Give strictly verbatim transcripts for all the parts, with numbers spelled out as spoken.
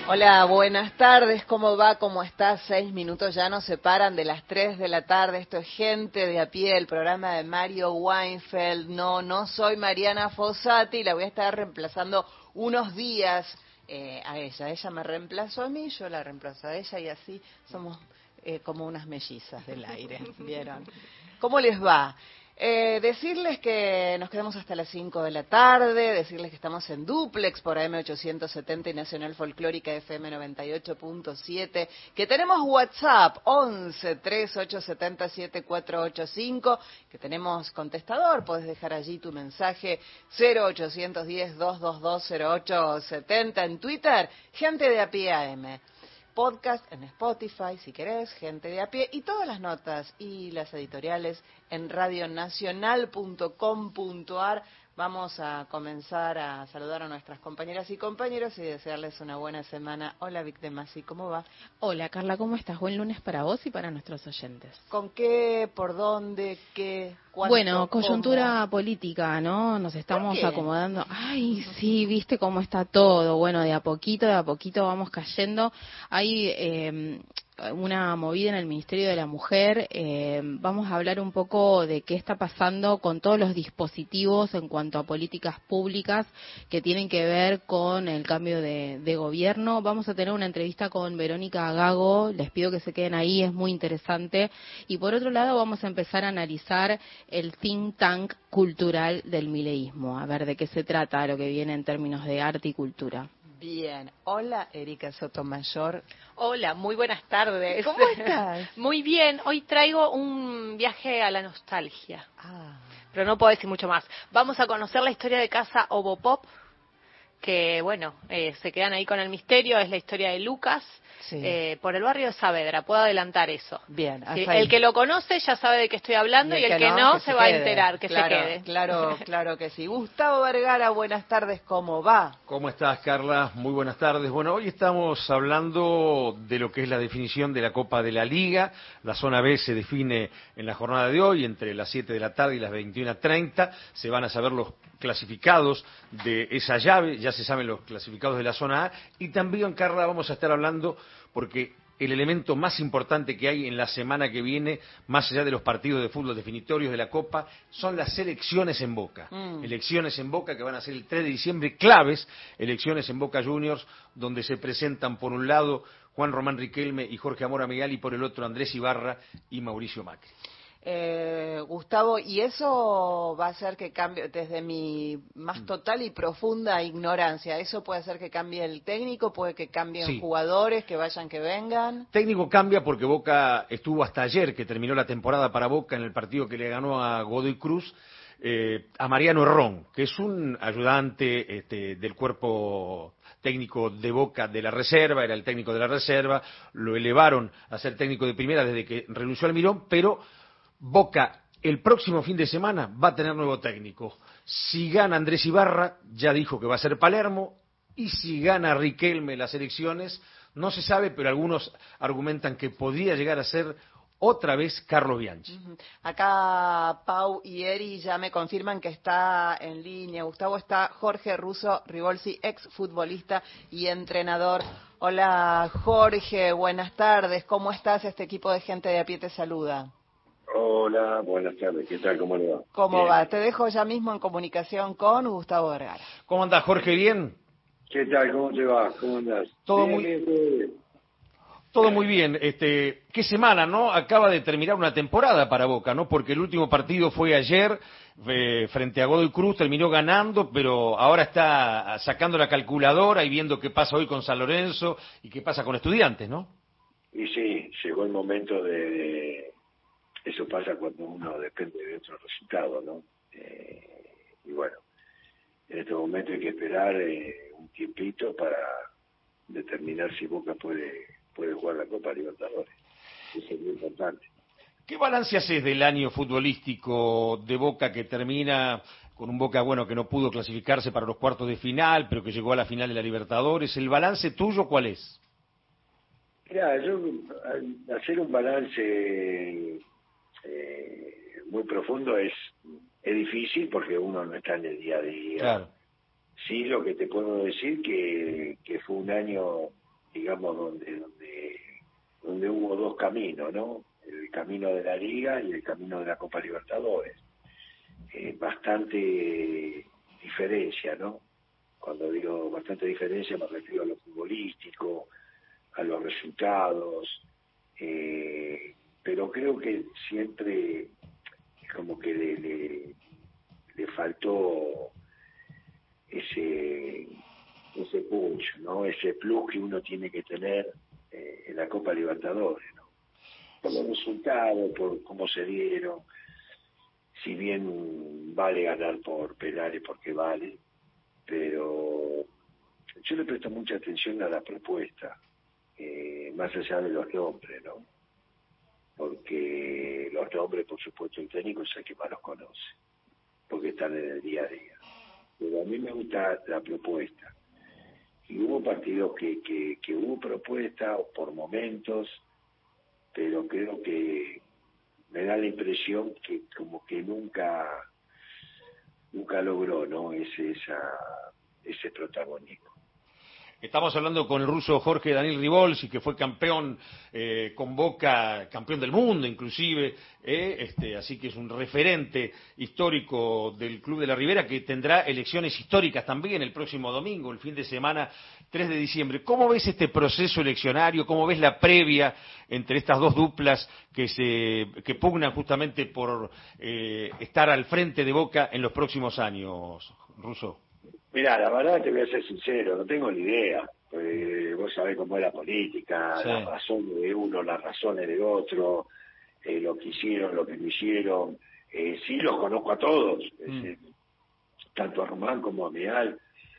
Hola, buenas tardes, ¿cómo va? ¿Cómo está? Seis minutos ya nos separan de las tres de la tarde. Esto es Gente de a Pie, el programa de Mario Weinfeld. No, no soy Mariana Fossati, la voy a estar reemplazando unos días eh, a ella. Ella me reemplazó a mí, yo la reemplazo a ella y así somos eh, como unas mellizas del aire, ¿vieron? ¿Cómo les va? Eh, decirles que nos quedamos hasta las cinco de la tarde, decirles que estamos en Duplex por A M ochocientos setenta y Nacional Folclórica F M noventa y ocho punto siete, que tenemos WhatsApp once, treinta y ocho, setenta y siete, cuatrocientos ochenta y cinco, que tenemos contestador, podés dejar allí tu mensaje cero ochocientos diez, doscientos veintidós, cero ocho setenta, en Twitter, Gente de a Pie A M. Podcast en Spotify, si querés, Gente de a Pie, y todas las notas y las editoriales en radionacional punto com punto ar. Vamos a comenzar a saludar a nuestras compañeras y compañeros y desearles una buena semana. Hola, Vic de Masi, ¿cómo va? Hola, Carla, ¿cómo estás? Buen lunes para vos y para nuestros oyentes. ¿Con qué, por dónde, qué, cuánto, Bueno, coyuntura cómo? política, ¿no? Nos estamos ¿Por qué? acomodando. Ay, sí, viste cómo está todo. Bueno, de a poquito, de a poquito vamos cayendo. Hay eh, una movida en el Ministerio de la Mujer. Eh, vamos a hablar un poco de qué está pasando con todos los dispositivos en cuanto a políticas públicas que tienen que ver con el cambio de, de gobierno. Vamos a tener una entrevista con Verónica Gago. Les pido que se queden ahí, es muy interesante. Y por otro lado, vamos a empezar a analizar el think tank cultural del mileísmo, a ver de qué se trata lo que viene en términos de arte y cultura. Bien. Hola, Erika Sotomayor. Hola, muy buenas tardes. ¿Cómo estás? Muy bien, hoy traigo un viaje a la nostalgia, Ah. pero no puedo decir mucho más. Vamos a conocer la historia de Casa Ovopop, que bueno, eh, se quedan ahí con el misterio, es la historia de Lucas, Sí. eh, por el barrio de Saavedra, puedo adelantar eso. Bien, Sí, hasta ahí. el que lo conoce ya sabe de qué estoy hablando y el, y el que, que no, que se, se va quede. a enterar, que claro, se quede. Claro, claro que sí. Gustavo Vergara, buenas tardes, ¿cómo va? ¿Cómo estás, Carla? Muy buenas tardes. Bueno, hoy estamos hablando de lo que es la definición de la Copa de la Liga. La zona B se define en la jornada de hoy, entre las siete de la tarde y las veintiuna treinta. Se van a saber los clasificados de esa llave, ya se saben los clasificados de la zona A. Y también, Carla, vamos a estar hablando porque el elemento más importante que hay en la semana que viene, más allá de los partidos de fútbol definitorios de la Copa, son las elecciones en Boca. Mm. Elecciones en Boca que van a ser el tres de diciembre, claves, elecciones en Boca Juniors, donde se presentan por un lado Juan Román Riquelme y Jorge Amora Megal, y por el otro Andrés Ibarra y Mauricio Macri. Eh, Gustavo, ¿y eso va a hacer que cambie, desde mi más total y profunda ignorancia, eso puede hacer que cambie el técnico, puede que cambien sí. jugadores, que vayan, que vengan? Técnico cambia porque Boca estuvo hasta ayer, que terminó la temporada para Boca en el partido que le ganó a Godoy Cruz, eh, a Mariano Herrón, que es un ayudante este, del cuerpo técnico de Boca de la reserva, era el técnico de la reserva, lo elevaron a ser técnico de primera desde que renunció al Mirón, pero Boca el próximo fin de semana va a tener nuevo técnico. Si gana Andrés Ibarra, ya dijo que va a ser Palermo, y si gana Riquelme las elecciones, no se sabe, pero algunos argumentan que podría llegar a ser otra vez Carlos Bianchi. Uh-huh. Acá Pau y Eri ya me confirman que está en línea. Gustavo, está Jorge Russo Ribolsi, ex futbolista y entrenador. Hola Jorge, buenas tardes. ¿Cómo estás? Este equipo de Gente de a Pie te saluda. Hola, buenas tardes, ¿qué tal? ¿Cómo le va? ¿Cómo bien. va? Te dejo ya mismo en comunicación con Gustavo Vergara. ¿Cómo andás, Jorge? ¿Bien? ¿Qué tal? ¿Cómo te va? ¿Cómo andás? Todo bien, muy bien, todo bien. Todo muy bien. Este, ¿qué semana, no? Acaba de terminar una temporada para Boca, ¿no? Porque el último partido fue ayer eh, frente a Godoy Cruz, terminó ganando, pero ahora está sacando la calculadora y viendo qué pasa hoy con San Lorenzo y qué pasa con Estudiantes, ¿no? Y sí, llegó el momento de... de... Eso pasa cuando uno depende de otro resultado, ¿no? Eh, y bueno, en este momento hay que esperar eh, un tiempito para determinar si Boca puede puede jugar la Copa Libertadores. Eso es muy importante. ¿Qué balance haces del año futbolístico de Boca, que termina con un Boca, bueno, que no pudo clasificarse para los cuartos de final, pero que llegó a la final de la Libertadores? ¿El balance tuyo cuál es? Mirá, yo al hacer un balance eh, muy profundo es, es difícil porque uno no está en el día a día. Claro. Sí, lo que te puedo decir que, que fue un año digamos, donde, donde, donde hubo dos caminos, ¿no? El camino de la Liga y el camino de la Copa Libertadores. Eh, bastante diferencia, ¿no? Cuando digo bastante diferencia me refiero a lo futbolístico, a los resultados, eh, pero creo que siempre como que le, le, le faltó ese ese punch, ¿no? Ese plus que uno tiene que tener eh, en la Copa Libertadores, ¿no? Por los resultados, por cómo se dieron, si bien vale ganar por penales porque vale, pero yo le presto mucha atención a la propuesta, eh, más allá de los nombres, ¿no? Porque los nombres, por supuesto, el técnico es el que más los conoce, porque están en el día a día. Pero a mí me gusta la propuesta. Y hubo partidos que, que, que hubo propuesta por momentos, pero creo que me da la impresión que como que nunca nunca logró, ¿no? Ese, esa, ese protagonismo. Estamos hablando con el ruso Jorge Daniel Ribolsi, que fue campeón eh, con Boca, campeón del mundo inclusive, eh, este, así que es un referente histórico del Club de la Ribera, que tendrá elecciones históricas también el próximo domingo, el fin de semana tres de diciembre. ¿Cómo ves este proceso eleccionario? ¿Cómo ves la previa entre estas dos duplas que se que pugnan justamente por eh, estar al frente de Boca en los próximos años, ruso? Mirá, la verdad te voy a ser sincero, no tengo ni idea. Pues vos sabés cómo es la política, sí. Las razones de uno, las razones del otro, eh, lo que hicieron, lo que no hicieron. Eh, sí los conozco a todos, mm. eh, tanto a Román como a Meal,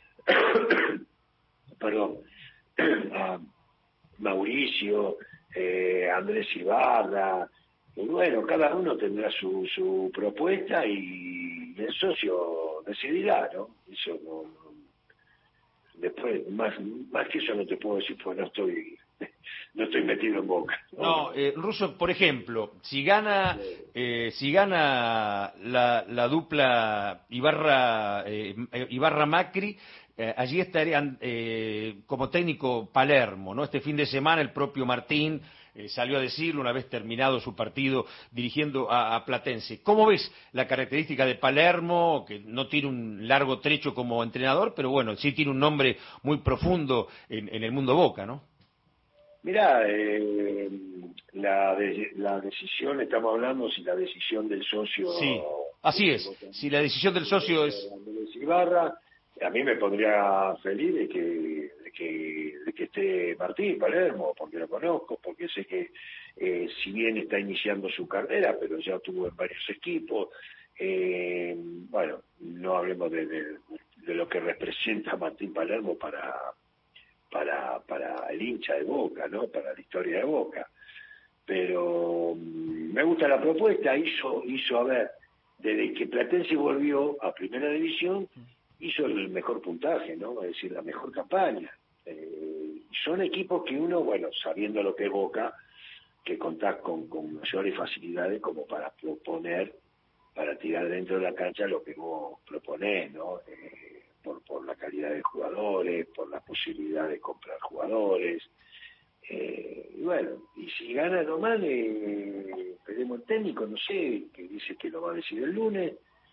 perdón, a Mauricio, eh, Andrés Ibarra. Y bueno, cada uno tendrá su, su propuesta y el socio decidirá, ¿no? Eso no, no, después, más, más que eso no te puedo decir, pues no estoy, no estoy metido en Boca. No, no eh, Russo, por ejemplo, si gana, eh, si gana la, la dupla Ibarra, eh, Ibarra Macri, eh, allí estarían eh, como técnico Palermo, ¿no? Este fin de semana el propio Martín Eh, salió a decirlo una vez terminado su partido dirigiendo a, a Platense. ¿Cómo ves la característica de Palermo, que no tiene un largo trecho como entrenador, pero bueno, sí tiene un nombre muy profundo en, en el mundo Boca, ¿no? Mirá, eh, la, de, la decisión, estamos hablando si la decisión del socio... Sí, así es, si la decisión del socio es... Ibarra, a mí me pondría feliz de que, de que, de que esté Martín Palermo, porque lo conozco, porque sé que eh, si bien está iniciando su carrera, pero ya estuvo en varios equipos, eh, bueno, no hablemos de, de, de lo que representa Martín Palermo para, para, para el hincha de Boca, ¿no? Para la historia de Boca. Pero um, me gusta la propuesta, hizo, hizo, a ver, desde que Platense volvió a Primera División, hizo el mejor puntaje, ¿no? Es decir, la mejor campaña. Eh, son equipos que uno, bueno, sabiendo lo que es Boca, que contás con, con mayores facilidades como para proponer, para tirar dentro de la cancha lo que vos proponés, ¿no? Eh, por, por la calidad de jugadores, por la posibilidad de comprar jugadores. Eh, y bueno, y si gana Román, eh, pedimos el técnico, no sé, que dice que lo va a decir el lunes.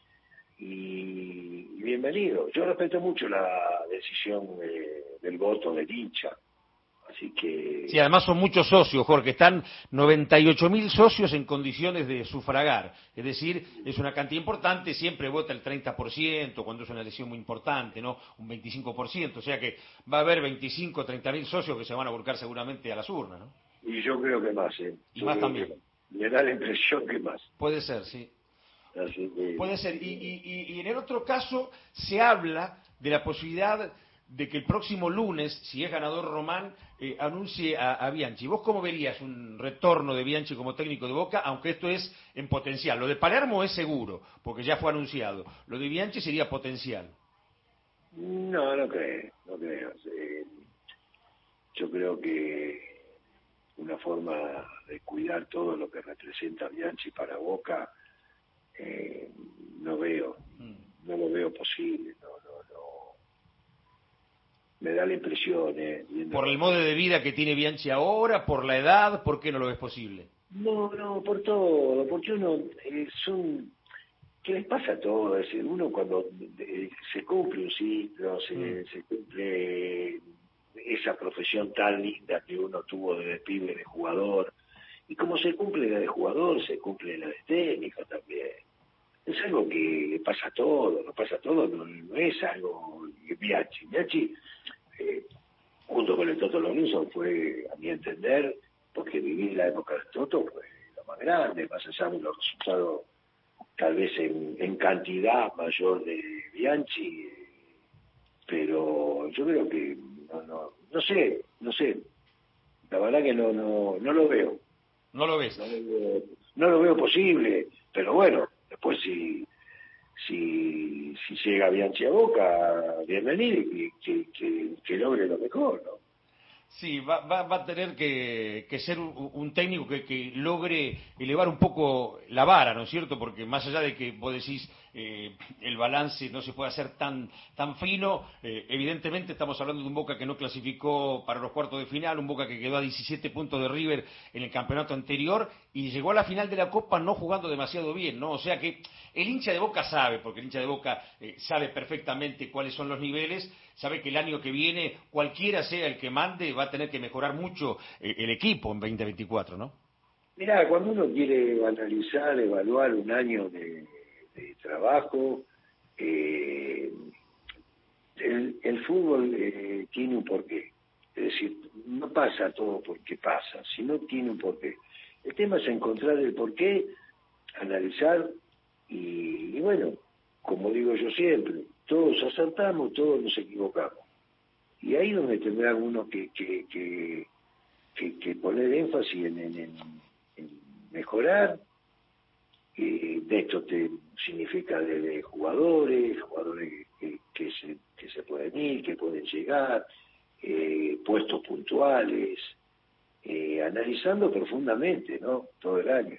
Y, y bienvenido. Yo respeto mucho la decisión eh, del voto del hincha, así que... Sí, además son muchos socios, Jorge, están noventa y ocho mil socios en condiciones de sufragar, es decir, es una cantidad importante, siempre vota el treinta por ciento cuando es una elección muy importante, ¿no? Un veinticinco por ciento, o sea que va a haber veinticinco o treinta mil socios que se van a volcar seguramente a las urnas, ¿no? Y yo creo que más, ¿eh? Y yo más también. Que, me da la impresión que más. Puede ser, sí. Así que... Puede ser. Y, y, y en el otro caso se habla de la posibilidad de que el próximo lunes, si es ganador Román, eh, anuncie a, a Bianchi. ¿Vos cómo verías un retorno de Bianchi como técnico de Boca? Aunque esto es en potencial. Lo de Palermo es seguro, porque ya fue anunciado. Lo de Bianchi sería potencial. No, no creo. No creo. Eh, yo creo que una forma de cuidar todo lo que representa Bianchi para Boca, Eh, no veo, no lo veo posible, no, no, no, me da la impresión. Eh, ¿Por el modo de vida que tiene Bianchi ahora? ¿Por la edad? ¿Por qué no lo ves posible? No, no, por todo, porque uno, eh, son, ¿qué les pasa a todos? Es decir, uno cuando eh, se cumple un ciclo, se, mm. se cumple esa profesión tan linda que uno tuvo desde pibe de jugador, y como se cumple la de jugador, se cumple la de técnico también. Es algo que le pasa a todo, no pasa a todo, no, no es algo que Bianchi. Bianchi, eh, junto con el Toto Lorenzo, fue, a mi entender, porque viví la época del Toto, fue lo más grande, más allá de los resultados tal vez en, en cantidad mayor de Bianchi, pero yo creo que no, no, no sé, no sé, la verdad que no, no, no lo veo. ¿No lo ves? No lo veo, no lo veo posible, pero bueno, después si si si llega Bianchi a Boca, bienvenido y que, que, que logre lo mejor, ¿no? Sí, va, va, va a tener que, que ser un, un técnico que, que logre elevar un poco la vara, ¿no es cierto? Porque más allá de que vos decís eh, el balance no se puede hacer tan, tan fino, eh, evidentemente estamos hablando de un Boca que no clasificó para los cuartos de final, un Boca que quedó a diecisiete puntos de River en el campeonato anterior y llegó a la final de la Copa no jugando demasiado bien, ¿no? O sea que el hincha de Boca sabe, porque el hincha de Boca eh, sabe perfectamente cuáles son los niveles, sabe que el año que viene, cualquiera sea el que mande, va a tener que mejorar mucho eh, el equipo en veinte veinticuatro, ¿no? Mirá, cuando uno quiere analizar, evaluar un año de, de trabajo, eh, el, el fútbol eh, tiene un porqué. Es decir, no pasa todo porque pasa, sino tiene un porqué. El tema es encontrar el porqué, analizar y, y bueno, como digo yo siempre, todos acertamos, todos nos equivocamos. Y ahí es donde tendrá uno que, que, que, que, que poner énfasis en, en, en, en mejorar. Eh, de esto te significa de, de jugadores, jugadores que, que, se, que se pueden ir, que pueden llegar, eh, puestos puntuales, eh, analizando profundamente, ¿no? Todo el año.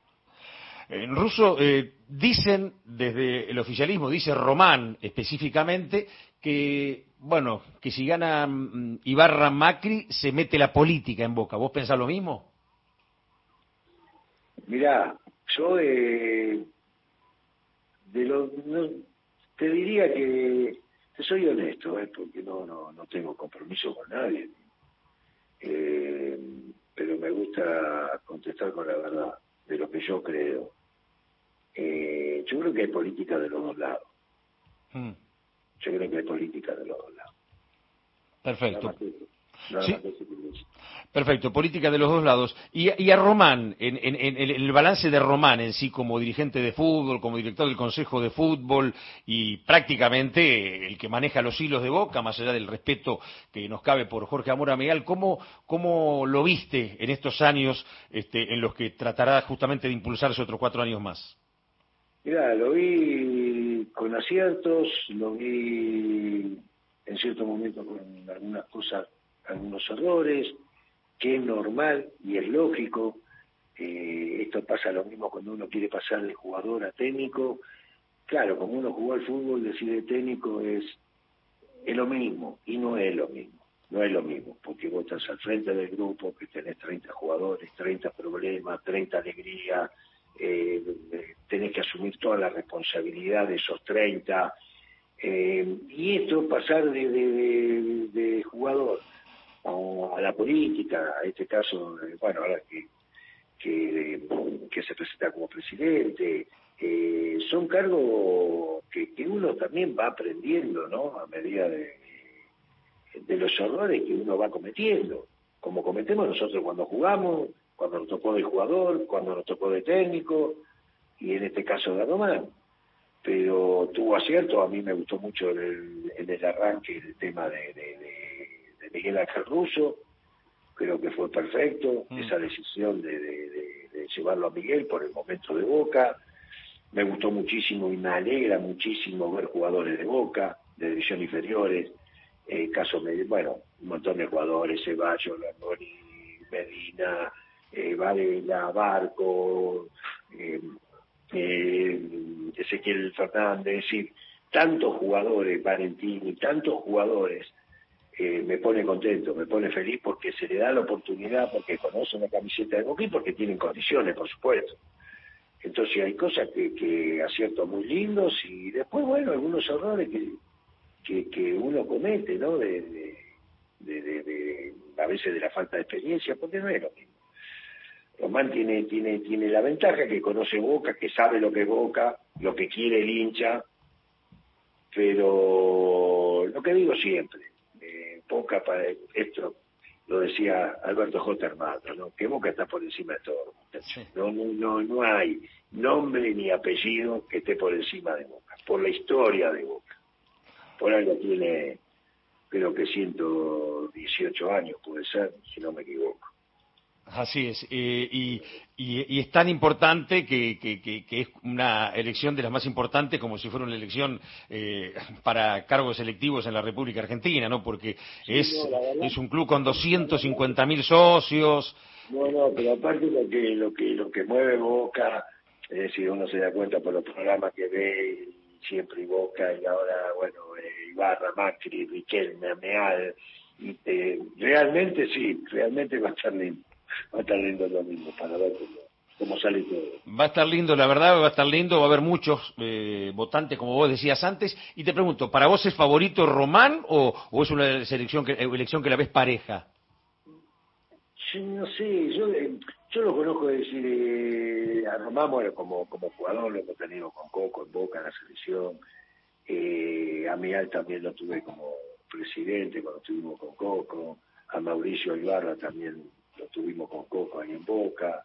En ruso eh, dicen desde el oficialismo, dice Román específicamente, que bueno, que si gana mm, Ibarra Macri se mete la política en Boca. ¿Vos pensás lo mismo? Mirá, yo eh, de lo, no, te diría que te soy honesto, eh, porque no, no, no tengo compromiso con nadie, eh, pero me gusta contestar con la verdad de lo que yo creo. Eh, yo creo que hay política de los dos lados. Hmm. Yo creo que hay política de los dos lados. Perfecto. Nada sí. más que se Perfecto, política de los dos lados. Y, y a Román, en, en, en el balance de Román en sí como dirigente de fútbol, como director del Consejo de Fútbol y prácticamente el que maneja los hilos de Boca, más allá del respeto que nos cabe por Jorge Amor Ameal, ¿cómo, cómo lo viste en estos años este, en los que tratará justamente de impulsarse otros cuatro años más? Mirá, lo vi con aciertos, lo vi en cierto momento con algunas cosas, algunos errores, que es normal y es lógico. Eh, esto pasa lo mismo cuando uno quiere pasar de jugador a técnico. Claro, como uno jugó al fútbol, decir de técnico es, es lo mismo, y no es lo mismo, no es lo mismo, porque vos estás al frente del grupo, que tenés treinta jugadores, treinta problemas, treinta alegrías, eh, tenés que asumir toda la responsabilidad de esos treinta, eh, y esto pasar de, de, de, de jugador a la política, a este caso, bueno, ahora que, que, que se presenta como presidente, eh, son cargos que, que uno también va aprendiendo, ¿no? A medida de, de los errores que uno va cometiendo, como cometemos nosotros cuando jugamos, cuando nos tocó de jugador, cuando nos tocó de técnico, y en este caso de Román. Pero tuvo acierto, a mí me gustó mucho en el, en el arranque el tema de, de, de, de Miguel Ángel Russo, creo que fue perfecto, mm. esa decisión de, de, de, de llevarlo a Miguel por el momento de Boca. Me gustó muchísimo y me alegra muchísimo ver jugadores de Boca, de división inferiores, eh, caso, bueno, un montón de jugadores, Ceballos, Langoni, Medina, eh, Varela, Barco, eh, eh, Ezequiel Fernández, es decir, tantos jugadores, Valentini, tantos jugadores eh, me pone contento, me pone feliz porque se le da la oportunidad, porque conocen la camiseta de Boca y porque tienen condiciones, por supuesto. Entonces hay cosas que, que aciertos muy lindos y después, bueno, algunos errores que, que, que uno comete, ¿no? De, de, de, de, de, a veces de la falta de experiencia, porque no es lo mismo. Román tiene, tiene, tiene la ventaja que conoce Boca, que sabe lo que es Boca, lo que quiere el hincha, pero lo que digo siempre, eh, Boca para esto lo decía Alberto J. Hermano, ¿no? Que Boca está por encima de todo, sí. no, no, no, no hay nombre ni apellido que esté por encima de Boca, por la historia de Boca. Por algo tiene, creo que ciento dieciocho años puede ser, si no me equivoco. Así es, eh, y, y, y es tan importante que, que, que, que es una elección de las más importantes como si fuera una elección eh, para cargos electivos en la República Argentina, ¿no? Porque sí, es, no, verdad, es un club con doscientos cincuenta mil socios. No, no, pero aparte lo que, lo que, lo que mueve Boca, es decir, uno se da cuenta por los programas que ve, siempre Boca, y ahora, bueno, eh, Ibarra, Macri, Riquelme, Ameal, y, eh, realmente sí, realmente va a estar lindo. Va a estar lindo el domingo para ver cómo, cómo sale todo. Va a estar lindo, la verdad, va a estar lindo, va a haber muchos eh, votantes, como vos decías antes. Y te pregunto, ¿para vos es favorito Román o, o es una selección que, elección que la ves pareja? Sí, no sé, yo yo lo conozco, es decir, eh, a Román, bueno, como, como jugador lo hemos tenido con Coco en Boca en la selección. Eh, a Mial también lo tuve como presidente cuando estuvimos con Coco. A Mauricio Ibarra también lo tuvimos con Coco ahí en Boca.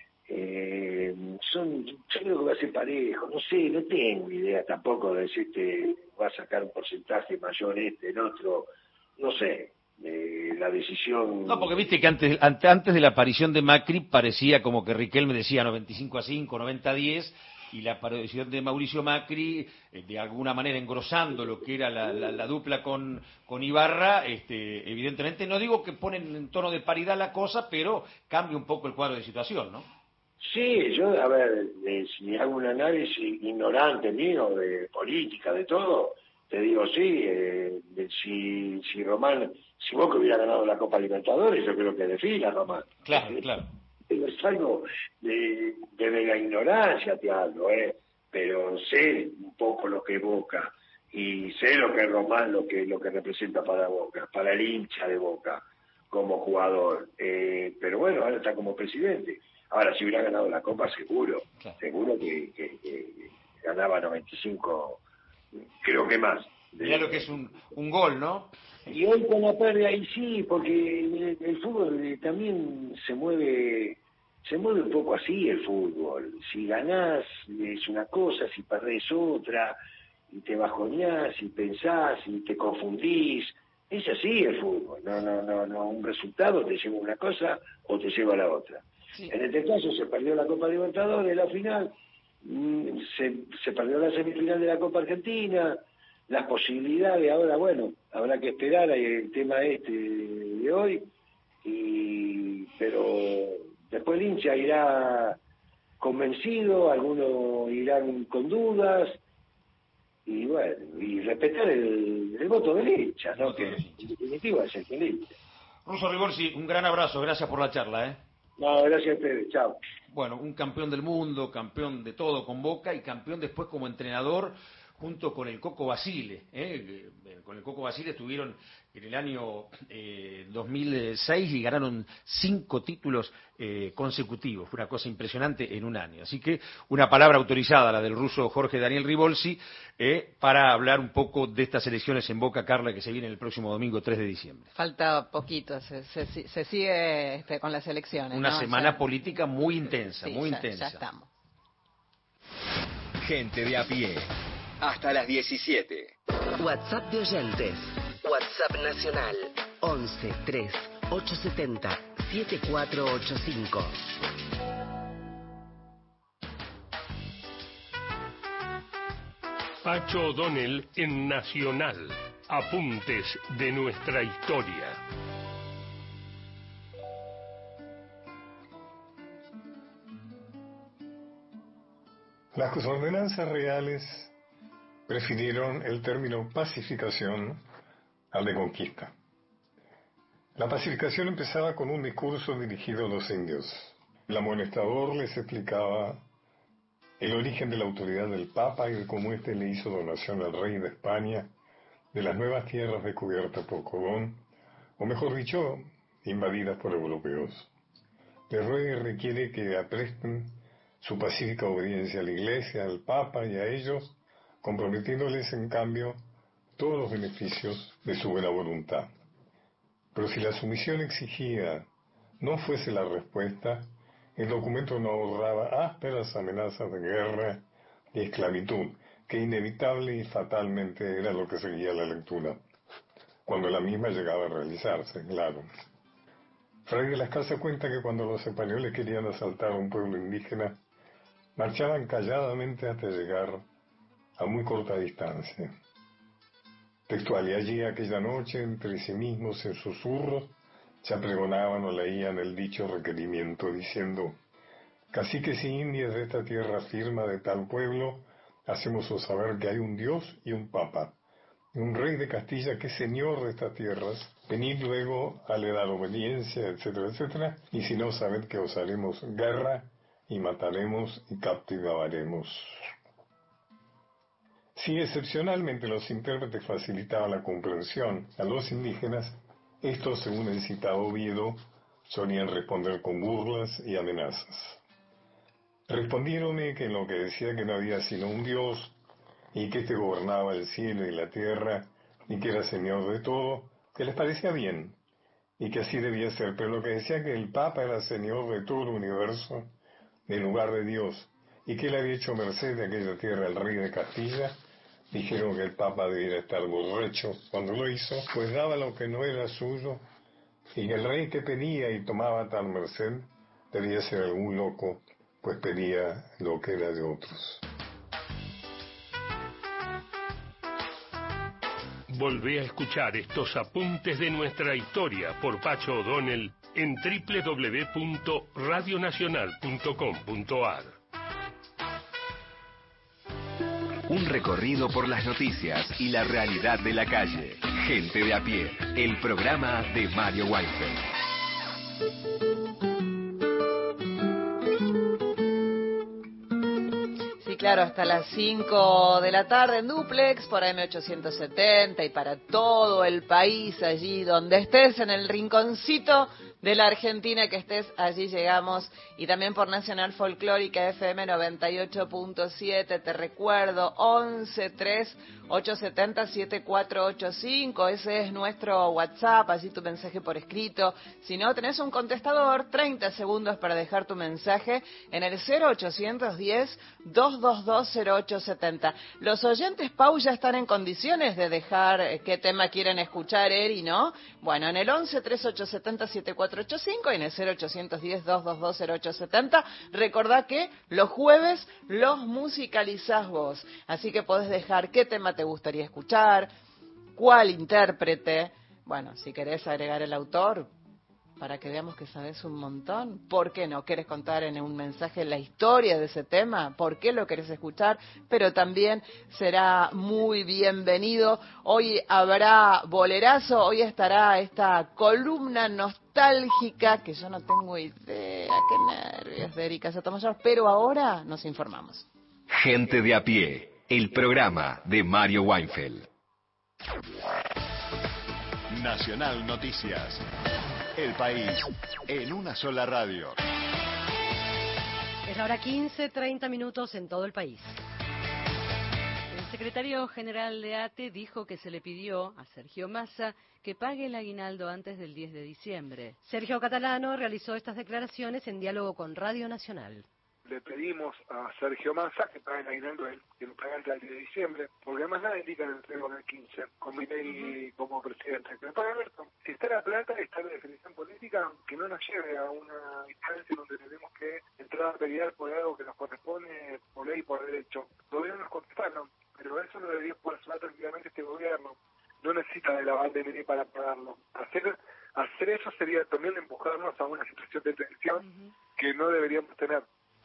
Eh, son, yo creo que va a ser parejo, no sé, no tengo idea tampoco de decirte va a sacar un porcentaje mayor este, el otro, no sé, eh, la decisión... No, porque viste que antes, antes de la aparición de Macri parecía como que Riquelme decía noventa y cinco a cinco, noventa a diez, y la aparición de Mauricio Macri, eh, de alguna manera engrosando lo que era la, la, la dupla con, con Ibarra, este, evidentemente, no digo que ponen en tono de paridad la cosa, pero cambia un poco el cuadro de situación, ¿no? Sí, yo, a ver, eh, si hago un análisis ignorante mío de política, de todo, te digo sí, eh, de, si, si Román, si Boca hubiera ganado la Copa Libertadores, yo creo que desfila Román. Claro, eh, claro. Pero es algo de, de la ignorancia, te hablo, eh, pero sé un poco lo que es Boca y sé lo que es Román, lo que, lo que representa para Boca, para el hincha de Boca como jugador, eh, pero bueno, ahora está como presidente. Ahora, si hubiera ganado la Copa, seguro, claro. seguro que, que, que ganaba noventa y cinco, creo que más. Mirá lo que es un, un gol, ¿no? Y hoy con la pérdida, y sí, porque el, el fútbol eh, también se mueve, se mueve un poco así el fútbol. Si ganás es una cosa, si perdés otra, y te bajoneás, y pensás, y te confundís. Es así el fútbol, no, no, no, no, un resultado te lleva a una cosa o te lleva a la otra. Sí. En este caso se perdió la Copa Libertadores, la final, se, se perdió la semifinal de la Copa Argentina, las posibilidades, ahora bueno, habrá que esperar el tema este de hoy, y pero después el hincha irá convencido, algunos irán con dudas, y bueno, y respetar el, el voto del hincha, ¿no? Que en definitiva es el que elige. Russo Ribolsi, un gran abrazo, gracias por la charla, ¿eh? No, gracias a ustedes, chao. Bueno, un campeón del mundo, campeón de todo con Boca y campeón después como entrenador junto con el Coco Basile. ¿eh? Con el Coco Basile estuvieron en el año eh, dos mil seis y ganaron cinco títulos eh, consecutivos. Fue una cosa impresionante en un año. Así que una palabra autorizada, la del ruso Jorge Daniel Ribolsi, eh, para hablar un poco de estas elecciones en Boca, Carla, que se viene el próximo domingo tres de diciembre. Falta poquito, se, se, se sigue este, con las elecciones. Una ¿no? semana ya... política muy intensa, sí, muy ya, intensa. Ya estamos. Gente de a pie. Hasta las diecisiete. WhatsApp de oyentes. WhatsApp nacional. once tres ochocientos setenta setenta y cuatro ochenta y cinco. Pacho O'Donnell en Nacional. Apuntes de nuestra historia. Las ordenanzas reales prefirieron el término pacificación al de conquista. La pacificación empezaba con un discurso dirigido a los indios. El amonestador les explicaba el origen de la autoridad del Papa y de cómo éste le hizo donación al rey de España de las nuevas tierras descubiertas por Colón, o mejor dicho, invadidas por europeos. Les ruega y requiere que apresten su pacífica obediencia a la Iglesia, al Papa y a ellos, comprometiéndoles en cambio todos los beneficios de su buena voluntad. Pero si la sumisión exigida no fuese la respuesta, el documento no ahorraba ásperas amenazas de guerra y esclavitud, que inevitable y fatalmente era lo que seguía la lectura, cuando la misma llegaba a realizarse, claro. Fray de las Casas cuenta que cuando los españoles querían asaltar a un pueblo indígena, marchaban calladamente hasta llegar a muy corta distancia. Textual, y allí aquella noche, entre sí mismos en susurros, se apregonaban o leían el dicho requerimiento, diciendo: caciques y indias de esta tierra firma de tal pueblo, hacémosos saber que hay un Dios y un Papa, y un rey de Castilla que es señor de estas tierras. Venid luego a le dar obediencia, etcétera, etcétera, y si no, sabed que os haremos guerra, y mataremos y captivaremos. Si excepcionalmente los intérpretes facilitaban la comprensión a los indígenas, estos, según el citado Oviedo, solían responder con burlas y amenazas. Respondiéronme que en lo que decía que no había sino un Dios, y que éste gobernaba el cielo y la tierra, y que era señor de todo, que les parecía bien, y que así debía ser, pero lo que decía que el Papa era señor de todo el universo, en lugar de Dios, y que él había hecho merced de aquella tierra al rey de Castilla, dijeron que el Papa debiera estar borracho cuando lo hizo, pues daba lo que no era suyo, y que el rey que pedía y tomaba tal merced debía ser algún loco, pues pedía lo que era de otros. Volvé a escuchar estos apuntes de nuestra historia por Pacho O'Donnell en doble u doble u doble u punto radio nacional punto com punto a r. Un recorrido por las noticias y la realidad de la calle. Gente de a pie. El programa de Mario Weinfeld. Sí, claro, hasta las cinco de la tarde en Duplex, por A M ochocientos setenta y para todo el país, allí donde estés, en el rinconcito de la Argentina que estés, allí llegamos, y también por Nacional Folclórica F M noventa y ocho punto siete, te recuerdo, once tres ocho siete cero siete cuatro ocho cinco, ese es nuestro WhatsApp, allí tu mensaje por escrito. Si no tenés un contestador, treinta segundos para dejar tu mensaje en el cero ochocientos diez, doscientos veintidós, cero ocho setenta. Los oyentes, Pau, ya están en condiciones de dejar eh, qué tema quieren escuchar, Eri, ¿no? Bueno, en el once tres ocho siete cero siete cuatro ocho cinco y en el cero ochocientos diez, doscientos veintidós, cero ocho setenta. Recordá que los jueves los musicalizás vos, así que podés dejar qué tema te gustaría escuchar, cuál intérprete. Bueno, si querés agregar el autor, para que veamos que sabés un montón. ¿Por qué no? ¿Querés contar en un mensaje la historia de ese tema? ¿Por qué lo querés escuchar? Pero también será muy bienvenido. Hoy habrá bolerazo, hoy estará esta columna nostálgica, que yo no tengo idea, qué nervios de Erika Sotomayor, pero ahora nos informamos. Gente de a pie, el programa de Mario Weinfeld. Nacional Noticias. El país en una sola radio. Es la hora quince, treinta minutos en todo el país. El secretario general de A T E dijo que se le pidió a Sergio Massa que pague el aguinaldo antes del diez de diciembre. Sergio Catalano realizó estas declaraciones en diálogo con Radio Nacional. Le pedimos a Sergio Massa que pague el aguinaldo él, que lo pague antes del diez de diciembre, porque además nada indica en el pleno del quince, con Milei como presidente. Que lo pague Alberto. Si está la plata, está la definición política, que no nos lleve a una instancia donde tenemos que entrar a pelear por algo que nos corresponde por ley y por derecho. Todavía no nos contestaron, pero eso lo debería poder hacer tranquilamente este gobierno. No necesita de la banda de Milei para pagarlo. Hacer hacer eso sería también empujarnos a una situación de tensión uh-huh. que no deberíamos tener.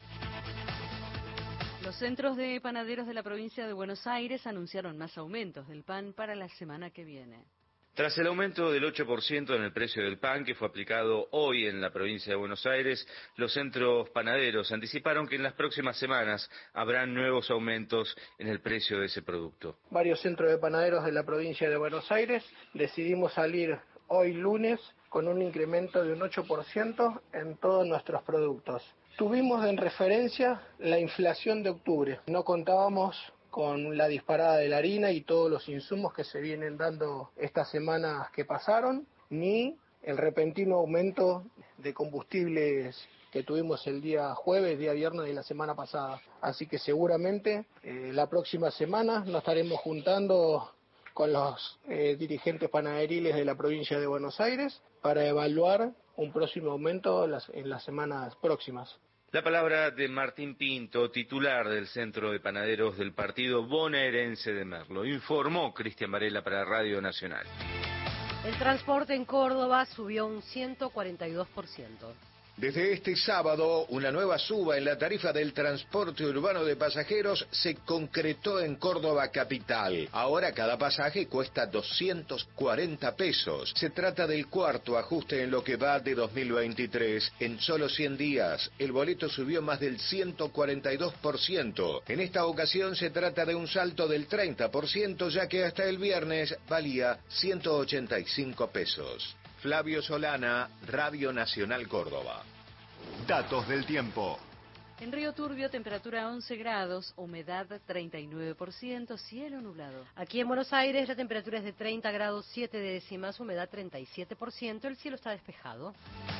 Los centros de panaderos de la provincia de Buenos Aires anunciaron más aumentos del pan para la semana que viene. Tras el aumento del ocho por ciento en el precio del pan que fue aplicado hoy en la provincia de Buenos Aires, los centros panaderos anticiparon que en las próximas semanas habrán nuevos aumentos en el precio de ese producto. Varios centros de panaderos de la provincia de Buenos Aires decidimos salir hoy lunes con un incremento de un ocho por ciento en todos nuestros productos. Tuvimos en referencia la inflación de octubre. No contábamos con la disparada de la harina y todos los insumos que se vienen dando estas semanas que pasaron, ni el repentino aumento de combustibles que tuvimos el día jueves, día viernes de la semana pasada. Así que seguramente eh, la próxima semana nos estaremos juntando con los eh, dirigentes panaderiles de la provincia de Buenos Aires para evaluar un próximo aumento en las, en las semanas próximas. La palabra de Martín Pinto, titular del Centro de Panaderos del partido bonaerense de Merlo. Informó Cristian Varela para Radio Nacional. El transporte en Córdoba subió un ciento cuarenta y dos por ciento. Desde este sábado, una nueva suba en la tarifa del transporte urbano de pasajeros se concretó en Córdoba capital. Ahora cada pasaje cuesta doscientos cuarenta pesos. Se trata del cuarto ajuste en lo que va de dos mil veintitrés. En solo cien días, el boleto subió más del ciento cuarenta y dos por ciento. En esta ocasión se trata de un salto del treinta por ciento, ya que hasta el viernes valía ciento ochenta y cinco pesos. Flavio Solana, Radio Nacional Córdoba. Datos del tiempo. En Río Turbio, temperatura once grados, humedad treinta y nueve por ciento, cielo nublado. Aquí en Buenos Aires la temperatura es de treinta grados siete décimas, humedad treinta y siete por ciento, el cielo está despejado.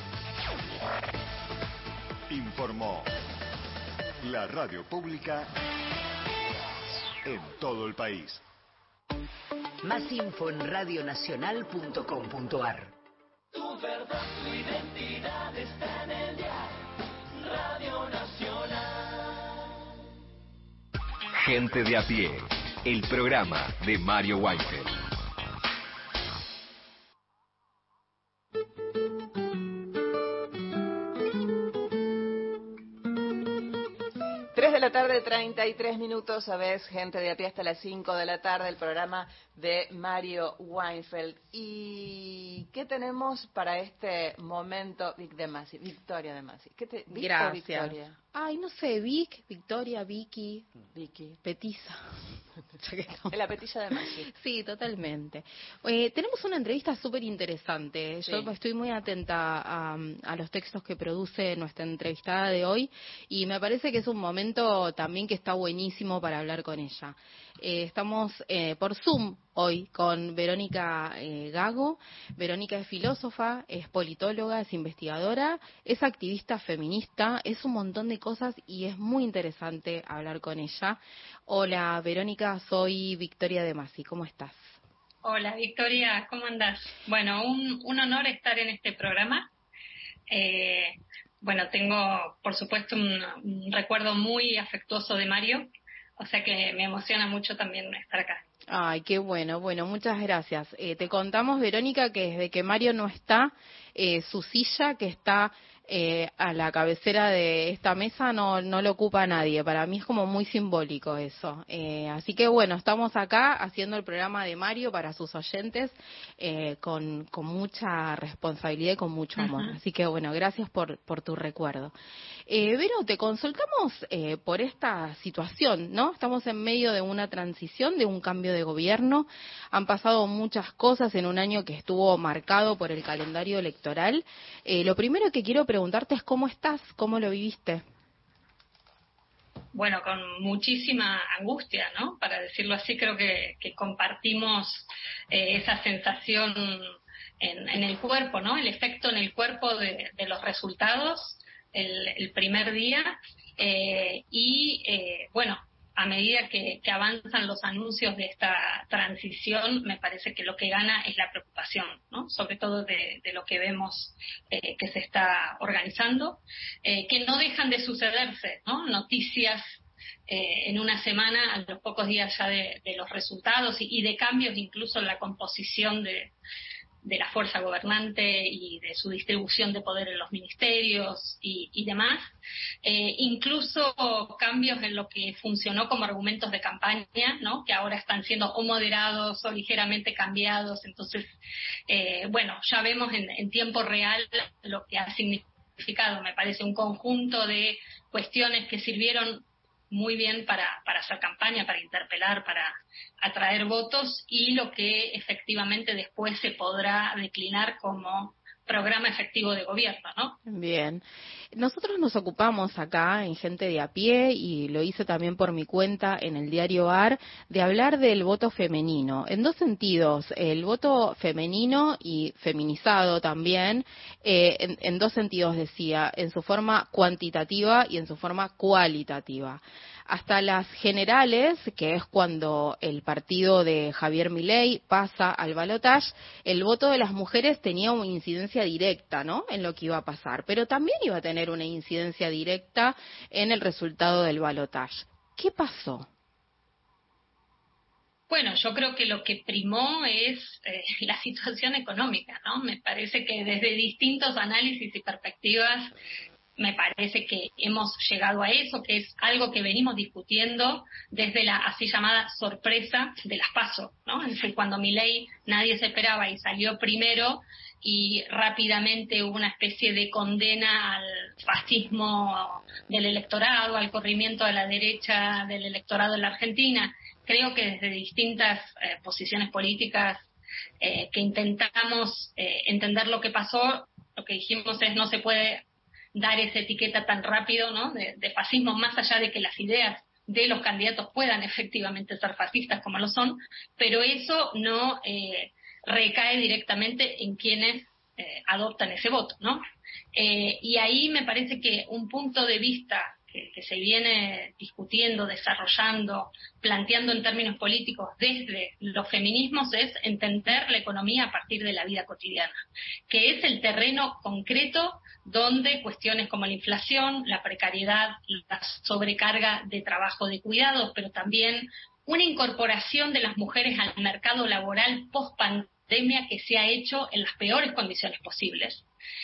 Informó la radio pública en todo el país. Más info en radio nacional punto com punto a r. Tu verdad, tu identidad está en el dial. Radio Nacional. Gente de a pie, el programa de Mario Weinfeld. tres de la tarde, treinta y tres minutos, sabes, gente de a pie hasta las cinco de la tarde, el programa de Mario Weinfeld. ¿Y qué tenemos para este momento, Vic de Masi, Victoria de Masi? ¿Qué te, Vic Gracias. o Victoria? Ay, no sé, Vic, Victoria, Vicky. Vicky. Petiza. Es la petilla de Masi. Sí, totalmente. Eh, tenemos una entrevista súper interesante. Yo Sí. estoy muy atenta a, a los textos que produce nuestra entrevistada de hoy y me parece que es un momento también que está buenísimo para hablar con ella. Eh, estamos eh, por Zoom hoy con Verónica eh, Gago. Verónica es filósofa, es politóloga, es investigadora, es activista feminista, es un montón de cosas y es muy interesante hablar con ella. Hola Verónica, soy Victoria de Masi, ¿cómo estás? Hola Victoria, ¿cómo andás? Bueno, un, un honor estar en este programa. Eh, bueno, tengo por supuesto un, un recuerdo muy afectuoso de Mario, o sea que me emociona mucho también estar acá. Ay, qué bueno, bueno, muchas gracias. Eh, te contamos, Verónica, que desde que Mario no está, eh, su silla que está eh, a la cabecera de esta mesa no, no lo ocupa nadie. Para mí es como muy simbólico eso. Eh, así que bueno, estamos acá haciendo el programa de Mario para sus oyentes eh, con, con mucha responsabilidad y con mucho amor. Uh-huh. Así que bueno, gracias por, por tu recuerdo. Eh, Vero, te consultamos eh, por esta situación, ¿no? Estamos en medio de una transición, de un cambio de gobierno. Han pasado muchas cosas en un año que estuvo marcado por el calendario electoral. Eh, lo primero que quiero preguntarte es cómo estás, cómo lo viviste. Bueno, con muchísima angustia, ¿no? Para decirlo así, creo que, que compartimos eh, esa sensación en, en el cuerpo, ¿no? El efecto en el cuerpo de, de los resultados el, el primer día eh, y, eh, bueno, a medida que, que avanzan los anuncios de esta transición, me parece que lo que gana es la preocupación, ¿no? Sobre todo de, de lo que vemos eh, que se está organizando, eh, que no dejan de sucederse, ¿no? Noticias eh, en una semana, a los pocos días ya de, de los resultados y, y de cambios incluso en la composición de, de la fuerza gobernante y de su distribución de poder en los ministerios y, y demás, eh, incluso cambios en lo que funcionó como argumentos de campaña, ¿no? Que ahora están siendo o moderados o ligeramente cambiados. Entonces, eh, bueno, ya vemos en, en tiempo real lo que ha significado, me parece, un conjunto de cuestiones que sirvieron muy bien para, para hacer campaña, para interpelar, para atraer votos, y lo que efectivamente después se podrá declinar como programa efectivo de gobierno, ¿no? Bien. Nosotros nos ocupamos acá en Gente de a Pie, y lo hice también por mi cuenta en el diario A R, de hablar del voto femenino. En dos sentidos, el voto femenino y feminizado también, eh, en, en dos sentidos decía, en su forma cuantitativa y en su forma cualitativa. Hasta las generales, que es cuando el partido de Javier Milei pasa al balotaje, el voto de las mujeres tenía una incidencia directa, ¿no?, en lo que iba a pasar, pero también iba a tener una incidencia directa en el resultado del balotaje. ¿Qué pasó? Bueno, yo creo que lo que primó es eh, la situación económica, ¿no? Me parece que desde distintos análisis y perspectivas me parece que hemos llegado a eso, que es algo que venimos discutiendo desde la así llamada sorpresa de las PASO, ¿no? Es decir, cuando Milei nadie se esperaba y salió primero, y rápidamente hubo una especie de condena al fascismo del electorado, al corrimiento a la derecha del electorado en la Argentina. Creo que desde distintas eh, posiciones políticas eh, que intentamos eh, entender lo que pasó, lo que dijimos es no se puede dar esa etiqueta tan rápido, ¿no?, de, de fascismo, más allá de que las ideas de los candidatos puedan efectivamente ser fascistas como lo son, pero eso no eh, recae directamente en quienes eh, adoptan ese voto, ¿no? Eh, y ahí me parece que un punto de vista que, que se viene discutiendo, desarrollando, planteando en términos políticos desde los feminismos es entender la economía a partir de la vida cotidiana, que es el terreno concreto donde cuestiones como la inflación, la precariedad, la sobrecarga de trabajo de cuidados, pero también una incorporación de las mujeres al mercado laboral post-pandemia que se ha hecho en las peores condiciones posibles.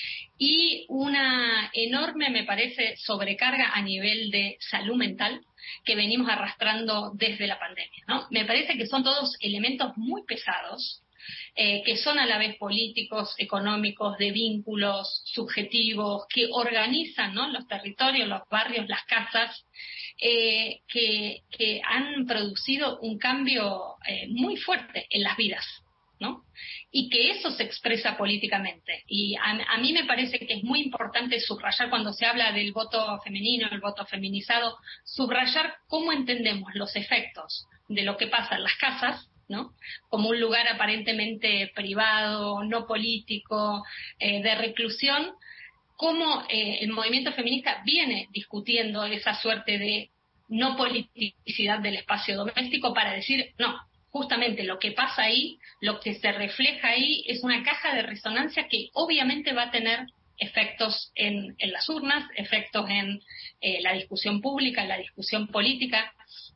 Y una enorme, me parece, sobrecarga a nivel de salud mental que venimos arrastrando desde la pandemia, ¿no? Me parece que son todos elementos muy pesados, eh, que son a la vez políticos, económicos, de vínculos subjetivos, que organizan, ¿no?, los territorios, los barrios, las casas, eh, que, que han producido un cambio eh, muy fuerte en las vidas, ¿no? Y que eso se expresa políticamente. Y a, a mí me parece que es muy importante subrayar, cuando se habla del voto femenino, el voto feminizado, subrayar cómo entendemos los efectos de lo que pasa en las casas, ¿no?, como un lugar aparentemente privado, no político, eh, de reclusión, cómo eh, el movimiento feminista viene discutiendo esa suerte de no politicidad del espacio doméstico para decir, no, justamente lo que pasa ahí, lo que se refleja ahí, es una caja de resonancia que obviamente va a tener efectos en, en las urnas, efectos en eh, la discusión pública, en la discusión política.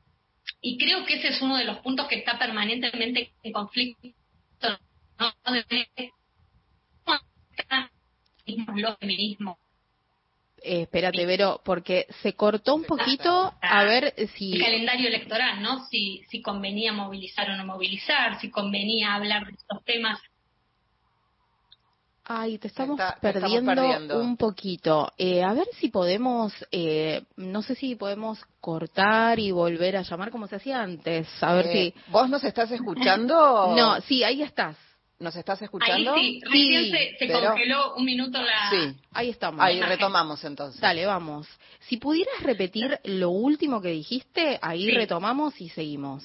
Y creo que ese es uno de los puntos que está permanentemente en conflicto, ¿no?, de los feminismos. Eh, espérate, Vero, porque se cortó un poquito, a ver si... El calendario electoral, ¿no? Si, si convenía movilizar o no movilizar, si convenía hablar de estos temas. Ay, te estamos, Está, perdiendo, estamos perdiendo un poquito. Eh, a ver si podemos, eh, no sé si podemos cortar y volver a llamar como se hacía antes. A ver eh, si... ¿Vos nos estás escuchando? No, sí, ahí estás. ¿Nos estás escuchando? Ahí sí, recién Sí, se, se pero... congeló un minuto la... Sí, ahí estamos. Ahí retomamos entonces. Dale, vamos. Si pudieras repetir lo último que dijiste, ahí Sí. retomamos y seguimos.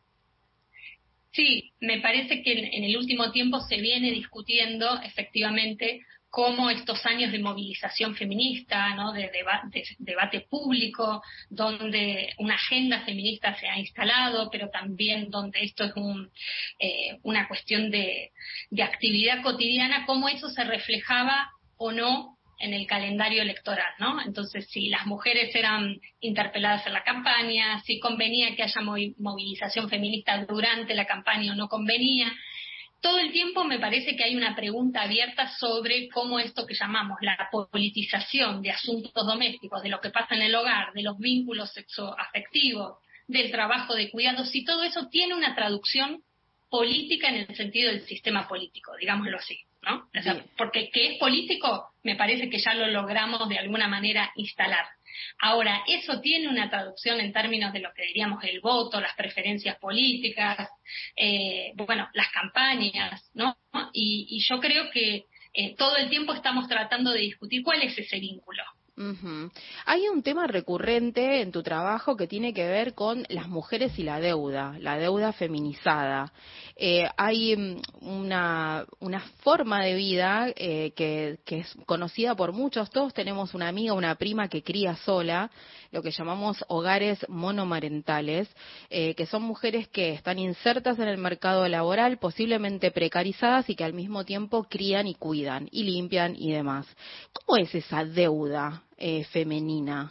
Sí, me parece que en, en el último tiempo se viene discutiendo efectivamente cómo estos años de movilización feminista, ¿no?, de, deba de debate público, donde una agenda feminista se ha instalado, pero también donde esto es un, eh, una cuestión de, de actividad cotidiana, cómo eso se reflejaba o no en el calendario electoral, ¿no? Entonces, si las mujeres eran interpeladas en la campaña, si convenía que haya movilización feminista durante la campaña o no convenía. todo el tiempo me parece que hay una pregunta abierta sobre cómo esto que llamamos la politización de asuntos domésticos, de lo que pasa en el hogar, de los vínculos sexoafectivos, del trabajo de cuidados, si todo eso tiene una traducción política en el sentido del sistema político, digámoslo así, ¿no? O sea, porque que es político, me parece que ya lo logramos de alguna manera instalar. Ahora, eso tiene una traducción en términos de lo que diríamos el voto, las preferencias políticas, eh, bueno, las campañas, ¿no? Y, y yo creo que eh, todo el tiempo estamos tratando de discutir cuál es ese vínculo. Uh-huh. Hay un tema recurrente en tu trabajo que tiene que ver con las mujeres y la deuda, la deuda feminizada. Eh, hay una, una forma de vida eh, que, que es conocida por muchos. Todos tenemos una amiga, una prima que cría sola, lo que llamamos hogares monomarentales, eh, que son mujeres que están insertas en el mercado laboral, posiblemente precarizadas y que al mismo tiempo crían y cuidan y limpian y demás. ¿Cómo es esa deuda eh, femenina?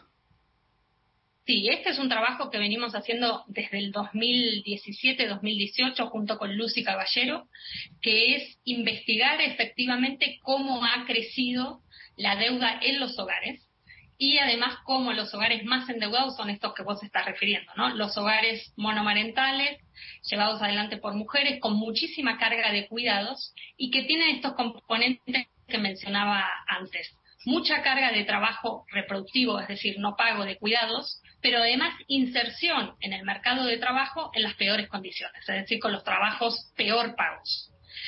Sí, este es un trabajo que venimos haciendo desde el dos mil diecisiete dos mil dieciocho junto con Lucy Caballero, que es investigar efectivamente cómo ha crecido la deuda en los hogares y además cómo los hogares más endeudados son estos que vos estás refiriendo, ¿no? Los hogares monomarentales llevados adelante por mujeres con muchísima carga de cuidados y que tienen estos componentes que mencionaba antes. Mucha carga de trabajo reproductivo, es decir, no pago de cuidados, pero además inserción en el mercado de trabajo en las peores condiciones, es decir, con los trabajos peor pagos.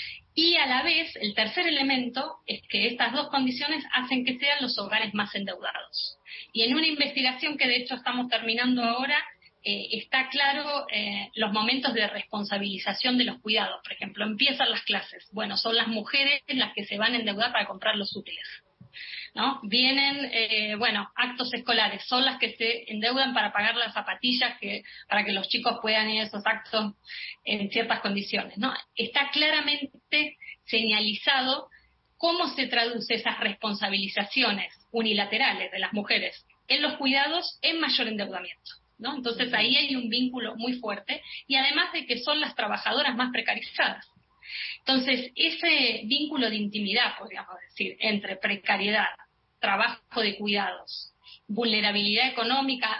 Y a la vez, el tercer elemento es que estas dos condiciones hacen que sean los hogares más endeudados. Y en una investigación que de hecho estamos terminando ahora, eh, está claro eh, los momentos de responsabilización de los cuidados. Por ejemplo, empiezan las clases. Bueno, son las mujeres las que se van a endeudar para comprar los útiles, ¿no? Vienen, eh, bueno, actos escolares, son las que se endeudan para pagar las zapatillas que, para que los chicos puedan ir a esos actos en ciertas condiciones, ¿no? Está claramente señalizado cómo se traduce esas responsabilizaciones unilaterales de las mujeres en los cuidados en mayor endeudamiento, ¿no? Entonces ahí hay un vínculo muy fuerte y además de que son las trabajadoras más precarizadas. Entonces, ese vínculo de intimidad, podríamos decir, entre precariedad, trabajo de cuidados, vulnerabilidad económica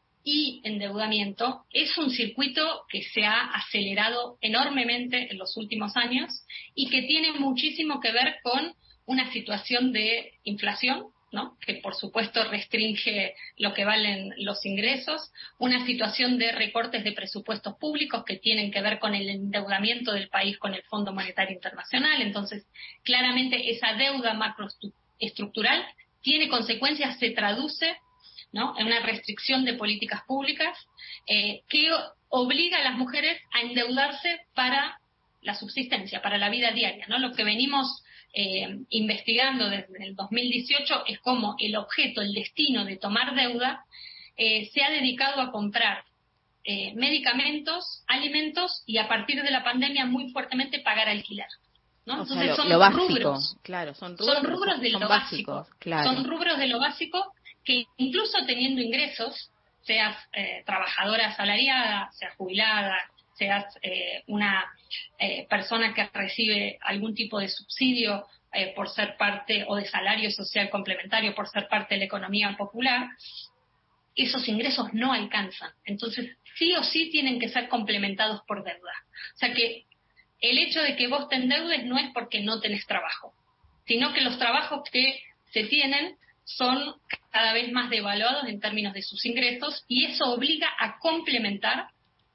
y endeudamiento, es un circuito que se ha acelerado enormemente en los últimos años y que tiene muchísimo que ver con una situación de inflación, ¿no? Que por supuesto restringe lo que valen los ingresos, una situación de recortes de presupuestos públicos que tienen que ver con el endeudamiento del país con el Fondo Monetario Internacional. Entonces, claramente esa deuda macroestructural tiene consecuencias, se traduce, ¿no?, en una restricción de políticas públicas eh, que obliga a las mujeres a endeudarse para la subsistencia, para la vida diaria, ¿no? Lo que venimos Eh, investigando desde el dos mil dieciocho es cómo el objeto, el destino de tomar deuda eh, se ha dedicado a comprar eh, medicamentos, alimentos y a partir de la pandemia muy fuertemente pagar alquiler, ¿no? O Entonces sea, lo, son lo básico, rubros, claro, son rubros, son rubros de son lo básicos, básico, claro. son rubros de lo básico que incluso teniendo ingresos, seas eh, trabajadora asalariada, seas jubilada, seas eh, una eh, persona que recibe algún tipo de subsidio eh, por ser parte, o de salario social complementario por ser parte de la economía popular, esos ingresos no alcanzan. Entonces, sí o sí tienen que ser complementados por deuda. O sea que el hecho de que vos te endeudes no es porque no tenés trabajo, sino que los trabajos que se tienen son cada vez más devaluados en términos de sus ingresos y eso obliga a complementar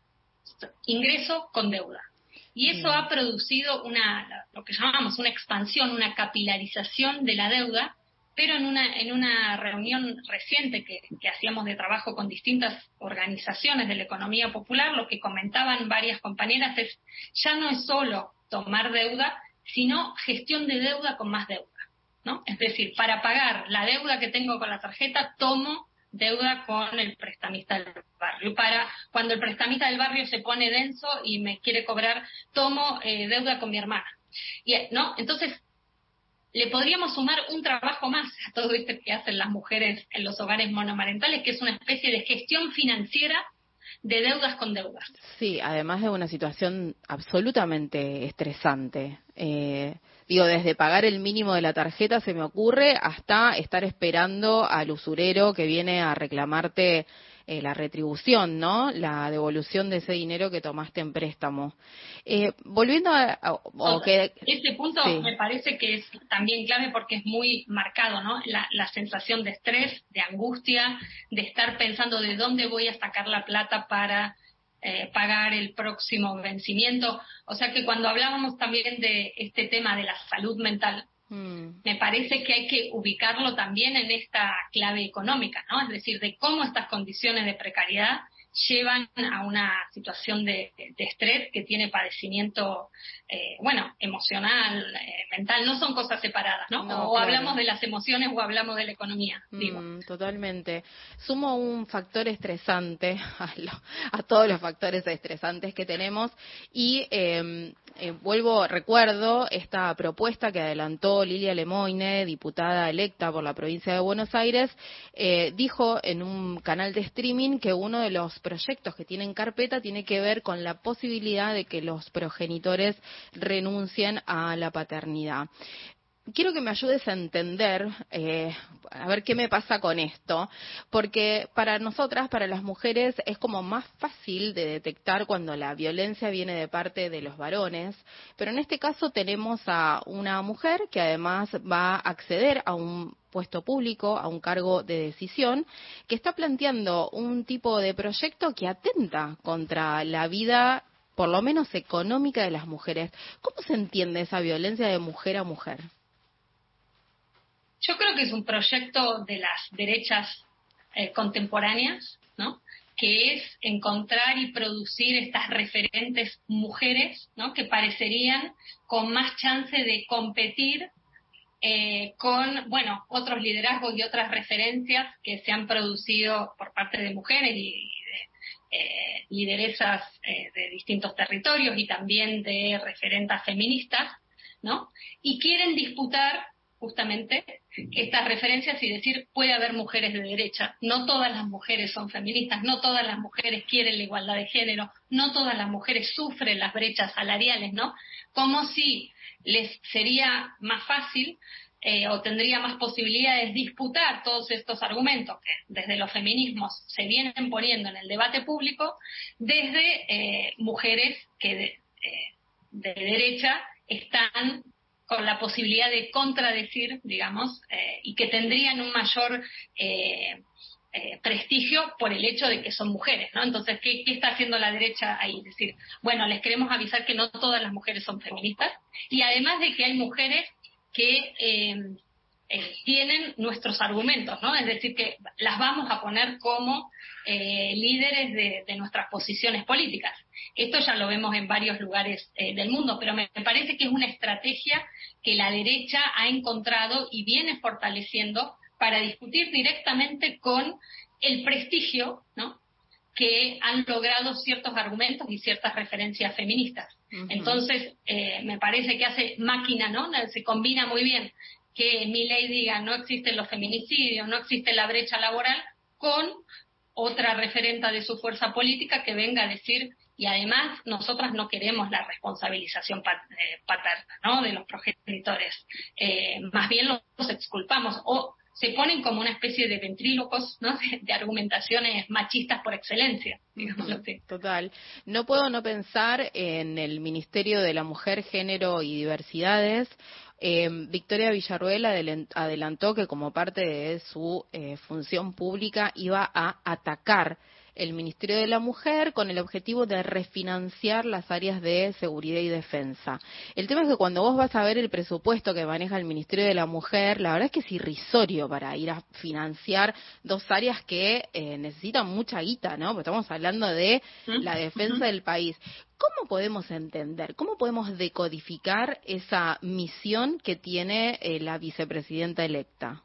ingreso con deuda. Y eso mm. ha producido una, lo que llamamos una expansión, una capilarización de la deuda, pero en una, en una reunión reciente que, que hacíamos de trabajo con distintas organizaciones de la economía popular, lo que comentaban varias compañeras es, ya no es solo tomar deuda, sino gestión de deuda con más deuda, ¿no? Es decir, para pagar la deuda que tengo con la tarjeta, tomo deuda con el prestamista del barrio. Para cuando el prestamista del barrio se pone denso y me quiere cobrar, tomo eh, deuda con mi hermana. Y, ¿no? Entonces, le podríamos sumar un trabajo más a todo esto que hacen las mujeres en los hogares monomarentales, que es una especie de gestión financiera de deudas con deudas. Sí, además de una situación absolutamente estresante. Eh, digo, desde pagar el mínimo de la tarjeta se me ocurre hasta estar esperando al usurero que viene a reclamarte eh, la retribución, ¿no? La devolución de ese dinero que tomaste en préstamo. Eh, volviendo a... a o que, Ese punto sí. me parece que es también clave porque es muy marcado, ¿no? La, la sensación de estrés, de angustia, de estar pensando de dónde voy a sacar la plata para eh, pagar el próximo vencimiento. O sea que cuando hablábamos también de este tema de la salud mental, Mm. me parece que hay que ubicarlo también en esta clave económica, ¿no? Es decir, de cómo estas condiciones de precariedad llevan a una situación de, de estrés que tiene padecimiento, eh, bueno, emocional, eh, mental, no son cosas separadas, ¿no? No, o claro. hablamos de las emociones o hablamos de la economía, Mm, digo. Totalmente. Sumo un factor estresante a, lo, a todos los factores estresantes que tenemos y eh, eh, vuelvo, recuerdo esta propuesta que adelantó Lilia Lemoine, diputada electa por la provincia de Buenos Aires, eh, dijo en un canal de streaming que uno de los proyectos que tiene en carpeta tiene que ver con la posibilidad de que los progenitores renuncien a la paternidad. Quiero que me ayudes a entender, eh, a ver qué me pasa con esto, porque para nosotras, para las mujeres, es como más fácil de detectar cuando la violencia viene de parte de los varones, pero en este caso tenemos a una mujer que además va a acceder a un puesto público, a un cargo de decisión, que está planteando un tipo de proyecto que atenta contra la vida, por lo menos económica, de las mujeres. ¿Cómo se entiende esa violencia de mujer a mujer? Yo creo que es un proyecto de las derechas eh, contemporáneas, ¿no? Que es encontrar y producir estas referentes mujeres, ¿no? Que parecerían con más chance de competir eh, con, bueno, otros liderazgos y otras referencias que se han producido por parte de mujeres y de eh, lideresas eh, de distintos territorios y también de referentas feministas, ¿no? Y quieren disputar justamente estas referencias y decir, puede haber mujeres de derecha, no todas las mujeres son feministas, no todas las mujeres quieren la igualdad de género, no todas las mujeres sufren las brechas salariales, ¿no? Como si les sería más fácil eh, o tendría más posibilidades disputar todos estos argumentos que desde los feminismos se vienen poniendo en el debate público, desde eh, mujeres que de, eh, de derecha están con la posibilidad de contradecir, digamos, eh, y que tendrían un mayor eh, eh, prestigio por el hecho de que son mujeres, ¿no? Entonces, ¿qué, ¿qué está haciendo la derecha ahí? Es decir, bueno, les queremos avisar que no todas las mujeres son feministas, y además de que hay mujeres que eh, eh, tienen nuestros argumentos, ¿no? Es decir, que las vamos a poner como eh, líderes de, de nuestras posiciones políticas. Esto ya lo vemos en varios lugares eh, del mundo, pero me, me parece que es una estrategia que la derecha ha encontrado y viene fortaleciendo para discutir directamente con el prestigio, ¿no?, que han logrado ciertos argumentos y ciertas referencias feministas. Uh-huh. Entonces, eh, me parece que hace máquina, ¿no? Se combina muy bien que Milei diga no existen los feminicidios, no existe la brecha laboral, con otra referenta de su fuerza política que venga a decir, y además nosotras no queremos la responsabilización paterna, ¿no?, de los progenitores, eh, más bien los exculpamos, o se ponen como una especie de ventrílocos, ¿no?, de, de argumentaciones machistas por excelencia, digámoslo así. Total. No puedo no pensar en el Ministerio de la Mujer, Género y Diversidades. Eh, Victoria Villarruel adelantó que como parte de su eh, función pública iba a atacar el Ministerio de la Mujer con el objetivo de refinanciar las áreas de seguridad y defensa. El tema es que cuando vos vas a ver el presupuesto que maneja el Ministerio de la Mujer, la verdad es que es irrisorio para ir a financiar dos áreas que eh, necesitan mucha guita, ¿no? Porque estamos hablando de la defensa del país. ¿Cómo podemos entender, cómo podemos decodificar esa misión que tiene eh, la vicepresidenta electa?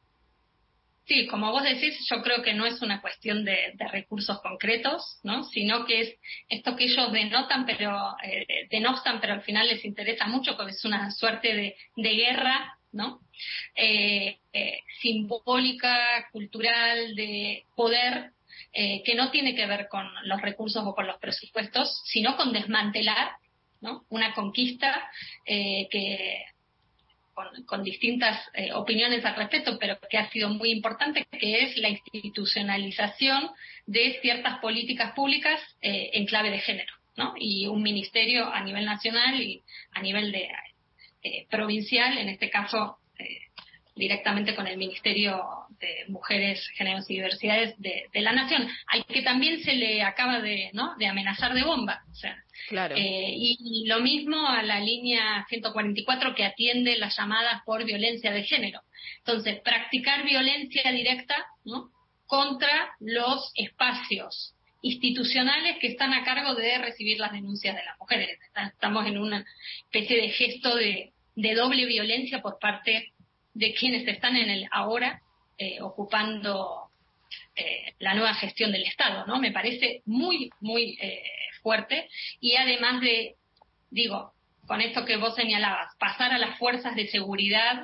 Sí, como vos decís, yo creo que no es una cuestión de, de recursos concretos, ¿no?, sino que es esto que ellos denotan, pero eh, denostan, pero al final les interesa mucho, porque es una suerte de, de guerra, ¿no?, eh, eh, simbólica, cultural, de poder eh, que no tiene que ver con los recursos o con los presupuestos, sino con desmantelar, ¿no?, una conquista eh, que con, con distintas eh, opiniones al respecto, pero que ha sido muy importante, que es la institucionalización de ciertas políticas públicas eh, en clave de género, ¿no? Y un ministerio a nivel nacional y a nivel de eh, provincial, en este caso eh, directamente con el Ministerio de Mujeres, Géneros y Diversidades de, de la Nación, al que también se le acaba de, ¿no?, de amenazar de bomba. O sea, claro. eh, y, y lo mismo a la línea ciento cuarenta y cuatro, que atiende las llamadas por violencia de género. Entonces, practicar violencia directa, ¿no?, contra los espacios institucionales que están a cargo de recibir las denuncias de las mujeres. Estamos en una especie de gesto de, de doble violencia por parte de quienes están en el ahora eh, ocupando eh, la nueva gestión del Estado, ¿no? Me parece muy, muy eh, fuerte, y además de, digo, con esto que vos señalabas, pasar a las fuerzas de seguridad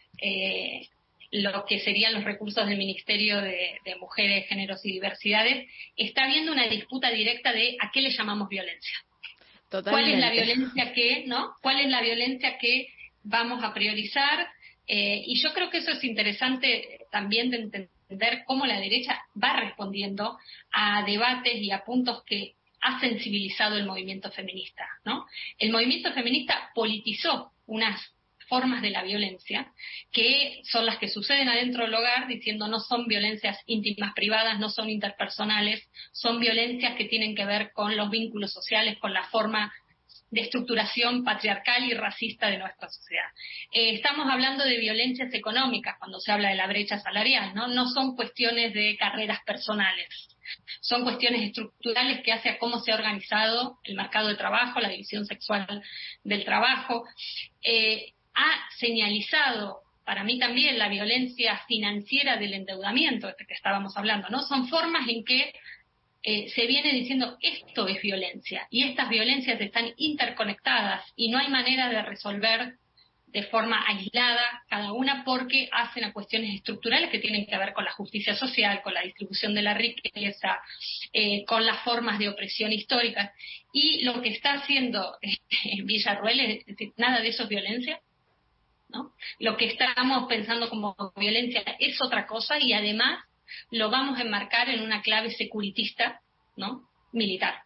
eh, lo que serían los recursos del Ministerio de, de Mujeres, Géneros y Diversidades, está habiendo una disputa directa de a qué le llamamos violencia. Totalmente. ¿Cuál es la violencia que, ¿no? ¿Cuál es la violencia que vamos a priorizar? Eh, y yo creo que eso es interesante también de entender cómo la derecha va respondiendo a debates y a puntos que ha sensibilizado el movimiento feminista, ¿no? El movimiento feminista politizó unas formas de la violencia que son las que suceden adentro del hogar, diciendo no son violencias íntimas privadas, no son interpersonales, son violencias que tienen que ver con los vínculos sociales, con la forma de estructuración patriarcal y racista de nuestra sociedad. Eh, estamos hablando de violencias económicas cuando se habla de la brecha salarial, ¿no? No son cuestiones de carreras personales, son cuestiones estructurales que hace a cómo se ha organizado el mercado de trabajo, la división sexual del trabajo. Eh, ha señalizado para mí también la violencia financiera del endeudamiento, de que estábamos hablando, ¿no? Son formas en que Eh, se viene diciendo esto es violencia, y estas violencias están interconectadas y no hay manera de resolver de forma aislada cada una, porque hacen a cuestiones estructurales que tienen que ver con la justicia social, con la distribución de la riqueza, eh, con las formas de opresión históricas. Y lo que está haciendo eh, Villarruel es decir, nada de eso es violencia, ¿no? Lo que estamos pensando como violencia es otra cosa, y además lo vamos a enmarcar en una clave securitista, ¿no?, militar.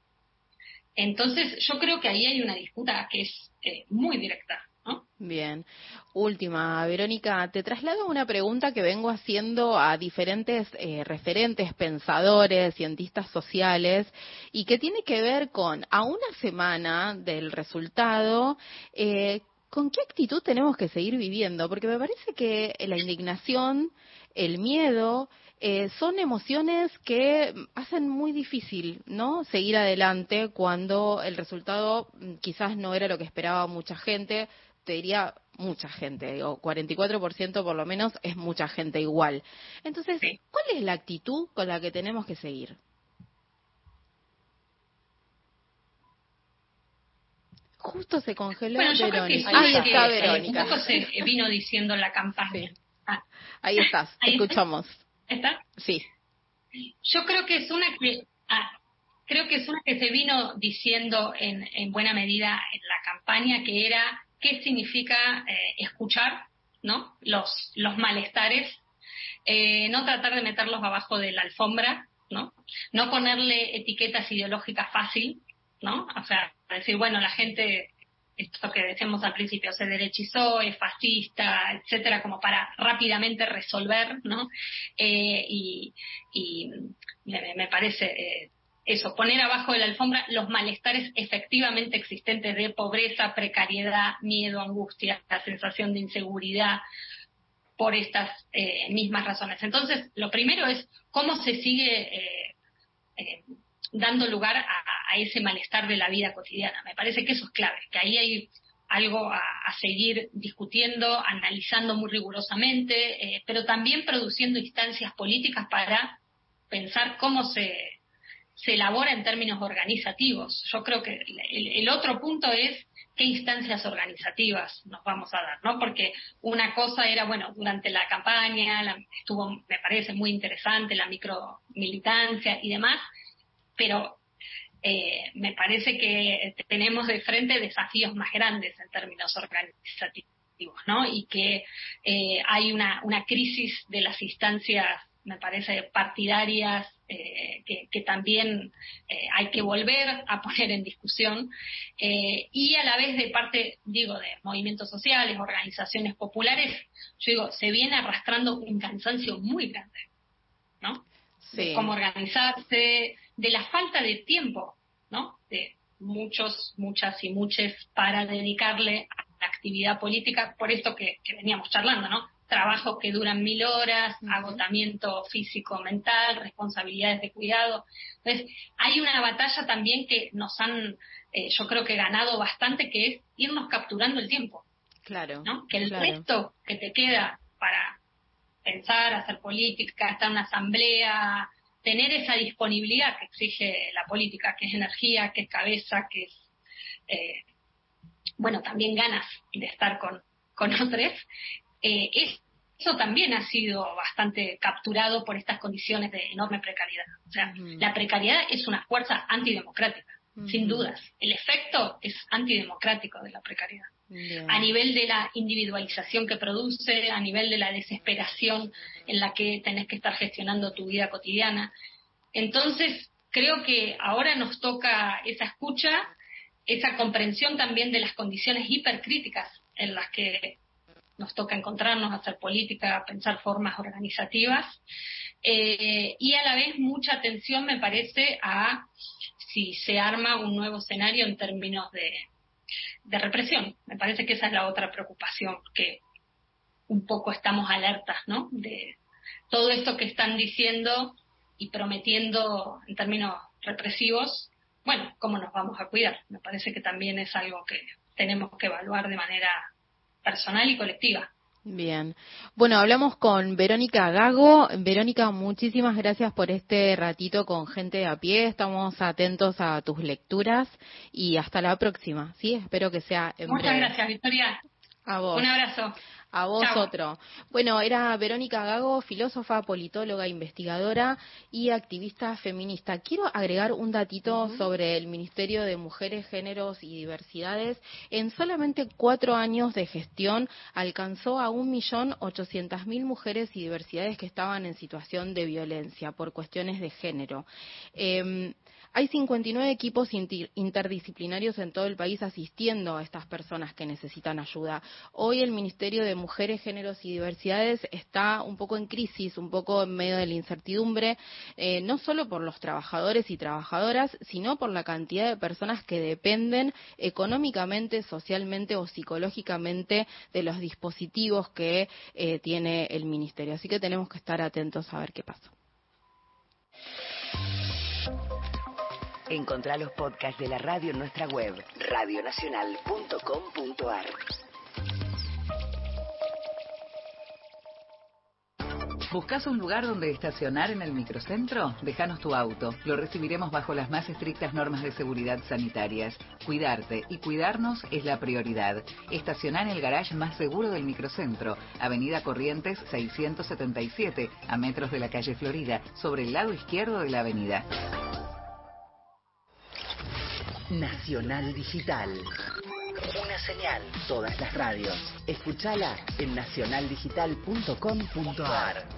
Entonces, yo creo que ahí hay una disputa que es eh, muy directa, ¿no? Bien. Última, Verónica, te traslado una pregunta que vengo haciendo a diferentes eh, referentes, pensadores, cientistas sociales, y que tiene que ver con, a una semana del resultado, eh, ¿con qué actitud tenemos que seguir viviendo? Porque me parece que la indignación, el miedo, eh, son emociones que hacen muy difícil, ¿no?, seguir adelante cuando el resultado quizás no era lo que esperaba mucha gente. Te diría mucha gente, o cuarenta y cuatro por ciento por lo menos es mucha gente igual. Entonces, ¿cuál es la actitud con la que tenemos que seguir? Justo se congeló bueno, yo Verónica. Creo que Ahí que, está eh, Verónica. Un poco se vino diciendo en la campaña. Sí. Ah, ahí estás, te ¿Ahí escuchamos. ¿Está? Sí. Yo creo que es una que ah, creo que es una que se vino diciendo en, en buena medida en la campaña, que era qué significa eh, escuchar, ¿no?, los los malestares, eh, no tratar de meterlos abajo de la alfombra, ¿no? No ponerle etiquetas ideológicas fácil, ¿no? O sea, decir, bueno, la gente, esto que decíamos al principio, se derechizó, es fascista, etcétera, como para rápidamente resolver, ¿no? Eh, y, y me, me parece eh, eso, poner abajo de la alfombra los malestares efectivamente existentes de pobreza, precariedad, miedo, angustia, la sensación de inseguridad, por estas eh, mismas razones. Entonces, lo primero es cómo se sigue eh, eh, dando lugar a, a ese malestar de la vida cotidiana. Me parece que eso es clave, que ahí hay algo a, a seguir discutiendo, analizando muy rigurosamente, eh, pero también produciendo instancias políticas para pensar cómo se, se elabora en términos organizativos. Yo creo que el, el otro punto es qué instancias organizativas nos vamos a dar, ¿no? Porque una cosa era, bueno, durante la campaña la, estuvo, me parece muy interesante la micromilitancia y demás, pero eh, me parece que tenemos de frente desafíos más grandes en términos organizativos, ¿no? Y que eh, hay una, una crisis de las instancias, me parece, partidarias, eh, que, que también eh, hay que volver a poner en discusión, eh, y a la vez de parte, digo, de movimientos sociales, organizaciones populares, yo digo, se viene arrastrando un cansancio muy grande, ¿no? Sí. De cómo organizarse, de la falta de tiempo, ¿no? De muchos, muchas y muchos para dedicarle a la actividad política, por esto que, que veníamos charlando, ¿no? Trabajos que duran mil horas, uh-huh. agotamiento físico, mental, responsabilidades de cuidado. Entonces, hay una batalla también que nos han, eh, yo creo que ganado bastante, que es irnos capturando el tiempo. Claro. ¿No? Que el claro. resto que te queda para pensar, hacer política, estar en una asamblea, tener esa disponibilidad que exige la política, que es energía, que es cabeza, que es, eh, bueno, también ganas de estar con, con otros. Eh, es, eso también ha sido bastante capturado por estas condiciones de enorme precariedad. O sea, uh-huh. la precariedad es una fuerza antidemocrática, uh-huh. sin dudas. El efecto es antidemocrático de la precariedad. Bien. A nivel de la individualización que produce, a nivel de la desesperación en la que tenés que estar gestionando tu vida cotidiana. Entonces, creo que ahora nos toca esa escucha, esa comprensión también de las condiciones hipercríticas en las que nos toca encontrarnos, hacer política, pensar formas organizativas, eh, y a la vez mucha atención, me parece, a si se arma un nuevo escenario en términos de, de represión. Me parece que esa es la otra preocupación, que un poco estamos alertas, ¿no? De todo esto que están diciendo y prometiendo en términos represivos, bueno, ¿cómo nos vamos a cuidar? Me parece que también es algo que tenemos que evaluar de manera personal y colectiva. Bien. Bueno, hablamos con Verónica Gago. Verónica, muchísimas gracias por este ratito con Gente de a Pie. Estamos atentos a tus lecturas y hasta la próxima, ¿sí? Espero que sea en Muchas breve. gracias, Victoria. A vos. Un abrazo. A vos Chau. otro. Bueno, era Verónica Gago, filósofa, politóloga, investigadora y activista feminista. Quiero agregar un datito uh-huh. sobre el Ministerio de Mujeres, Géneros y Diversidades. En solamente cuatro años de gestión alcanzó a un millón ochocientas mil mujeres y diversidades que estaban en situación de violencia por cuestiones de género. Eh, Hay cincuenta y nueve equipos inter- interdisciplinarios en todo el país asistiendo a estas personas que necesitan ayuda. Hoy el Ministerio de Mujeres, Géneros y Diversidades está un poco en crisis, un poco en medio de la incertidumbre, eh, no solo por los trabajadores y trabajadoras, sino por la cantidad de personas que dependen económicamente, socialmente o psicológicamente de los dispositivos que eh, tiene el Ministerio. Así que tenemos que estar atentos a ver qué pasa. Encontrá los podcasts de la radio en nuestra web, radio nacional punto com punto a r. ¿Buscás un lugar donde estacionar en el microcentro? Déjanos tu auto. Lo recibiremos bajo las más estrictas normas de seguridad sanitarias. Cuidarte y cuidarnos es la prioridad. Estacioná en el garage más seguro del microcentro, Avenida Corrientes seiscientos setenta y siete, a metros de la calle Florida, sobre el lado izquierdo de la avenida. Nacional Digital. Una señal, todas las radios. Escúchala en nacional digital punto com punto a r.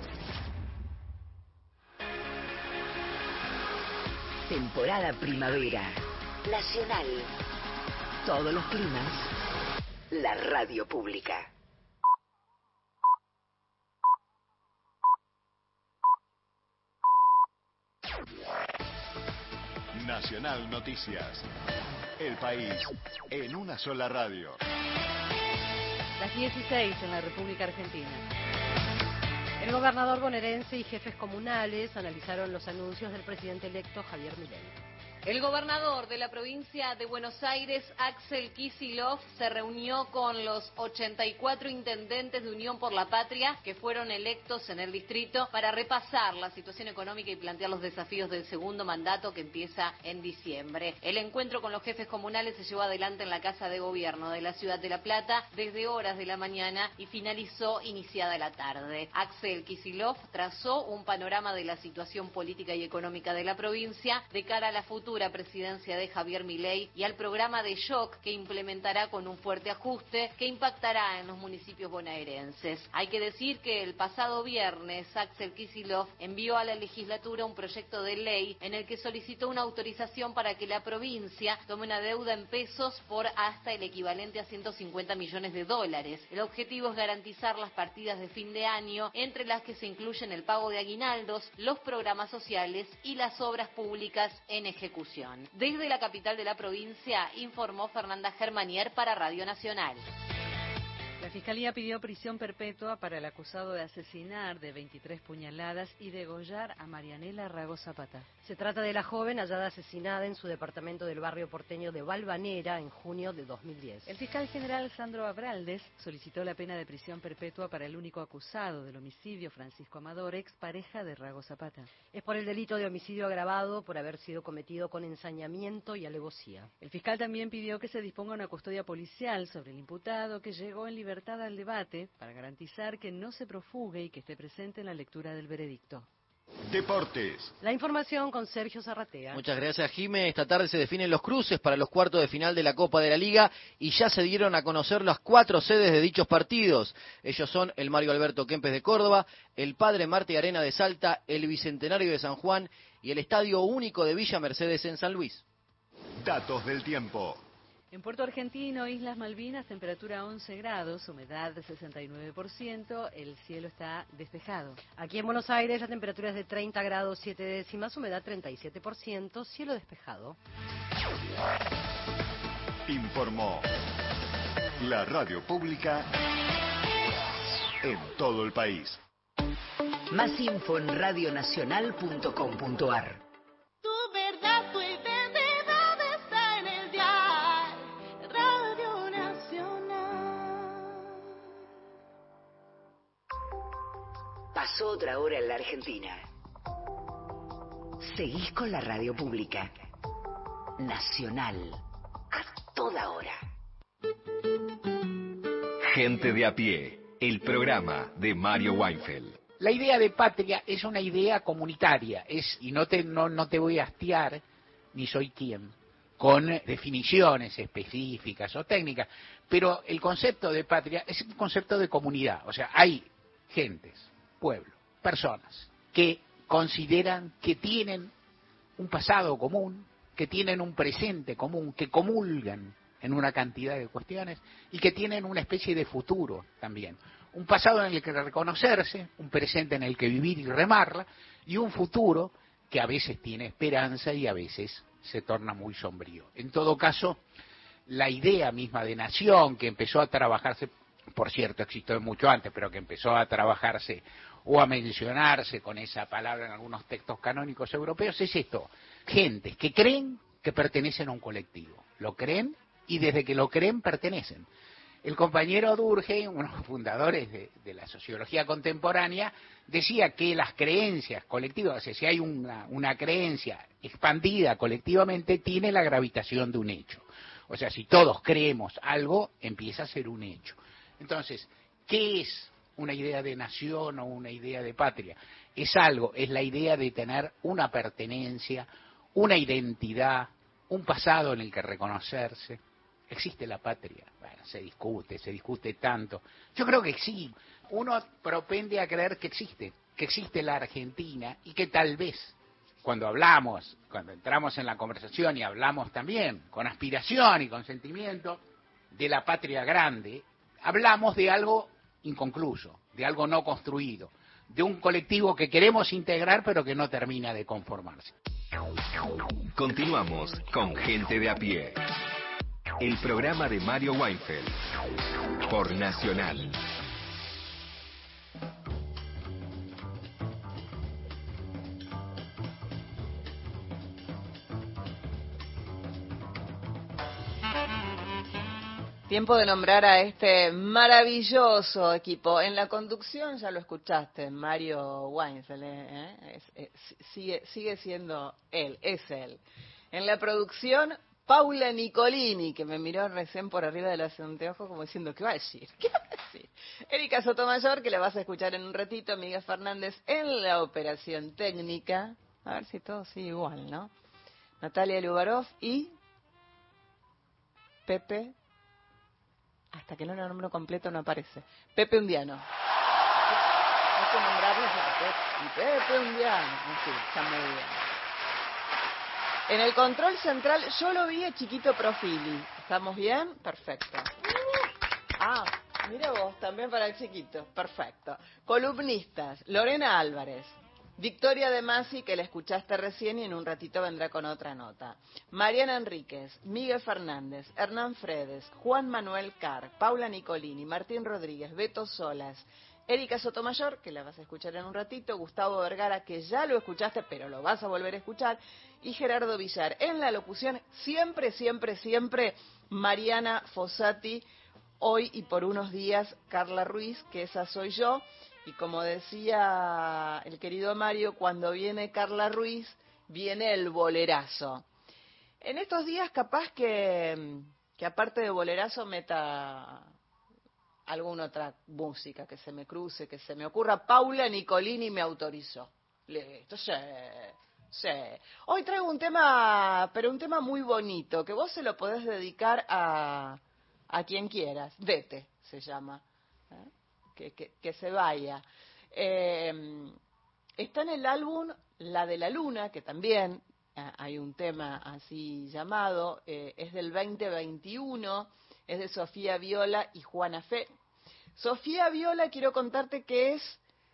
Temporada primavera. Nacional. Todos los climas. La radio pública. Nacional Noticias. El país en una sola radio. Las dieciséis en la República Argentina. El gobernador bonaerense y jefes comunales analizaron los anuncios del presidente electo Javier Milei. El gobernador de la provincia de Buenos Aires, Axel Kicillof, se reunió con los ochenta y cuatro intendentes de Unión por la Patria que fueron electos en el distrito para repasar la situación económica y plantear los desafíos del segundo mandato que empieza en diciembre. El encuentro con los jefes comunales se llevó adelante en la Casa de Gobierno de la Ciudad de La Plata desde horas de la mañana y finalizó iniciada la tarde. Axel Kicillof trazó un panorama de la situación política y económica de la provincia de cara a la futura presidencia de Javier Milei y al programa de shock que implementará con un fuerte ajuste que impactará en los municipios bonaerenses. Hay que decir que el pasado viernes Axel Kicillof envió a la legislatura un proyecto de ley en el que solicitó una autorización para que la provincia tome una deuda en pesos por hasta el equivalente a ciento cincuenta millones de dólares. El objetivo es garantizar las partidas de fin de año, entre las que se incluyen el pago de aguinaldos, los programas sociales y las obras públicas en ejecución. Desde la capital de la provincia, informó Fernanda Germanier para Radio Nacional. La Fiscalía pidió prisión perpetua para el acusado de asesinar de veintitrés puñaladas y degollar a Marianela Rago Zapata. Se trata de la joven hallada asesinada en su departamento del barrio porteño de Valvanera en junio de dos mil diez. El fiscal general Sandro Abraldes solicitó la pena de prisión perpetua para el único acusado del homicidio, Francisco Amador, expareja de Rago Zapata. Es por el delito de homicidio agravado por haber sido cometido con ensañamiento y alevosía. El fiscal también pidió que se disponga una custodia policial sobre el imputado que llegó en libertad al debate para garantizar que no se profugue y que esté presente en la lectura del veredicto. Deportes. La información con Sergio Zarratea. Muchas gracias, Jimé. Esta tarde se definen los cruces para los cuartos de final de la Copa de la Liga y ya se dieron a conocer las cuatro sedes de dichos partidos. Ellos son el Mario Alberto Kempes de Córdoba, el Padre Martí Arena de Salta, el Bicentenario de San Juan y el Estadio Único de Villa Mercedes en San Luis. Datos del tiempo. En Puerto Argentino, Islas Malvinas, temperatura once grados, humedad de sesenta y nueve por ciento, el cielo está despejado. Aquí en Buenos Aires la temperatura es de treinta grados siete décimas, humedad treinta y siete por ciento, cielo despejado. Informó la radio pública en todo el país. Más info en radio nacional punto com punto a r. Tu verdad, tu identidad está en el dial Radio Nacional. Pasó otra hora en la Argentina. Seguís con la radio pública. Nacional. A toda hora. Gente de a pie, el programa de Mario Weinfeld. La idea de patria es una idea comunitaria, es y no te no, no te voy a hastiar, ni soy quien, con definiciones específicas o técnicas, pero el concepto de patria es un concepto de comunidad, o sea, hay gentes, pueblos, personas que consideran que tienen un pasado común, que tienen un presente común, que comulgan en una cantidad de cuestiones y que tienen una especie de futuro también. Un pasado en el que reconocerse, un presente en el que vivir y remarla, y un futuro que a veces tiene esperanza y a veces se torna muy sombrío. En todo caso, la idea misma de nación que empezó a trabajarse, por cierto, existió mucho antes, pero que empezó a trabajarse o a mencionarse con esa palabra en algunos textos canónicos europeos, es esto: gentes que creen que pertenecen a un colectivo, lo creen y desde que lo creen pertenecen. El compañero Durkheim, uno de los fundadores de, de la sociología contemporánea, decía que las creencias colectivas, o sea, si hay una, una creencia expandida colectivamente, tiene la gravitación de un hecho. O sea, si todos creemos algo, empieza a ser un hecho. Entonces, ¿qué es una idea de nación o una idea de patria? Es algo, es la idea de tener una pertenencia, una identidad, un pasado en el que reconocerse. ¿Existe la patria? Bueno, se discute, se discute tanto. Yo creo que sí. Uno propende a creer que existe, que existe la Argentina y que tal vez, cuando hablamos, cuando entramos en la conversación y hablamos también con aspiración y con sentimiento de la patria grande, hablamos de algo inconcluso, de algo no construido, de un colectivo que queremos integrar pero que no termina de conformarse. Continuamos con Gente de a pie. El programa de Mario Weinfeld por Nacional. Tiempo de nombrar a este maravilloso equipo. En la conducción ya lo escuchaste, Mario Weinfeld, ¿eh? Es, es, sigue, sigue siendo él, es él. En la producción, Paula Nicolini, que me miró recién por arriba de los anteojos como diciendo, ¿qué va a decir? ¿Qué va a decir? Erika Sotomayor, que la vas a escuchar en un ratito, Miguel Fernández en la operación técnica. A ver si todo sigue igual, ¿no? Natalia Lubarov y Pepe... Hasta que no lo nombro completo no aparece. Pepe Undiano. Hay que nombrarlo a Pepe. Pepe Undiano. Sí, está muy bien. En el control central yo lo vi a Chiquito Profili. ¿Estamos bien? Perfecto. Ah, mira vos, también para el Chiquito. Perfecto. Columnistas. Lorena Álvarez. Victoria De Masi, que la escuchaste recién y en un ratito vendrá con otra nota. Mariana Enríquez, Miguel Fernández, Hernán Fredes, Juan Manuel Carr, Paula Nicolini, Martín Rodríguez, Beto Solas, Erika Sotomayor, que la vas a escuchar en un ratito, Gustavo Vergara, que ya lo escuchaste, pero lo vas a volver a escuchar, y Gerardo Villar. En la locución, siempre, siempre, siempre, Mariana Fossati, hoy y por unos días, Carla Ruiz, que esa soy yo. Y como decía el querido Mario, cuando viene Carla Ruiz, viene el bolerazo. En estos días capaz que, que aparte de bolerazo meta alguna otra música que se me cruce, que se me ocurra. Paula Nicolini me autorizó. Listo, sí, sí. Hoy traigo un tema, pero un tema muy bonito, que vos se lo podés dedicar a, a quien quieras. Vete, se llama. ¿Eh? Que, que, que se vaya. Eh, está en el álbum La de la Luna, que también eh, hay un tema así llamado, eh, es del veinte veintiuno, es de Sofía Viola y Juana Fe. Sofía Viola, quiero contarte que es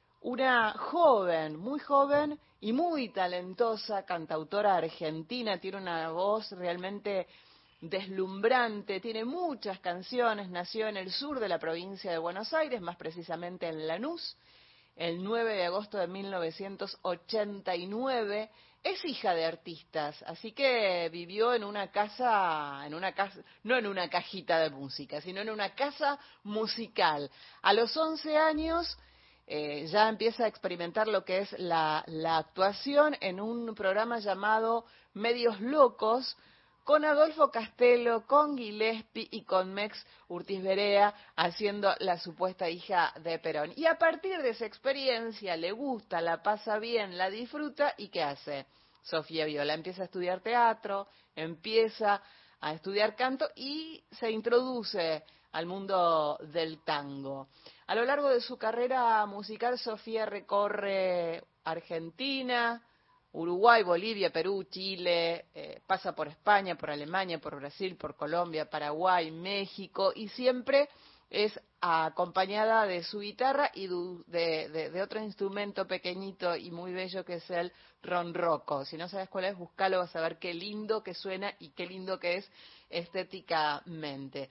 una joven, muy joven y muy talentosa cantautora argentina, tiene una voz realmente deslumbrante, tiene muchas canciones, nació en el sur de la provincia de Buenos Aires, más precisamente en Lanús, el nueve de agosto de mil novecientos ochenta y nueve, es hija de artistas, así que vivió en una casa, en una casa, no en una cajita de música, sino en una casa musical. A los once años eh, ya empieza a experimentar lo que es la, la actuación en un programa llamado Medios Locos, con Adolfo Castelo, con Gillespie y con Mex Urtiz Berea, haciendo la supuesta hija de Perón. Y a partir de esa experiencia le gusta, la pasa bien, la disfruta, ¿y qué hace? Sofía Viola empieza a estudiar teatro, empieza a estudiar canto y se introduce al mundo del tango. A lo largo de su carrera musical, Sofía recorre Argentina, Uruguay, Bolivia, Perú, Chile, eh, pasa por España, por Alemania, por Brasil, por Colombia, Paraguay, México, y siempre es acompañada de su guitarra y de, de, de otro instrumento pequeñito y muy bello que es el ronroco. Si no sabes cuál es, búscalo, vas a ver qué lindo que suena y qué lindo que es estéticamente.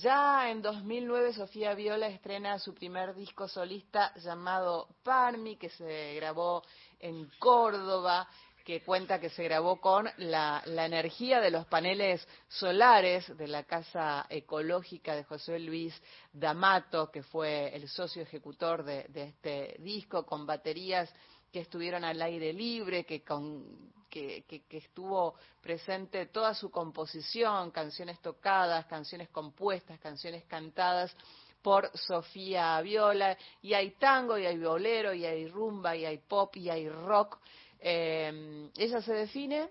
Ya en dos mil nueve Sofía Viola estrena su primer disco solista llamado Parmi, que se grabó en Córdoba, que cuenta que se grabó con la, la energía de los paneles solares de la Casa Ecológica de José Luis D'Amato, que fue el socio ejecutor de, de este disco, con baterías que estuvieron al aire libre, que, con, que, que, que estuvo presente toda su composición, canciones tocadas, canciones compuestas, canciones cantadas por Sofía Viola, y hay tango, y hay bolero, y hay rumba, y hay pop, y hay rock. Eh, ella se define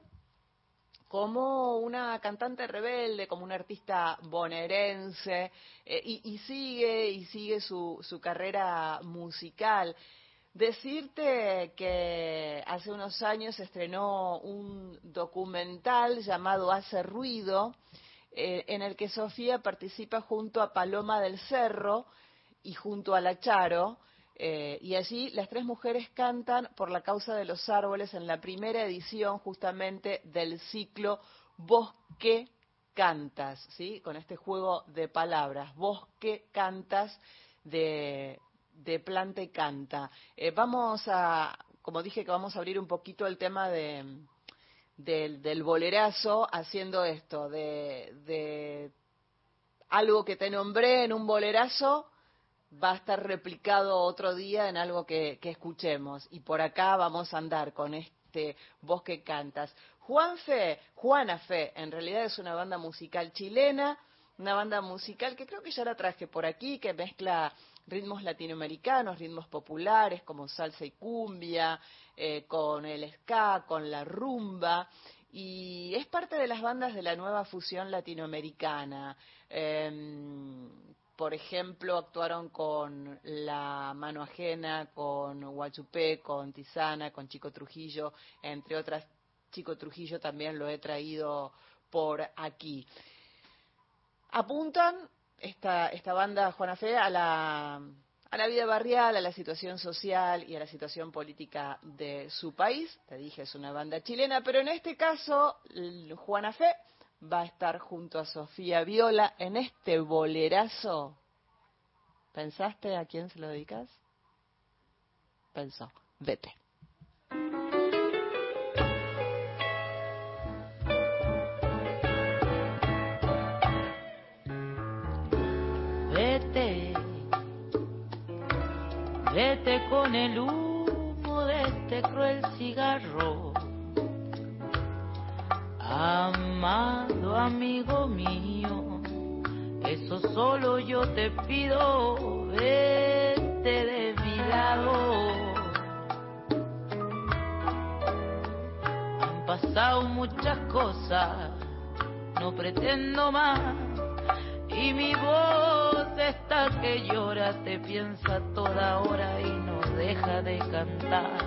como una cantante rebelde, como una artista bonaerense, eh, y, y sigue, y sigue su, su carrera musical. Decirte que hace unos años se estrenó un documental llamado Hace Ruido, eh, en el que Sofía participa junto a Paloma del Cerro y junto a La Charo, eh, y allí las tres mujeres cantan por la causa de los árboles en la primera edición justamente del ciclo Vos qué cantas, ¿sí? Con este juego de palabras, Vos qué cantas de... de Planta y Canta. Eh, vamos a, como dije que vamos a abrir un poquito el tema de, de del bolerazo haciendo esto, de, de algo que te nombré en un bolerazo va a estar replicado otro día en algo que, que escuchemos. Y por acá vamos a andar con este Vos que cantas. Juanfe, Juana Fe, en realidad es una banda musical chilena, una banda musical que creo que ya la traje por aquí, que mezcla ritmos latinoamericanos, ritmos populares como salsa y cumbia, eh, con el ska, con la rumba, y es parte de las bandas de la nueva fusión latinoamericana. Eh, por ejemplo, actuaron con La Mano Ajena, con Huachupé, con Tisana, con Chico Trujillo, entre otras. Chico Trujillo también lo he traído por aquí. Apuntan esta, esta banda Juana Fe a la, a la vida barrial, a la situación social y a la situación política de su país. Te dije, es una banda chilena, pero en este caso Juana Fe va a estar junto a Sofía Viola en este bolerazo. ¿Pensaste a quién se lo dedicas? Pensó. Vete. Vete, vete con el humo de este cruel cigarro, amado amigo mío, eso solo yo te pido, vete de mi lado. Han pasado muchas cosas, no pretendo más. Y mi voz está que llora, te piensa toda hora y no deja de cantar.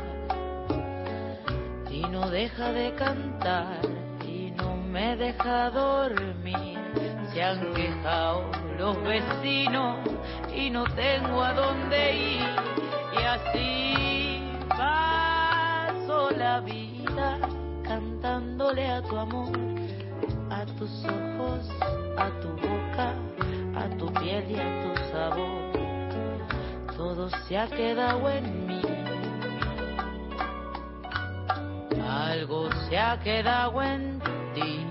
Y no deja de cantar y no me deja dormir. Se han quejado los vecinos y no tengo a dónde ir. Y así paso la vida cantándole a tu amor, a tus ojos, a tu boca, a tu piel y a tu sabor. Todo se ha quedado en mí, algo se ha quedado en ti.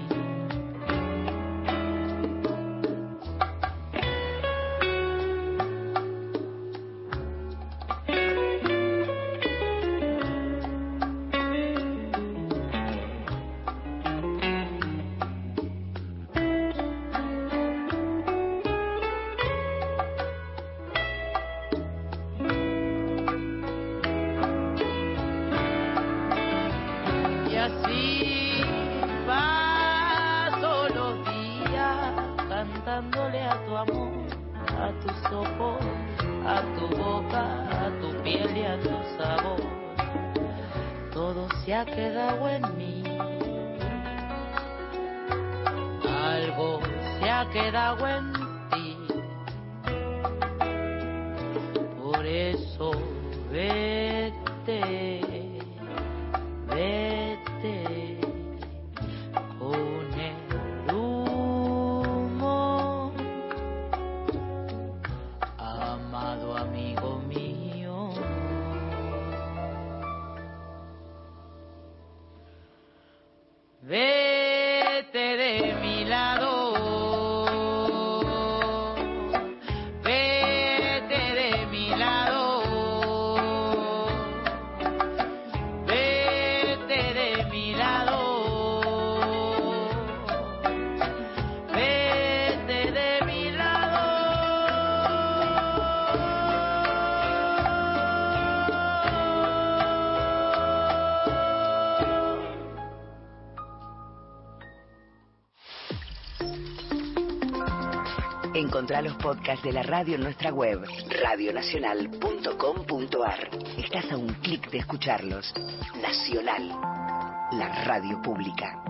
Encontrá los podcasts de la radio en nuestra web, radio nacional punto com punto a r. Estás a un clic de escucharlos. Nacional, la radio pública.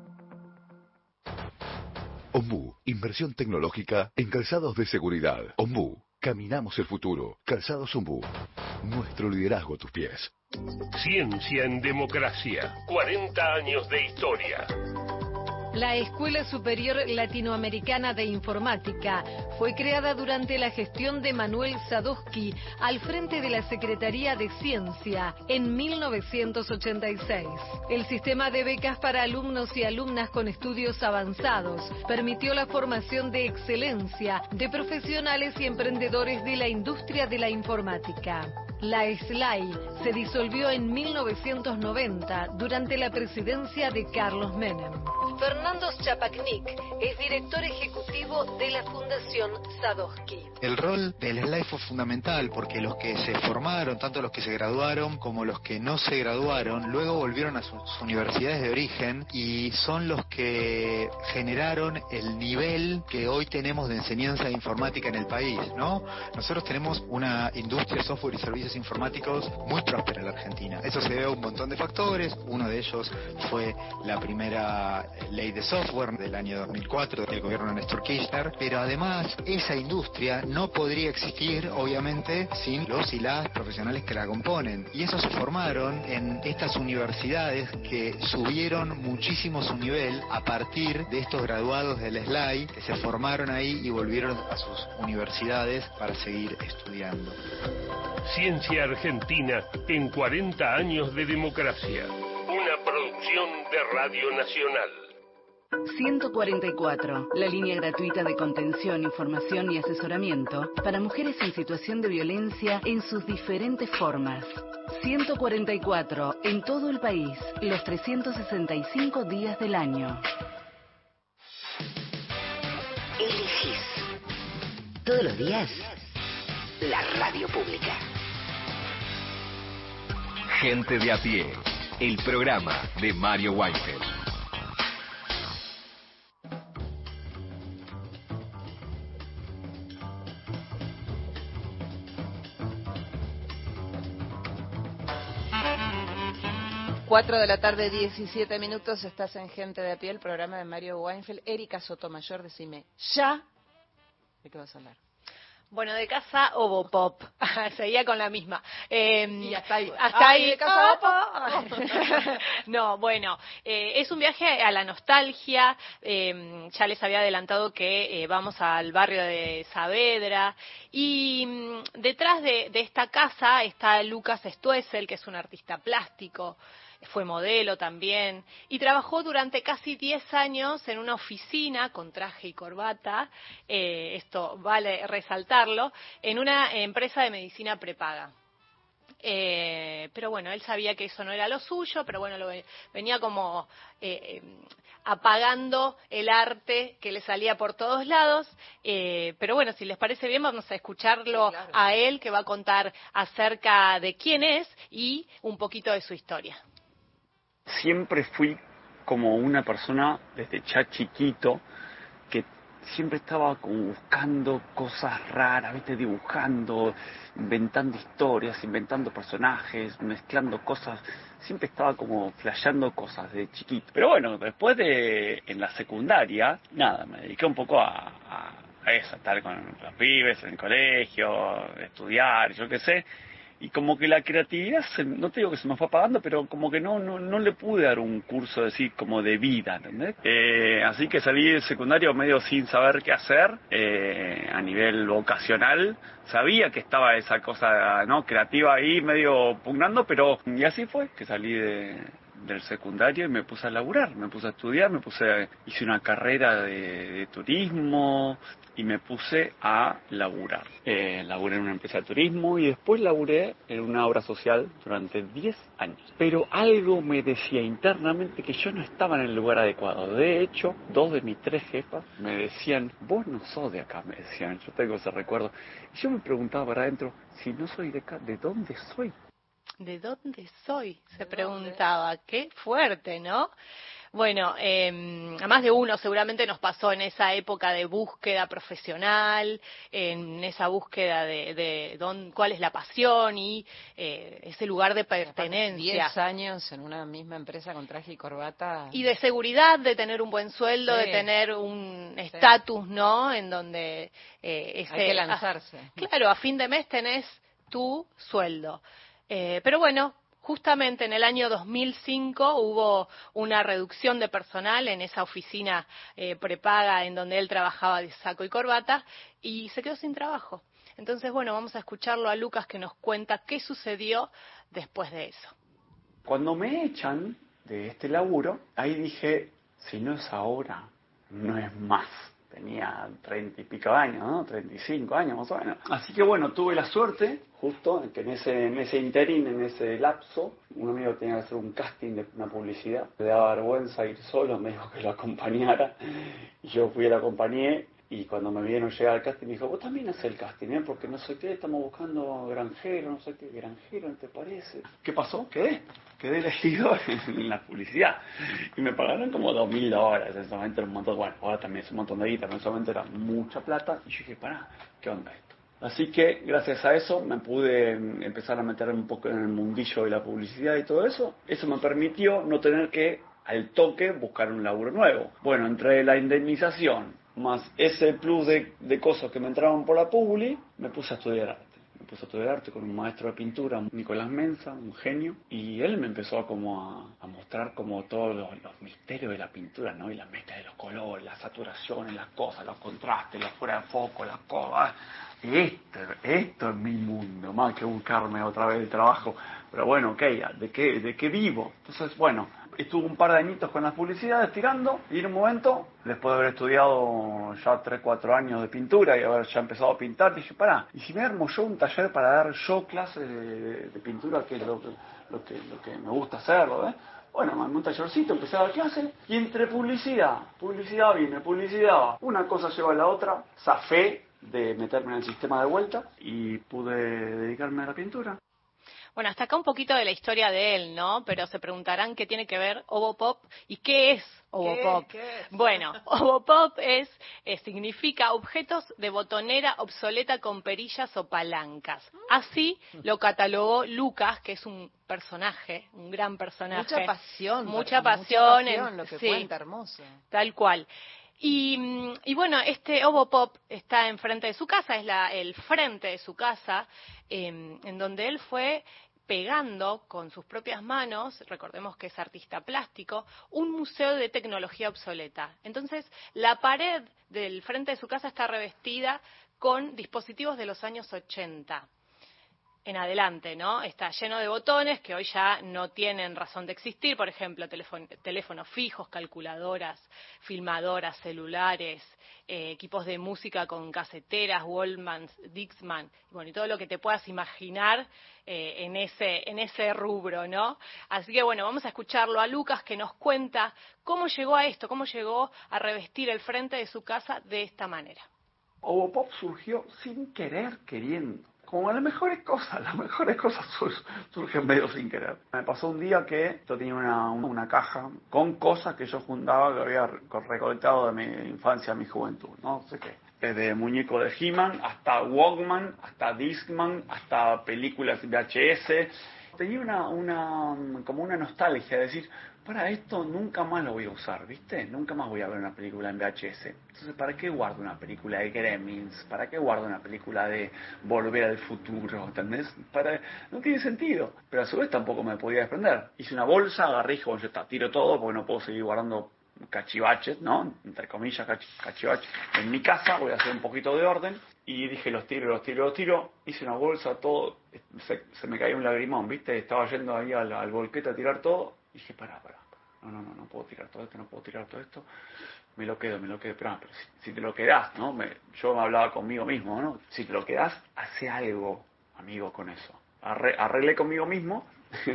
Ombu, inversión tecnológica en calzados de seguridad. Ombu, caminamos el futuro. Calzados Ombu, nuestro liderazgo a tus pies. Ciencia en democracia. cuarenta años de historia. La Escuela Superior Latinoamericana de Informática fue creada durante la gestión de Manuel Sadowski al frente de la Secretaría de Ciencia en mil novecientos ochenta y seis. El sistema de becas para alumnos y alumnas con estudios avanzados permitió la formación de excelencia de profesionales y emprendedores de la industria de la informática. La S L A I se disolvió en mil novecientos noventa durante la presidencia de Carlos Menem. Fernando Chapaknik es director ejecutivo de la Fundación Sadowski. El rol del S L A I fue fundamental porque los que se formaron, tanto los que se graduaron como los que no se graduaron, luego volvieron a sus universidades de origen y son los que generaron el nivel que hoy tenemos de enseñanza de informática en el país, ¿no? Nosotros tenemos una industria de software y servicios informáticos muy próspera en la Argentina. Eso se debe a un montón de factores. Uno de ellos fue la primera ley de software del año dos mil cuatro del gobierno de Néstor Kirchner, pero además esa industria no podría existir, obviamente, sin los y las profesionales que la componen. Y esos se formaron en estas universidades que subieron muchísimo su nivel a partir de estos graduados del S L A I que se formaron ahí y volvieron a sus universidades para seguir estudiando. Ciencia Argentina en cuarenta años de democracia. Una producción de Radio Nacional. ciento cuarenta y cuatro, la línea gratuita de contención, información y asesoramiento para mujeres en situación de violencia en sus diferentes formas. ciento cuarenta y cuatro, en todo el país, los trescientos sesenta y cinco días del año. Elegís todos los días la radio pública. Gente de a pie, el programa de Mario Weinfeld. Cuatro de la tarde, diecisiete minutos, estás en Gente de a pie, el programa de Mario Weinfeld. Erika Sotomayor, decime, ¿ya? ¿De qué vas a hablar? Bueno, de Casa Ovo Pop. Seguía con la misma. Eh, y hasta ahí. Hasta Ay, ahí. de Casa Ovo Pop. No, bueno, eh, es un viaje a la nostalgia. Eh, ya les había adelantado que eh, vamos al barrio de Saavedra. Y mm, detrás de, de esta casa está Lucas Stoessel, que es un artista plástico. Fue modelo también y trabajó durante casi diez años en una oficina con traje y corbata, eh, esto vale resaltarlo, en una empresa de medicina prepaga. Eh, pero bueno, él sabía que eso no era lo suyo, pero bueno, lo venía como eh, apagando el arte que le salía por todos lados. Eh, pero bueno, si les parece bien, vamos a escucharlo sí, claro. a él, que va a contar acerca de quién es y un poquito de su historia. Siempre fui como una persona desde ya chiquito que siempre estaba como buscando cosas raras, ¿viste? Dibujando, inventando historias, inventando personajes, mezclando cosas. Siempre estaba como flasheando cosas de chiquito. Pero bueno, después de en la secundaria, nada, me dediqué un poco a, a, a eso, a estar con los pibes en el colegio, estudiar, yo qué sé. Y como que la creatividad, se, no te digo que se me fue apagando, pero como que no no no le pude dar un curso así como de vida, ¿entendés? Eh, así que salí del secundario medio sin saber qué hacer, eh, a nivel vocacional. Sabía que estaba esa cosa no creativa ahí medio pugnando, pero y así fue, que salí de, del secundario y me puse a laburar, me puse a estudiar, me puse a, hice una carrera de, de turismo y me puse a laburar. Eh, laburé en una empresa de turismo y después laburé en una obra social durante diez años. Pero algo me decía internamente que yo no estaba en el lugar adecuado. De hecho, dos de mis tres jefas me decían, vos no sos de acá, me decían, yo tengo ese recuerdo. Y yo me preguntaba para adentro, si no soy de acá, ¿de dónde soy? ¿De dónde soy? Se preguntaba. Qué fuerte, ¿no? Bueno, eh, a más de uno seguramente nos pasó en esa época de búsqueda profesional, en esa búsqueda de, de don, cuál es la pasión y eh, ese lugar de pertenencia. Diez años en una misma empresa con traje y corbata. Y de seguridad, de tener un buen sueldo, sí. de tener un estatus, sí. ¿no? En donde eh, ese, hay que lanzarse. A, claro, a fin de mes tenés tu sueldo. Eh, pero bueno, justamente en el año dos mil cinco hubo una reducción de personal en esa oficina eh, prepaga en donde él trabajaba de saco y corbata y se quedó sin trabajo. Entonces, bueno, vamos a escucharlo a Lucas que nos cuenta qué sucedió después de eso. Cuando me echan de este laburo, ahí dije, si no es ahora, no es más. Tenía treinta y pico años, ¿no? treinta y cinco años más o menos. Así que bueno, tuve la suerte, justo, que en ese, en ese interín, en ese lapso, un amigo tenía que hacer un casting de una publicidad. Le daba vergüenza ir solo, me dijo que lo acompañara. Y yo fui y lo acompañé. Y cuando me vieron llegar al casting, me dijo, vos también haces el casting, ¿eh? Porque no sé qué, estamos buscando granjero, no sé qué, granjero, ¿no te parece? ¿Qué pasó? Quedé. Quedé elegido en la publicidad. Y me pagaron como dos mil dólares. En ese momento era un montón, bueno, ahora también es un montón de guita, pero en ese momento era mucha plata. Y yo dije, pará, ¿qué onda esto? Así que, gracias a eso, me pude empezar a meter un poco en el mundillo de la publicidad y todo eso. Eso me permitió no tener que, al toque, buscar un laburo nuevo. Bueno, entre la indemnización más ese plus de, de cosas que me entraban por la publi, me puse a estudiar arte. Me puse a estudiar arte con un maestro de pintura, Nicolás Mensa, un genio, y él me empezó a, como a, a mostrar como todos los, los misterios de la pintura, ¿no? Y la mezcla de los colores, las saturaciones, las cosas, los contrastes, los fuera de foco, las cosas. Esto, esto es mi mundo, más que buscarme otra vez de trabajo. Pero bueno, ok, ¿de qué, de qué vivo? Entonces, bueno, estuve un par de añitos con las publicidades tirando y en un momento, después de haber estudiado ya tres, cuatro años de pintura y haber ya empezado a pintar, dije, pará, ¿y si me armo yo un taller para dar yo clases de, de pintura, que es lo, lo, que, lo que me gusta hacerlo, ¿eh? Bueno, me armé un tallercito, empecé a dar clases y entre publicidad, publicidad viene, publicidad, una cosa lleva a la otra, zafé de meterme en el sistema de vuelta y pude dedicarme a la pintura. Bueno, hasta acá un poquito de la historia de él, ¿no? Pero se preguntarán qué tiene que ver Ovopop y qué es Ovopop. ¿Qué? ¿Qué es? Bueno, Ovopop es, eh, significa objetos de botonera obsoleta con perillas o palancas. Así lo catalogó Lucas, que es un personaje, un gran personaje. Mucha pasión. Mucha para- pasión. Mucha pasión en, lo que sí, cuenta, hermoso. tal cual. Y, y bueno, este Ovopop está enfrente de su casa, es la, el frente de su casa, eh, en donde él fue pegando con sus propias manos, recordemos que es artista plástico, un museo de tecnología obsoleta. Entonces, la pared del frente de su casa está revestida con dispositivos de los años ochenta. En adelante, ¿no? Está lleno de botones que hoy ya no tienen razón de existir, por ejemplo, teléfono, teléfonos fijos, calculadoras, filmadoras, celulares, eh, equipos de música con caseteras, Wallman, Dixman, bueno, y todo lo que te puedas imaginar eh, en ese en ese rubro, ¿no? Así que bueno, vamos a escucharlo a Lucas que nos cuenta cómo llegó a esto, cómo llegó a revestir el frente de su casa de esta manera. Ovopop surgió sin querer, queriendo. Como las mejores cosas, las mejores cosas surgen medio sin querer. Me pasó un día que yo tenía una, una caja con cosas que yo juntaba, que había recolectado de mi infancia, mi juventud, no sé qué. Desde muñeco de He-Man, hasta Walkman, hasta Discman, hasta películas V H S. Tenía una, una, como una nostalgia de decir, para esto nunca más lo voy a usar, ¿viste? Nunca más voy a ver una película en V H S. Entonces, ¿para qué guardo una película de Gremlins? ¿Para qué guardo una película de Volver al Futuro? ¿Entendés? Para... No tiene sentido. Pero a su vez tampoco me podía desprender. Hice una bolsa, agarré y dije, bueno, ya está, tiro todo porque no puedo seguir guardando cachivaches, ¿no? Entre comillas, cach cachivaches. En mi casa voy a hacer un poquito de orden. Y dije, los tiro, los tiro, los tiro. Hice una bolsa, todo. Se, se me cayó un lagrimón, ¿viste? Estaba yendo ahí al, al volquete a tirar todo. Y dije, pará, pará. No, no, no, no puedo tirar todo esto, no puedo tirar todo esto. Me lo quedo, me lo quedo. Pero, pero si, si te lo quedás, ¿no? Me, yo me hablaba conmigo mismo, ¿no? Si te lo quedás, hace algo, amigo, con eso. Arre, arreglé conmigo mismo.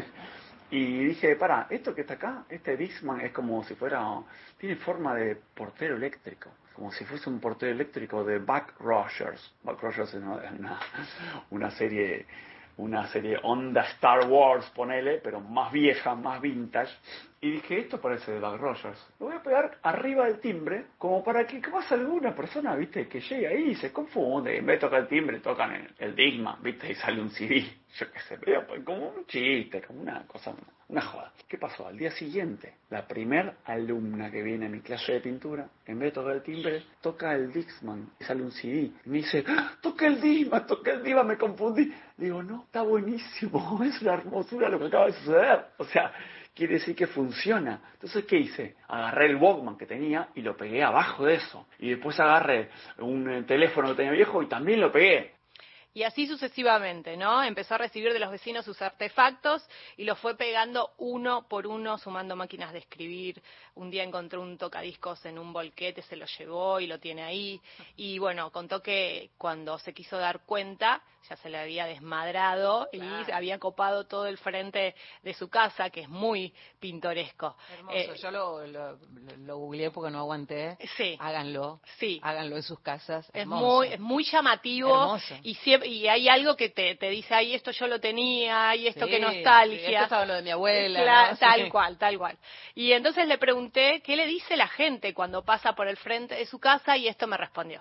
Y dije, para, esto que está acá, este Dixman es como si fuera, tiene forma de portero eléctrico, como si fuese un portero eléctrico de Buck Rogers. Buck Rogers es una, una, una serie, una serie onda Star Wars, ponele, pero más vieja, más vintage. Y dije, esto parece de Buck Rogers. Lo voy a pegar arriba del timbre, como para que pase alguna persona, viste, que llegue ahí y se confunde. En vez de tocar el timbre, tocan el, el Dixman, viste, y sale un C D. Yo qué sé, pero como un chiste, como una cosa, Una joda. ¿Qué pasó? Al día siguiente, la primer alumna que viene a mi clase de pintura, en vez de tocar el timbre, toca el Dixman y sale un C D. Y me dice, ¡ah! toqué el Dixman, toqué el Dixman, me confundí. Digo, no, está buenísimo, es una hermosura lo que acaba de suceder. O sea, quiere decir que funciona. Entonces, ¿qué hice? Agarré el Walkman que tenía y lo pegué abajo de eso. Y después agarré un teléfono que tenía viejo y también lo pegué. Y así sucesivamente, ¿no? Empezó a recibir de los vecinos sus artefactos y los fue pegando uno por uno, sumando máquinas de escribir. Un día encontró un tocadiscos en un bolquete, se lo llevó y lo tiene ahí. Y bueno, contó que cuando se quiso dar cuenta, ya se le había desmadrado y Claro. había copado todo el frente de su casa, que es muy pintoresco. Hermoso, Eh, yo lo, lo, lo googleé porque no aguanté. Sí. Háganlo. Sí. Háganlo en sus casas. Es Hermoso. muy, es muy llamativo. Hermoso. Y, siempre, y hay algo que te, te dice, ay, esto yo lo tenía, ay, esto Sí, qué nostalgia. esto estaba en lo de mi abuela, Cla- ¿no? Tal Sí. cual, tal cual. Y entonces le pregunté qué le dice la gente cuando pasa por el frente de su casa y esto me respondió.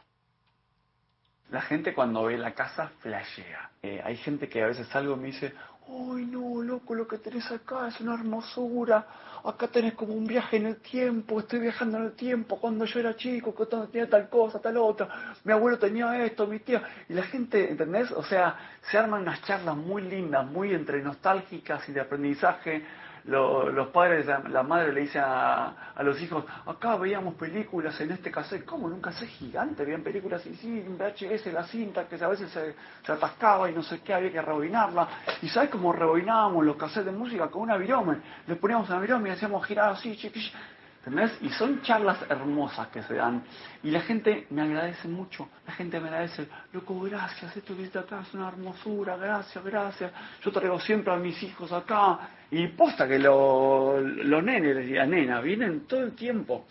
La gente cuando ve la casa flashea. Eh, hay gente que a veces salgo y me dice, ¡ay no, loco, lo que tenés acá es una hermosura! Acá tenés como un viaje en el tiempo, estoy viajando en el tiempo, cuando yo era chico, cuando tenía tal cosa, tal otra, mi abuelo tenía esto, mi tía... Y la gente, ¿entendés? O sea, se arman unas charlas muy lindas, muy entre nostálgicas y de aprendizaje. Lo- los padres, la, la madre le dice a, a los hijos, acá veíamos películas en este cassette. ¿Cómo? En un cassette gigante veían películas y sí, en V H S la cinta que a veces se, se atascaba y no sé qué, había que rebobinarla. ¿Y sabes cómo rebobinábamos los cassettes de música? Con una virome. Les poníamos una virome y hacíamos girar así, chiquish. ¿Entendés? Y son charlas hermosas que se dan. Y la gente me agradece mucho. La gente me agradece, loco, gracias, esto que hiciste acá es una hermosura, gracias, gracias. Yo traigo siempre a mis hijos acá. Y posta que lo- los nenes, les diga, nena, vienen todo el tiempo.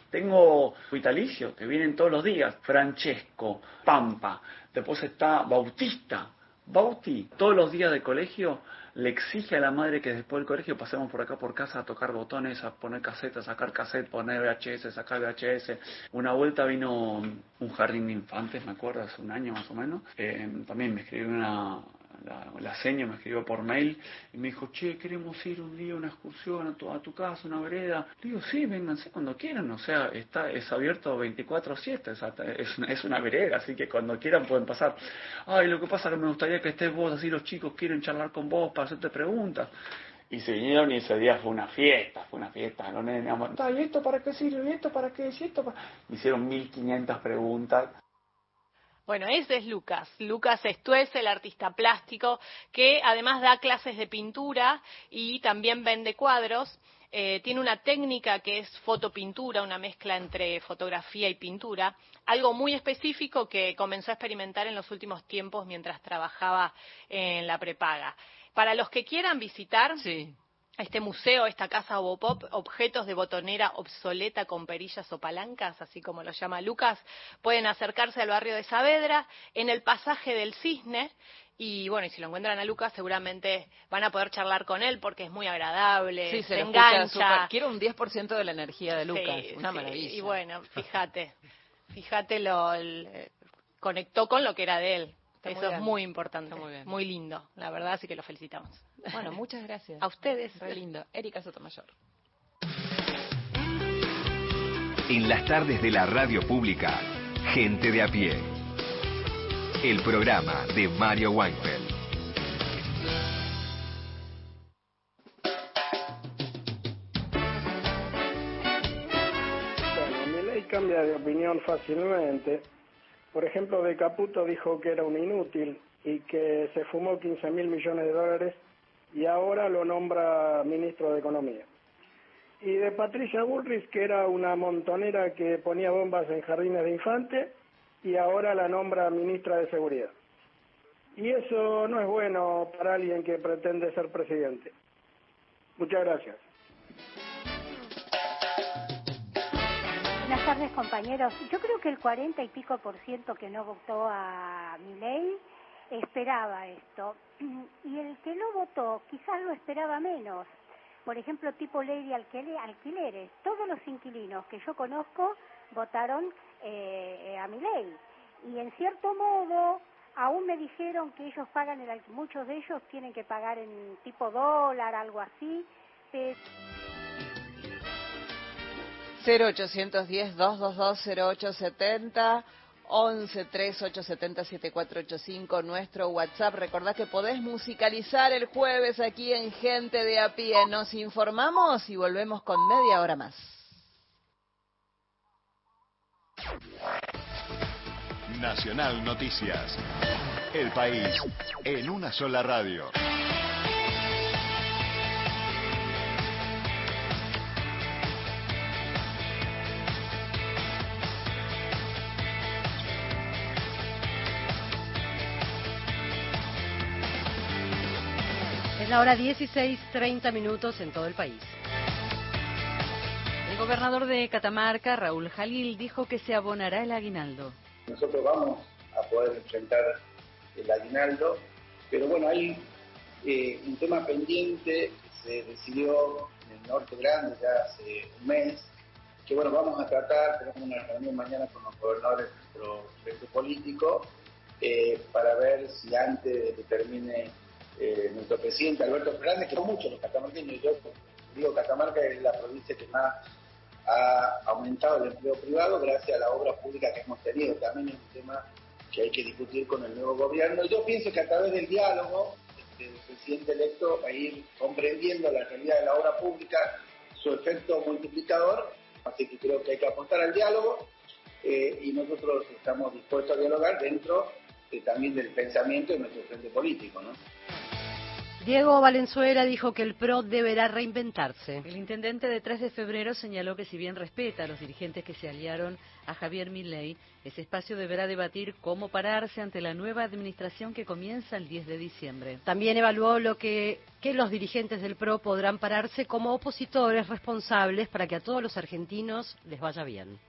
Tengo Vitalicio, que vienen todos los días. Francesco, Pampa. Después está Bautista. Bauti, todos los días de colegio, le exige a la madre que después del colegio pasemos por acá por casa a tocar botones, a poner cassette, a sacar cassette, poner V H S, sacar V H S. Una vuelta vino un jardín de infantes, me acuerdo, hace un año más o menos. Eh, también me escribió una... La, la seña me escribió por mail y me dijo, che, queremos ir un día a una excursión a tu, a tu casa, una vereda. Le digo, sí, vénganse cuando quieran, o sea, está es abierto veinticuatro siete, es, es, es una vereda, así que cuando quieran pueden pasar. Ay, lo que pasa es que me gustaría que estés vos, así los chicos quieren charlar con vos para hacerte preguntas. Y se vinieron y ese día fue una fiesta, fue una fiesta. Los nenes, ¿y esto para qué sirve? ¿Y esto para qué? ¿Y esto para...? Me hicieron mil quinientas preguntas. Bueno, ese es Lucas. Lucas Estuese, el artista plástico, que además da clases de pintura y también vende cuadros. Eh, tiene una técnica que es fotopintura, una mezcla entre fotografía y pintura, algo muy específico que comenzó a experimentar en los últimos tiempos mientras trabajaba en la prepaga. Para los que quieran visitar... Sí. Este museo, esta casa Obopop, objetos de botonera obsoleta con perillas o palancas, así como lo llama Lucas, pueden acercarse al barrio de Saavedra, en el pasaje del Cisne, y bueno, y si lo encuentran a Lucas seguramente van a poder charlar con él porque es muy agradable, Sí, se, se lo escucha engancha. súper. Quiero un diez por ciento de la energía de Lucas, Sí, una sí, maravilla. y bueno, fíjate, fíjate, lo, el- eh, conectó con lo que era de él. Está muy Eso es bien. muy importante, Está muy bien. muy lindo, la verdad, así que lo felicitamos. Bueno, muchas gracias. A ustedes. Re lindo. Erika Sotomayor. En las tardes de la radio pública, Gente de a pie. El programa de Mario Weinfeld. Bueno, Milei cambia de opinión fácilmente. Por ejemplo, de Caputo dijo que era un inútil y que se fumó quince mil millones de dólares y ahora lo nombra ministro de Economía. Y de Patricia Bullrich, que era una montonera que ponía bombas en jardines de infantes y ahora la nombra ministra de Seguridad. Y eso no es bueno para alguien que pretende ser presidente. Muchas gracias. Buenas tardes, compañeros. Yo creo que el cuarenta y pico por ciento que no votó a Milei esperaba esto. Y el que no votó quizás lo esperaba menos. Por ejemplo, tipo ley de alquile- alquileres. Todos los inquilinos que yo conozco votaron eh, a Milei. Y en cierto modo, aún me dijeron que ellos pagan, el alqu- muchos de ellos tienen que pagar en tipo dólar, algo así. Suerte. cero ochocientos diez, doscientos veintidós, cero ocho setenta, once treinta y ocho setenta, setenta y cuatro ochenta y cinco, nuestro WhatsApp. Recordá que podés musicalizar el jueves aquí en Gente de a Pie. Nos informamos y volvemos con media hora más. Nacional Noticias. El país en una sola radio. Es la hora dieciséis, treinta minutos en todo el país. El gobernador de Catamarca, Raúl Jalil, dijo que se abonará el aguinaldo. Nosotros vamos a poder enfrentar el aguinaldo, pero bueno, hay eh, un tema pendiente que se decidió en el Norte Grande ya hace un mes, que bueno, vamos a tratar, tenemos una reunión mañana con los gobernadores de nuestro proyecto político, eh, para ver si antes de que termine eh, nuestro presidente Alberto Fernández, que son muchos los catamarqueños, yo digo Catamarca es la provincia que más ha aumentado el empleo privado gracias a la obra pública que hemos tenido. También es un tema que hay que discutir con el nuevo gobierno. Y yo pienso que a través del diálogo, este, el presidente electo va a ir comprendiendo la realidad de la obra pública, su efecto multiplicador. Así que creo que hay que apostar al diálogo eh, y nosotros estamos dispuestos a dialogar dentro eh, también del pensamiento de nuestro frente político, ¿no? Diego Valenzuela dijo que el P R O deberá reinventarse. El intendente de tres de febrero señaló que si bien respeta a los dirigentes que se aliaron a Javier Milei, ese espacio deberá debatir cómo pararse ante la nueva administración que comienza el diez de diciembre. También evaluó lo que, que los dirigentes del P R O podrán pararse como opositores responsables para que a todos los argentinos les vaya bien.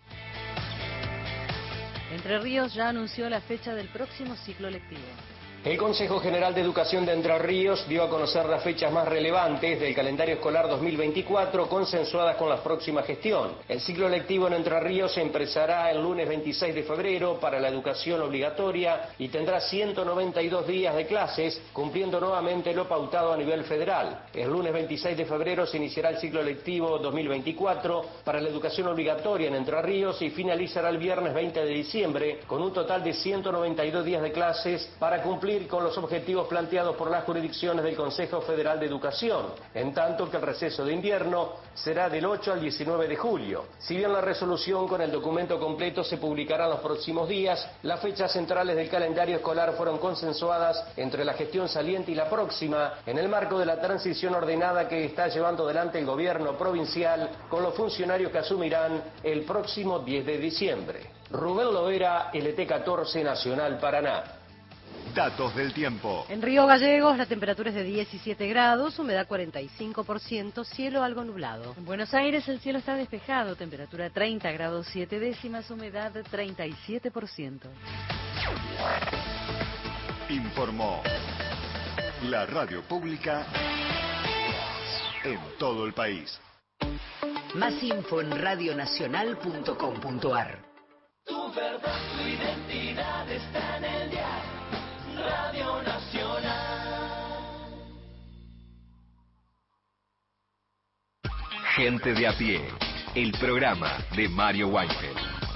Entre Ríos ya anunció la fecha del próximo ciclo lectivo. El Consejo General de Educación de Entre Ríos dio a conocer las fechas más relevantes del calendario escolar dos mil veinticuatro consensuadas con la próxima gestión. El ciclo lectivo en Entre Ríos empezará el lunes veintiséis de febrero para la educación obligatoria y tendrá ciento noventa y dos días de clases, cumpliendo nuevamente lo pautado a nivel federal. El lunes veintiséis de febrero se iniciará el ciclo lectivo dos mil veinticuatro para la educación obligatoria en Entre Ríos y finalizará el viernes veinte de diciembre con un total de ciento noventa y dos días de clases para cumplir con los objetivos planteados por las jurisdicciones del Consejo Federal de Educación, en tanto que el receso de invierno será del ocho al diecinueve de julio. Si bien la resolución con el documento completo se publicará en los próximos días, las fechas centrales del calendario escolar fueron consensuadas entre la gestión saliente y la próxima, en el marco de la transición ordenada que está llevando adelante el gobierno provincial con los funcionarios que asumirán el próximo diez de diciembre. Rubén Loera, L T catorce Nacional Paraná. Datos del tiempo. En Río Gallegos la temperatura es de diecisiete grados, humedad cuarenta y cinco por ciento, cielo algo nublado. En Buenos Aires el cielo está despejado, temperatura treinta grados siete décimas, humedad treinta y siete por ciento. Informó la radio pública en todo el país. Más info en radio nacional punto com punto a r. Tu verdad, tu identidad está en el diario. Radio Nacional. Gente de a pie, el programa de Mario Weinfeld.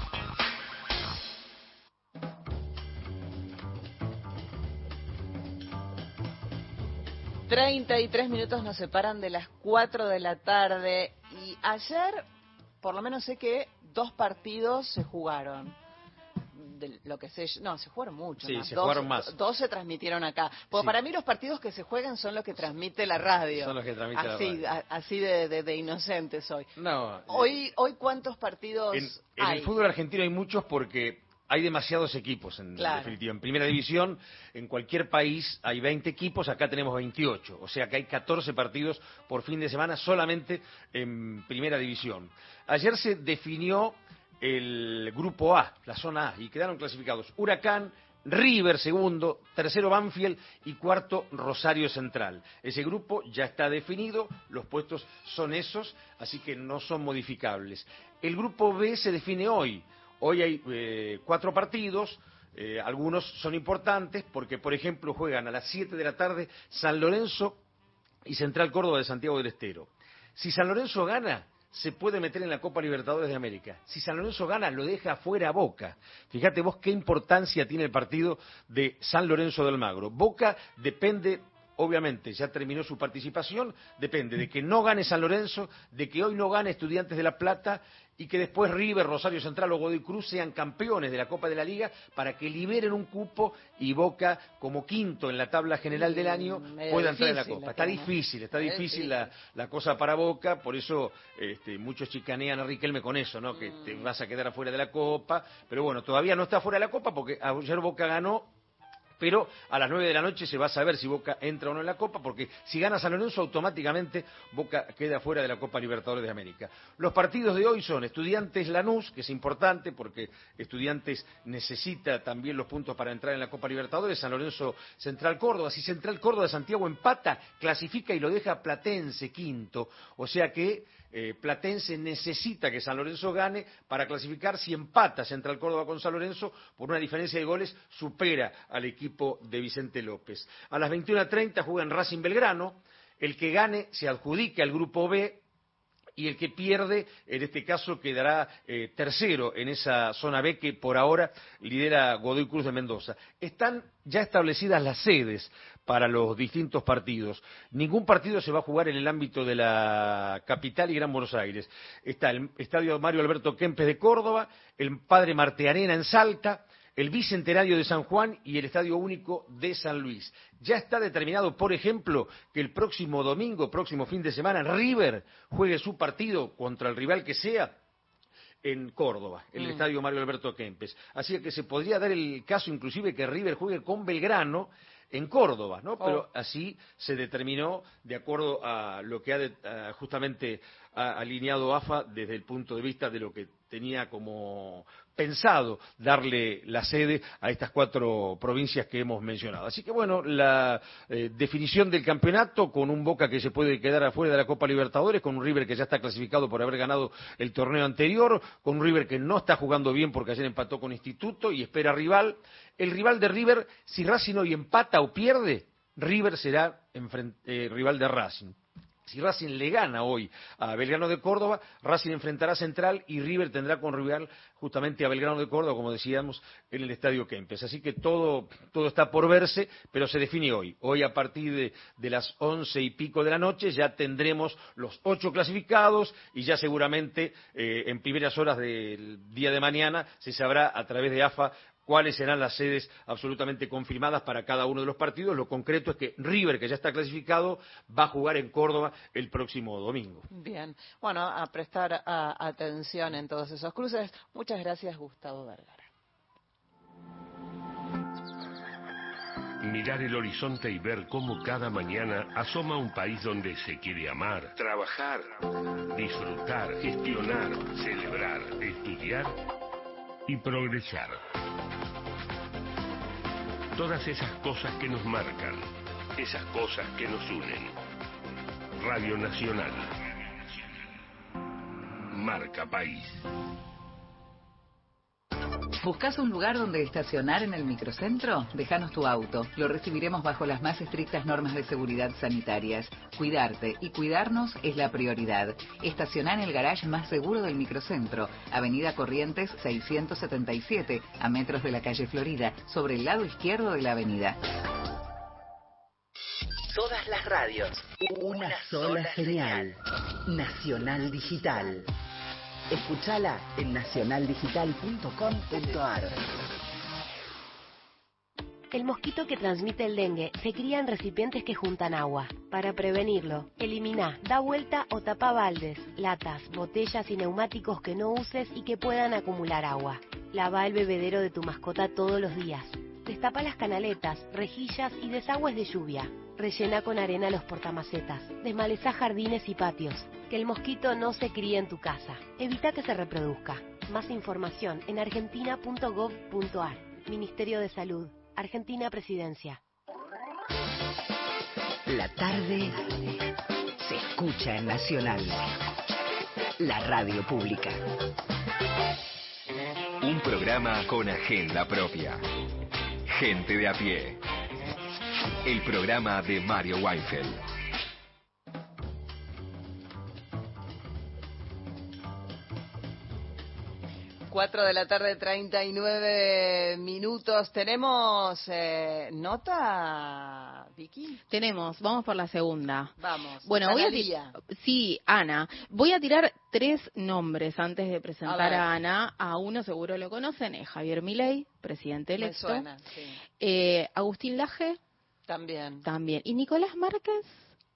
treinta y tres minutos nos separan de las cuatro de la tarde y ayer, por lo menos sé que dos partidos se jugaron. De lo que sé, no, se jugaron mucho sí, más. se dos, jugaron más. Dos se transmitieron acá. Porque sí. Para mí los partidos que se juegan son los que transmite la radio. Son los que transmite así, la radio. A, así de, de, de inocente soy. No. Hoy, hoy ¿cuántos partidos en, en hay? el fútbol argentino hay muchos porque hay demasiados equipos en, claro. en definitiva. En primera división, en cualquier país hay veinte equipos, acá tenemos veintiocho. O sea que hay catorce partidos por fin de semana solamente en primera división. Ayer se definió el grupo A, la zona A, y quedaron clasificados Huracán, River segundo, tercero Banfield y cuarto Rosario Central. Ese grupo ya está definido, los puestos son esos, así que no son modificables. El grupo B se define hoy. Hoy hay eh, cuatro partidos, eh, algunos son importantes porque, por ejemplo, juegan a las siete de la tarde San Lorenzo y Central Córdoba de Santiago del Estero. Si San Lorenzo gana, se puede meter en la Copa Libertadores de América. Si San Lorenzo gana, lo deja fuera a Boca. Fíjate vos qué importancia tiene el partido de San Lorenzo del Magro. Boca depende, obviamente, ya terminó su participación, depende de que no gane San Lorenzo, de que hoy no gane Estudiantes de La Plata y que después River, Rosario Central o Godoy Cruz sean campeones de la Copa de la Liga para que liberen un cupo y Boca, como quinto en la tabla general del año, pueda entrar en la Copa. Está difícil, está difícil la, la cosa para Boca, por eso este, muchos chicanean a Riquelme con eso, ¿no? Que te vas a quedar afuera de la Copa, pero bueno, todavía no está fuera de la Copa porque ayer Boca ganó. Pero a las nueve de la noche se va a saber si Boca entra o no en la Copa, porque si gana San Lorenzo, automáticamente Boca queda fuera de la Copa Libertadores de América. Los partidos de hoy son Estudiantes Lanús, que es importante porque Estudiantes necesita también los puntos para entrar en la Copa Libertadores, San Lorenzo Central Córdoba. Si Central Córdoba de Santiago empata, clasifica y lo deja Platense quinto, o sea que Eh, Platense necesita que San Lorenzo gane para clasificar. Si empata Central Córdoba con San Lorenzo, por una diferencia de goles, supera al equipo de Vicente López. A las veintiuna treinta juegan Racing Belgrano. El que gane se adjudica al grupo B y el que pierde, en este caso, quedará eh, tercero en esa zona B que por ahora lidera Godoy Cruz de Mendoza. Están ya establecidas las sedes para los distintos partidos. Ningún partido se va a jugar en el ámbito de la capital y Gran Buenos Aires. Está el Estadio Mario Alberto Kempes de Córdoba, el Padre Martearena en Salta, el Bicentenario de San Juan y el Estadio Único de San Luis. Ya está determinado, por ejemplo, que el próximo domingo, próximo fin de semana, River juegue su partido contra el rival que sea en Córdoba, en el mm. Estadio Mario Alberto Kempes. Así que se podría dar el caso inclusive que River juegue con Belgrano en Córdoba, ¿no? Oh. Pero así se determinó de acuerdo a lo que ha de, a, justamente ha alineado A F A desde el punto de vista de lo que tenía como pensado darle la sede a estas cuatro provincias que hemos mencionado. Así que bueno, la eh, definición del campeonato con un Boca que se puede quedar afuera de la Copa Libertadores, con un River que ya está clasificado por haber ganado el torneo anterior, con un River que no está jugando bien porque ayer empató con Instituto y espera rival. El rival de River, si Racing hoy empata o pierde, River será eh, rival de Racing. Si Racing le gana hoy a Belgrano de Córdoba, Racing enfrentará a Central y River tendrá con rival justamente a Belgrano de Córdoba, como decíamos, en el Estadio Kempes. Así que todo, todo está por verse, pero se define hoy. Hoy a partir de, de las once y pico de la noche ya tendremos los ocho clasificados y ya seguramente eh, en primeras horas del día de mañana se sabrá a través de A F A cuáles serán las sedes absolutamente confirmadas para cada uno de los partidos. Lo concreto es que River, que ya está clasificado, va a jugar en Córdoba el próximo domingo. Bien, bueno, a prestar a, atención en todos esos cruces. Muchas gracias, Gustavo Vergara. Mirar el horizonte y ver cómo cada mañana asoma un país donde se quiere amar, trabajar, disfrutar, gestionar, celebrar, estudiar y progresar. Todas esas cosas que nos marcan, esas cosas que nos unen. Radio Nacional. Marca País. ¿Buscas un lugar donde estacionar en el microcentro? Déjanos tu auto. Lo recibiremos bajo las más estrictas normas de seguridad sanitarias. Cuidarte y cuidarnos es la prioridad. Estacioná en el garage más seguro del microcentro, Avenida Corrientes seiscientos setenta y siete, a metros de la calle Florida, sobre el lado izquierdo de la avenida. Todas las radios, una, una sola señal. Nacional Digital. Escuchala en nacional digital punto com punto a r. El mosquito que transmite el dengue se cría en recipientes que juntan agua. Para prevenirlo, elimina, da vuelta o tapa baldes, latas, botellas y neumáticos que no uses y que puedan acumular agua. Lava el bebedero de tu mascota todos los días. Destapa las canaletas, rejillas y desagües de lluvia. Rellena con arena los portamacetas. Desmaleza jardines y patios. Que el mosquito no se críe en tu casa. Evita que se reproduzca. Más información en argentina punto gov punto a r. Ministerio de Salud. Argentina Presidencia. La tarde se escucha en Nacional. La radio pública. Un programa con agenda propia. Gente de a pie. El programa de Mario Weinfeld. cuatro de la tarde, treinta y nueve minutos. ¿Tenemos eh, nota, Vicky? Tenemos, vamos por la segunda. Vamos. Bueno, voy a Analía. ti- Sí, Ana. Voy a tirar tres nombres antes de presentar A ver. a, Ana. A uno seguro lo conocen, es Javier Milei, presidente Me electo. suena, sí. Eh, Agustín Laje, También. también. ¿Y Nicolás Márquez?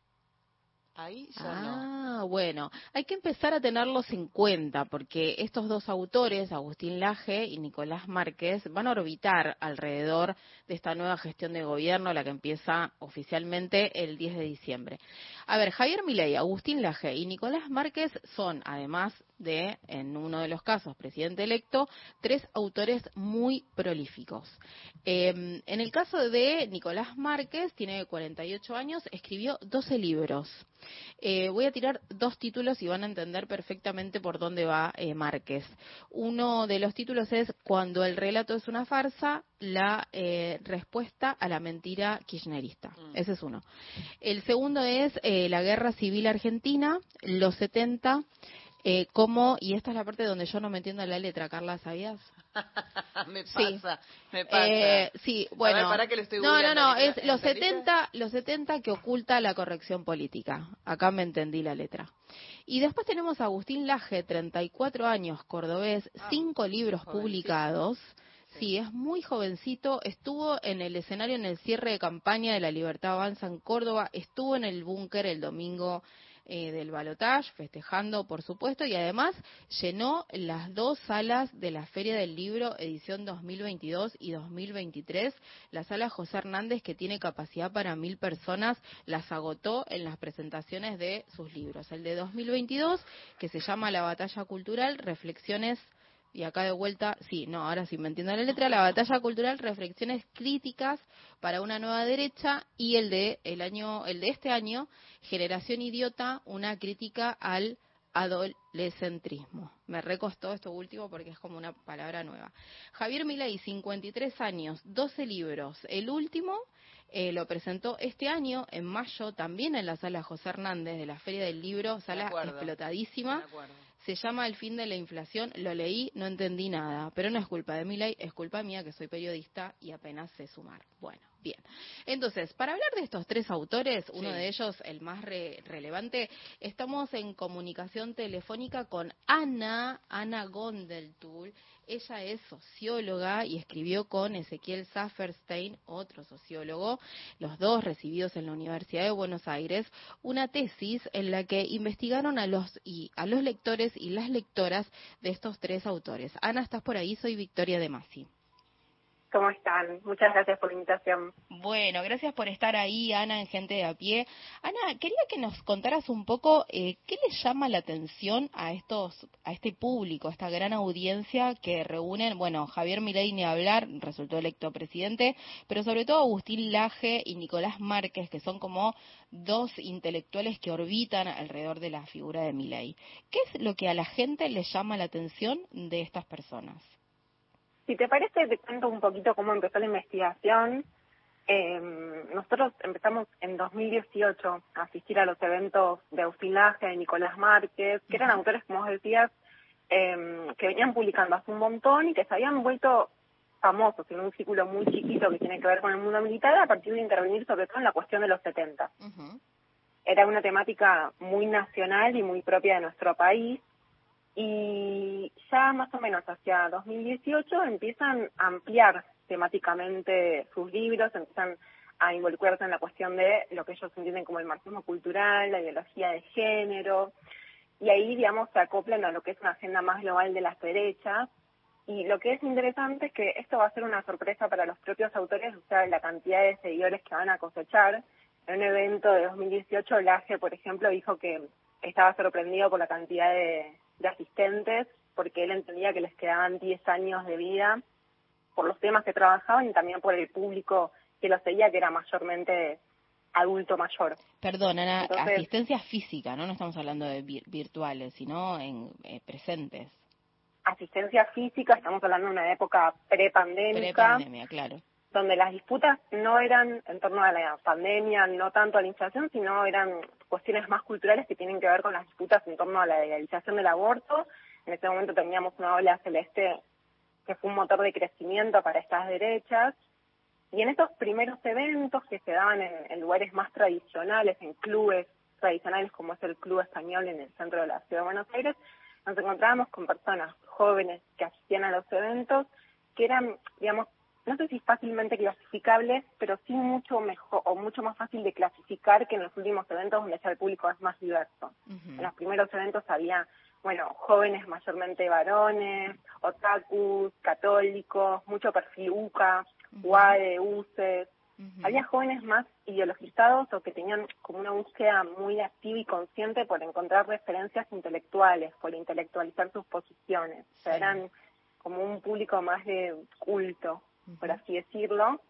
Ahí yo Ah, bueno, hay que empezar a tenerlos en cuenta porque estos dos autores, Agustín Laje y Nicolás Márquez, van a orbitar alrededor de esta nueva gestión de gobierno, la que empieza oficialmente el diez de diciembre. A ver, Javier Milei, Agustín Laje y Nicolás Márquez son, además de, en uno de los casos, presidente electo, tres autores muy prolíficos. Eh, en el caso de Nicolás Márquez, tiene cuarenta y ocho años, escribió doce libros. Eh, voy a tirar dos títulos y van a entender perfectamente por dónde va eh, Márquez. Uno de los títulos es Cuando el relato es una farsa, la eh, respuesta a la mentira kirchnerista. Mm. Ese es uno. El segundo es eh, La guerra civil argentina, los setenta, eh, como, y esta es la parte donde yo no me entiendo la letra, Carla, ¿sabías? me pasa, sí. me pasa. Eh, sí, bueno. A ver, para que lo estoy no, no, no, googleando, es los ¿entendiste? setenta, los setenta que oculta la corrección política. Acá me entendí la letra. Y después tenemos a Agustín Laje, treinta y cuatro años, cordobés, Ah, cinco libros jovencito. publicados. Sí, es muy jovencito, estuvo en el escenario en el cierre de campaña de La Libertad Avanza en Córdoba, estuvo en el búnker el domingo eh, del balotaje, festejando, por supuesto, y además llenó las dos salas de la Feria del Libro, edición dos mil veintidós y dos mil veintitrés. La sala José Hernández, que tiene capacidad para mil personas, las agotó en las presentaciones de sus libros. El de dos mil veintidós, que se llama La Batalla Cultural, Reflexiones. Y acá de vuelta, sí, no, ahora sí me entiendo la letra, La batalla cultural, reflexiones críticas para una nueva derecha, y el de el año, el de este año, Generación Idiota, una crítica al adolescentrismo. Me recostó esto último porque es como una palabra nueva. Javier Milei, cincuenta y tres años, doce libros. El último eh, lo presentó este año, en mayo, también en la sala José Hernández de la Feria del Libro, sala explotadísima. Se llama El fin de la inflación, lo leí, no entendí nada, pero no es culpa de Milei, es culpa mía que soy periodista y apenas sé sumar. Bueno, bien. Entonces, para hablar de estos tres autores, uno Sí. de ellos, el más re- relevante, estamos en comunicación telefónica con Ana, Ana Gondeltul. Ella es socióloga y escribió con Ezequiel Saferstein, otro sociólogo, los dos recibidos en la Universidad de Buenos Aires, una tesis en la que investigaron a los y a los lectores y las lectoras de estos tres autores. Ana, ¿estás por ahí? Soy Victoria de Masi. ¿Cómo están? Muchas gracias por la invitación. Bueno, gracias por estar ahí, Ana, en Gente de a Pie. Ana, quería que nos contaras un poco eh, qué le llama la atención a estos, a este público, a esta gran audiencia que reúnen, bueno, Javier Milei ni hablar, resultó electo presidente, pero sobre todo Agustín Laje y Nicolás Márquez, que son como dos intelectuales que orbitan alrededor de la figura de Milei. ¿Qué es lo que a la gente le llama la atención de estas personas? Si te parece, te cuento un poquito cómo empezó la investigación. Eh, nosotros empezamos en dos mil dieciocho a asistir a los eventos de Agustín Laje, de Nicolás Márquez, que eran autores, como vos decías, eh, que venían publicando hace un montón y que se habían vuelto famosos en un círculo muy chiquito que tiene que ver con el mundo militar a partir de intervenir sobre todo en la cuestión de los setenta. Uh-huh. Era una temática muy nacional y muy propia de nuestro país. Y ya más o menos hacia dos mil dieciocho empiezan a ampliar temáticamente sus libros, empiezan a involucrarse en la cuestión de lo que ellos entienden como el marxismo cultural, la ideología de género, y ahí, digamos, se acoplan a lo que es una agenda más global de las derechas. Y lo que es interesante es que esto va a ser una sorpresa para los propios autores, o sea, la cantidad de seguidores que van a cosechar. En un evento de dos mil dieciocho, Laje, por ejemplo, dijo que estaba sorprendido por la cantidad de de asistentes, porque él entendía que les quedaban diez años de vida por los temas que trabajaban y también por el público que lo seguía, que era mayormente adulto mayor. Perdón, Ana, Entonces, asistencia física, ¿no? No estamos hablando de vir- virtuales, sino en eh, presentes. Asistencia física, estamos hablando de una época prepandémica. Prepandemia, claro. Donde las disputas no eran en torno a la pandemia, no tanto a la inflación, sino eran cuestiones más culturales que tienen que ver con las disputas en torno a la legalización del aborto, En ese momento teníamos una ola celeste que fue un motor de crecimiento para estas derechas. Y en estos primeros eventos que se daban en, en lugares más tradicionales, en clubes tradicionales como es el Club Español en el centro de la Ciudad de Buenos Aires, nos encontrábamos con personas jóvenes que asistían a los eventos que eran, digamos, no sé si fácilmente clasificables, pero sí mucho mejor o mucho más fácil de clasificar que en los últimos eventos donde ya el público es más diverso. Uh-huh. En los primeros eventos había, bueno, jóvenes mayormente varones, otakus, católicos, mucho perfil U C A, uh-huh. U A D, U C E S. Uh-huh. Había jóvenes más ideologizados o que tenían como una búsqueda muy activa y consciente por encontrar referencias intelectuales, por intelectualizar sus posiciones. O sea, sí. Eran como un público más de culto, uh-huh. por así decirlo.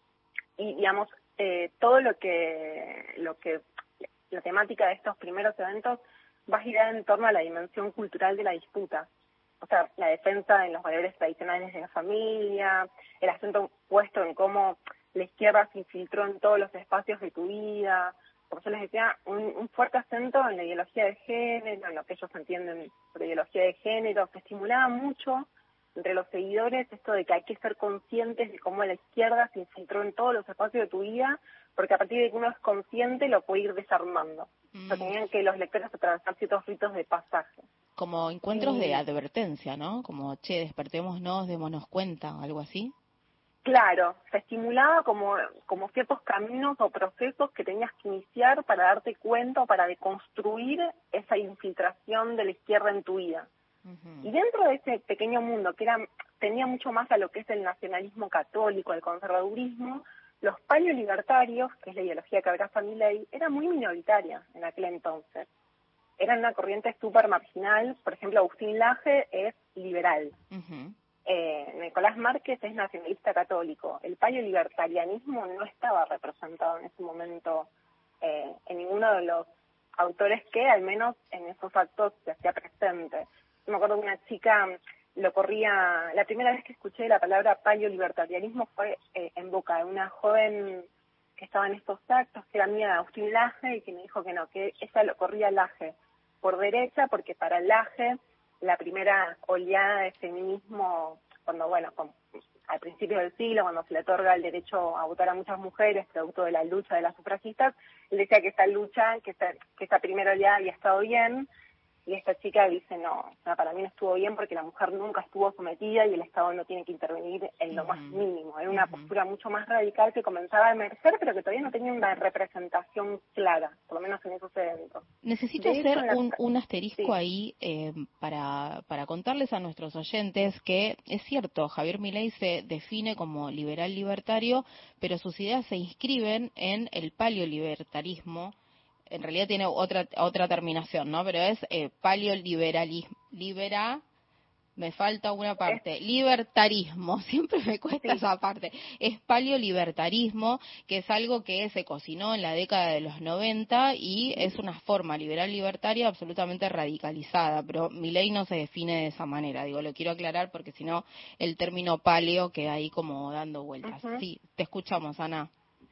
Y, digamos, eh, todo lo que, lo que, la temática de estos primeros eventos va a girar en torno a la dimensión cultural de la disputa. O sea, la defensa de los valores tradicionales de la familia, el acento puesto en cómo la izquierda se infiltró en todos los espacios de tu vida. Como yo les decía, un, un fuerte acento en la ideología de género, en lo que ellos entienden por ideología de género, que estimulaba mucho entre los seguidores esto de que hay que ser conscientes de cómo la izquierda se infiltró en todos los espacios de tu vida, porque a partir de que uno es consciente lo puede ir desarmando. Mm. O sea, tenían que los lectores atravesar ciertos ritos de pasaje. Como encuentros sí. de advertencia, ¿no? Como, che, despertémonos, démonos cuenta, algo así. Claro, se estimulaba como, como ciertos caminos o procesos que tenías que iniciar para darte cuenta o para deconstruir esa infiltración de la izquierda en tu vida. Uh-huh. Y dentro de ese pequeño mundo que era tenía mucho más a lo que es el nacionalismo católico, el conservadurismo, los paleolibertarios, que es la ideología que abraza Milei, era muy minoritaria en aquel entonces. Eran una corriente súper marginal. Por ejemplo, Agustín Laje es liberal. Uh-huh. Eh, Nicolás Márquez es nacionalista católico. El paleolibertarianismo no estaba representado en ese momento eh, en ninguno de los autores que, al menos en esos actos, se hacía presente. Yo me acuerdo que una chica lo corría, la primera vez que escuché la palabra paleolibertarianismo fue eh, en boca de una joven que estaba en estos actos, que era amiga de Agustín Laje, y que me dijo que no, que ella lo corría Laje por derecha, porque para Laje la primera oleada de feminismo, cuando, bueno, con, al principio del siglo, cuando se le otorga el derecho a votar a muchas mujeres, producto de la lucha de las sufragistas, él decía que esa lucha, que esa, que esa primera oleada había estado bien, y esta chica dice, no, no, para mí no estuvo bien porque la mujer nunca estuvo sometida y el Estado no tiene que intervenir en lo uh-huh. más mínimo. Era una uh-huh. postura mucho más radical que comenzaba a emerger, pero que todavía no tenía una representación clara, por lo menos en esos eventos. Necesito de hacer hecho, un, la... un asterisco sí. ahí eh, para, para contarles a nuestros oyentes que es cierto, Javier Milei se define como liberal libertario, pero sus ideas se inscriben en el paleolibertarismo. En realidad tiene otra otra terminación, ¿no? Pero es eh, paleoliberalismo, libera, me falta una parte, libertarismo, siempre me cuesta sí. esa parte, es paleolibertarismo, que es algo que se cocinó en la década de los noventa y es una forma liberal libertaria absolutamente radicalizada, pero Milei no se define de esa manera, digo, lo quiero aclarar porque si no el término paleo queda ahí como dando vueltas. Uh-huh. Sí, te escuchamos, Ana.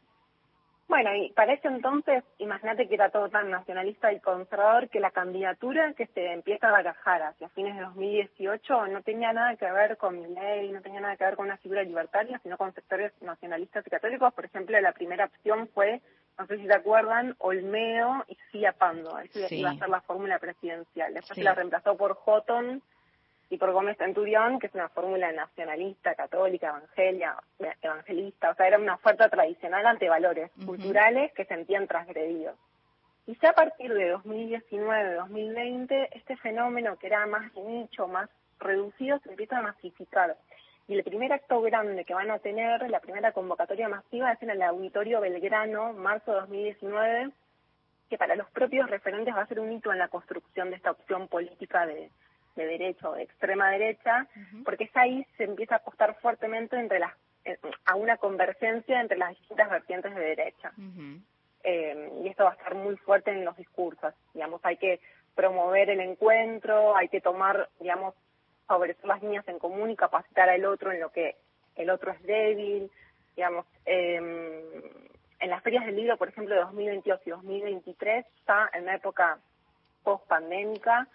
Bueno, y para ese entonces, imagínate que era todo tan nacionalista y conservador que la candidatura que se empieza a barajar hacia fines de dos mil dieciocho no tenía nada que ver con Milei, no tenía nada que ver con una figura libertaria, sino con sectores nacionalistas y católicos. Por ejemplo, la primera opción fue, no sé si te acuerdan, Olmedo y Cia Pando. Esa sí. iba a ser la fórmula presidencial. Después sí. se la reemplazó por Houghton y por Gómez Centurión, que es una fórmula nacionalista, católica, evangelia, evangelista. O sea, era una oferta tradicional ante valores uh-huh. culturales que se sentían transgredidos. Y ya a partir de dos mil diecinueve, dos mil veinte, este fenómeno que era más de nicho, más reducido, se empieza a masificar. Y el primer acto grande que van a tener, la primera convocatoria masiva, es en el Auditorio Belgrano, marzo de dos mil diecinueve, que para los propios referentes va a ser un hito en la construcción de esta opción política de de derecha o de extrema derecha, uh-huh. porque es ahí se empieza a apostar fuertemente entre las a una convergencia entre las distintas vertientes de derecha. Uh-huh. Eh, y esto va a estar muy fuerte en los discursos. Digamos, hay que promover el encuentro, hay que tomar, digamos, favorecer las líneas en común y capacitar al otro en lo que el otro es débil. Digamos, eh, en las ferias del libro, por ejemplo, de dos mil veintidós y dos mil veintitrés, está en una época post-pandémica,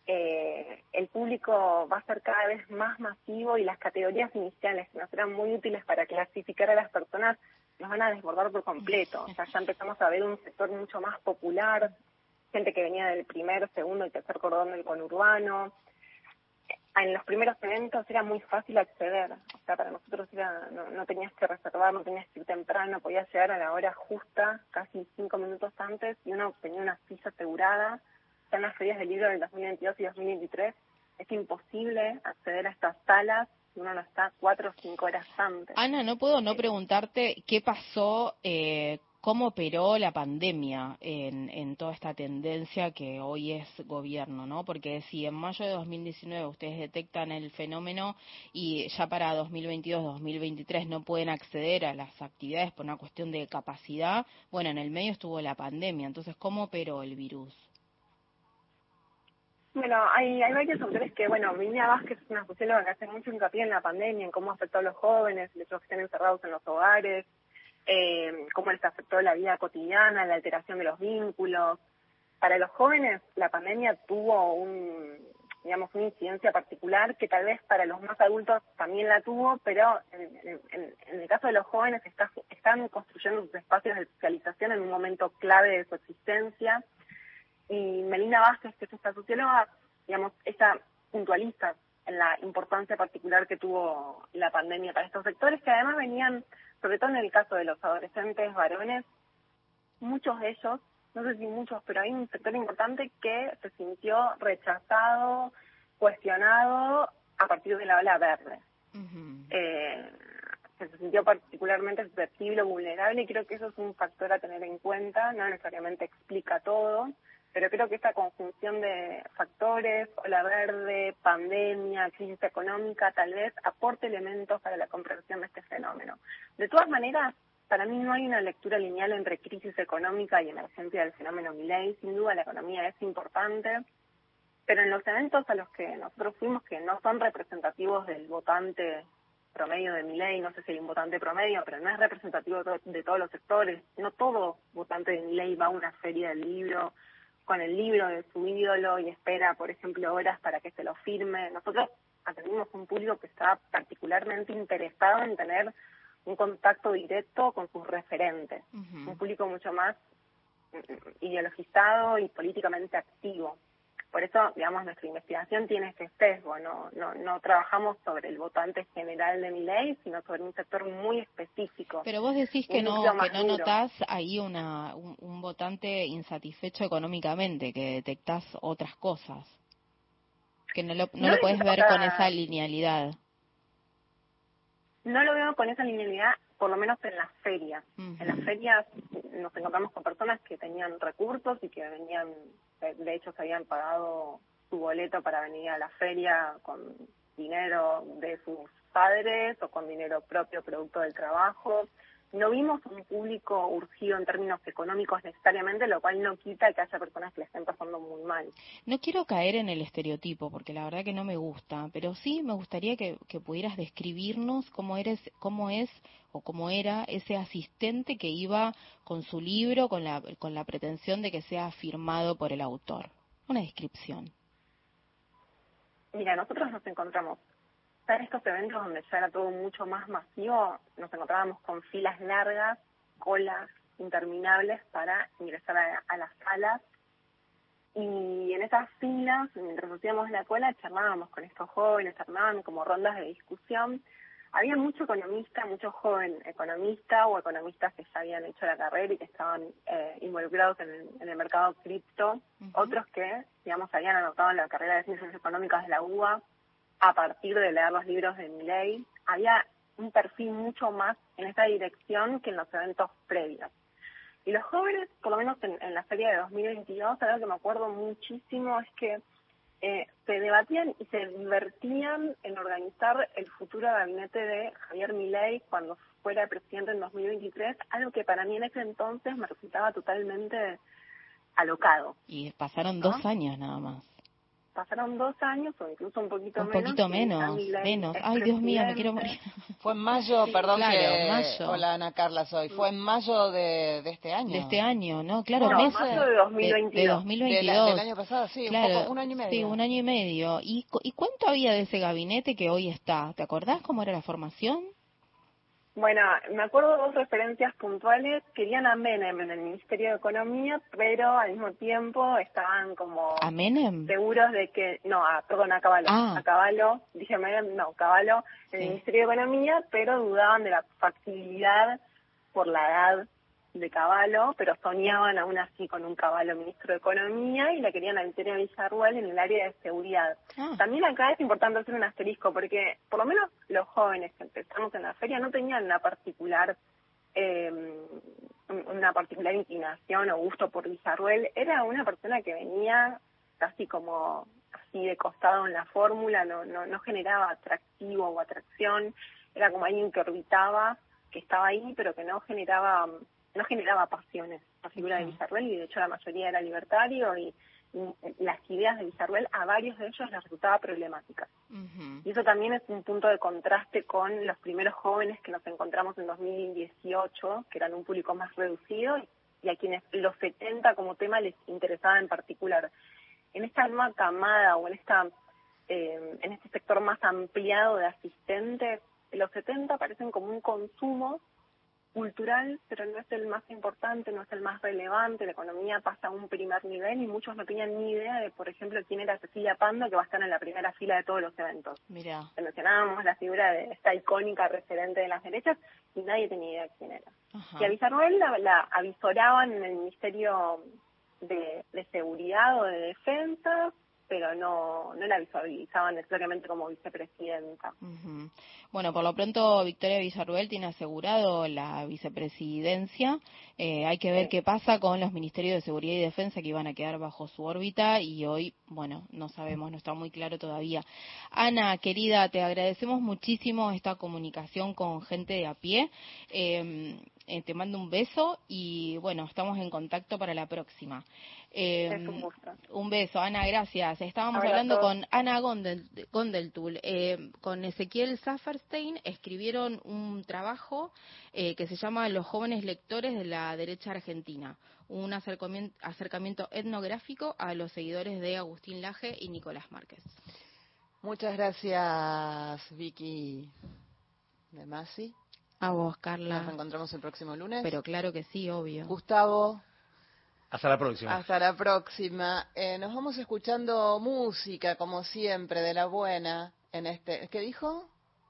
eh, el público va a ser cada vez más masivo y las categorías iniciales que nos eran muy útiles para clasificar a las personas nos van a desbordar por completo. O sea, ya empezamos a ver un sector mucho más popular, gente que venía del primer, segundo y tercer cordón del conurbano. En los primeros eventos era muy fácil acceder, o sea, para nosotros era, no, no tenías que reservar, no tenías que ir temprano, podías llegar a la hora justa, casi cinco minutos antes, y uno tenía una silla asegurada. Ya en las ferias del libro del dos mil veintidós y dos mil veintitrés es imposible acceder a estas salas si uno no está cuatro o cinco horas antes. Ana, no puedo no preguntarte qué pasó, eh, cómo operó la pandemia en, en toda esta tendencia que hoy es gobierno, ¿no? Porque si en mayo de dos mil diecinueve ustedes detectan el fenómeno y ya para dos mil veintidós, dos mil veintitrés no pueden acceder a las actividades por una cuestión de capacidad, bueno, en el medio estuvo la pandemia, entonces, ¿cómo operó el virus? Bueno, hay, hay varios autores que, bueno, Virginia Vázquez es una socióloga que hace mucho hincapié en la pandemia, en cómo afectó a los jóvenes, el hecho de que estén encerrados en los hogares, eh, cómo les afectó la vida cotidiana, la alteración de los vínculos. Para los jóvenes, la pandemia tuvo un, digamos, una incidencia particular que tal vez para los más adultos también la tuvo, pero en, en, en el caso de los jóvenes está, están construyendo sus espacios de socialización en un momento clave de su existencia. Y Melina Vázquez, que es esta socióloga, digamos, ella puntualiza en la importancia particular que tuvo la pandemia para estos sectores, que además venían, sobre todo en el caso de los adolescentes varones, muchos de ellos, no sé si muchos, pero hay un sector importante que se sintió rechazado, cuestionado a partir de la ola verde. Uh-huh. eh, que se sintió particularmente susceptible, vulnerable, y creo que eso es un factor a tener en cuenta, no necesariamente explica todo, pero creo que esta conjunción de factores, ola verde, pandemia, crisis económica, tal vez aporte elementos para la comprensión de este fenómeno. De todas maneras, para mí no hay una lectura lineal entre crisis económica y emergencia del fenómeno Milei. Sin duda la economía es importante, pero en los eventos a los que nosotros fuimos, que no son representativos del votante promedio de Milei, no sé si hay un votante promedio, pero no es representativo de, de todos los sectores. No todo votante de Milei va a una feria del libro con el libro de su ídolo y espera, por ejemplo, horas para que se lo firme. Nosotros atendimos un público que estaba particularmente interesado en tener un contacto directo con sus referentes, uh-huh. un público mucho más ideologizado y políticamente activo. Por eso, digamos, nuestra investigación tiene este sesgo, no, no, no trabajamos sobre el votante general de Milei, sino sobre un sector muy específico. Pero vos decís que no, que no notás ahí una, un, un votante insatisfecho económicamente, que detectás otras cosas, que no lo, no no lo podés ver con esa linealidad. No lo veo con esa linealidad, por lo menos en las ferias. Uh-huh. En las ferias nos encontramos con personas que tenían recursos y que venían, de hecho se habían pagado su boleto para venir a la feria con dinero de sus padres o con dinero propio, producto del trabajo. No vimos un público urgido en términos económicos necesariamente, lo cual no quita que haya personas que le estén pasando muy mal. No quiero caer en el estereotipo, porque la verdad que no me gusta, pero sí me gustaría que, que pudieras describirnos cómo eres, cómo es o cómo era ese asistente que iba con su libro, con la, con la pretensión de que sea firmado por el autor. Una descripción. Mira, nosotros nos encontramos en estos eventos donde ya era todo mucho más masivo, nos encontrábamos con filas largas, colas interminables para ingresar a, a las salas, y en esas filas, mientras hacíamos la cola, charlábamos con estos jóvenes, armaban como rondas de discusión. Había mucho economista, mucho joven economista o economistas que ya habían hecho la carrera y que estaban eh, involucrados en el, en el mercado cripto, uh-huh. otros que, digamos, habían anotado en la carrera de Ciencias Económicas de la U B A, a partir de leer los libros de Milei. Había un perfil mucho más en esta dirección que en los eventos previos. Y los jóvenes, por lo menos en, en la feria de dos mil veintidós, algo que me acuerdo muchísimo es que eh, se debatían y se divertían en organizar el futuro gabinete de Javier Milei cuando fuera presidente en dos mil veintitrés, algo que para mí en ese entonces me resultaba totalmente alocado. Y pasaron ¿no? dos años nada más. pasaron dos años o incluso un poquito Un menos. poquito y menos, Milei menos. es Ay, Dios mío, me presidente. quiero morir. Fue en mayo, perdón Claro, que... mayo. Hola, Ana Carla, soy. Fue en mayo de, de este año. De este año, ¿no? Claro, No, meses mayo de dos mil veintidós. De, de dos mil veintidós. De la- del año pasado, sí, claro, un poco, un año y medio. Sí, un año y medio. ¿Y, cu- ¿Y cuánto había de ese gabinete que hoy está? ¿Te acordás cómo era la formación? Bueno, me acuerdo de dos referencias puntuales. Querían a Menem en el Ministerio de Economía, pero al mismo tiempo estaban como ¿A Menem? seguros de que... No, a, perdón, a Caballo. Ah. A Caballo, dije Menem, no, Caballo en el Sí. Ministerio de Economía, pero dudaban de la factibilidad por la edad de Caballo, pero soñaban aún así con un Caballo ministro de Economía y la querían a Victoria Villarruel en el área de seguridad. Ah. También acá es importante hacer un asterisco porque por lo menos los jóvenes que empezamos en la feria no tenían una particular eh, una particular inclinación o gusto por Villarruel. Era una persona que venía casi como así de costado en la fórmula, no, no, no generaba atractivo o atracción, era como alguien que orbitaba, que estaba ahí, pero que no generaba no generaba pasiones la figura de Villarruel, y de hecho la mayoría era libertario, y, y las ideas de Villarruel a varios de ellos les resultaba problemáticas. Ujú. Y eso también es un punto de contraste con los primeros jóvenes que nos encontramos en dos mil dieciocho, que eran un público más reducido, y a quienes los setenta como tema les interesaba en particular. En esta nueva camada o en esta eh, en este sector más ampliado de asistentes, los setenta parecen como un consumo cultural, pero no es el más importante, no es el más relevante. La economía pasa a un primer nivel y muchos no tenían ni idea de, por ejemplo, quién era Cecilia Pando, que va a estar en la primera fila de todos los eventos. Mira. Mencionábamos la figura de esta icónica referente de las derechas y nadie tenía idea de quién era. Ajá. Y a Villarruel la, la avisoraban en el Ministerio de, de Seguridad o de Defensa, pero no, no la visualizaban necesariamente como vicepresidenta. Ujú. Bueno, por lo pronto Victoria Villarruel tiene asegurado la vicepresidencia. Eh, hay que ver qué pasa con los ministerios de Seguridad y Defensa que iban a quedar bajo su órbita, y hoy, bueno, no sabemos, no está muy claro todavía. Ana, querida, te agradecemos muchísimo esta comunicación con gente de a pie. Eh, eh, te mando un beso y, bueno, estamos en contacto para la próxima. Eh, Es un gusto. un beso, Ana, gracias. Estábamos Abrazo. hablando con Ana Gondel, Gondeltul, eh, con Ezequiel Saferstein, escribieron un trabajo eh, que se llama Los jóvenes lectores de la derecha argentina, un acercamiento, acercamiento etnográfico a los seguidores de Agustín Laje y Nicolás Márquez. Muchas gracias, Vicky de Masi. A vos, Carla. Nos reencontramos el próximo lunes. Pero claro que sí, obvio. Gustavo. Hasta la próxima. Hasta la próxima. Eh, nos vamos escuchando música, como siempre, de la buena. En este, ¿qué dijo?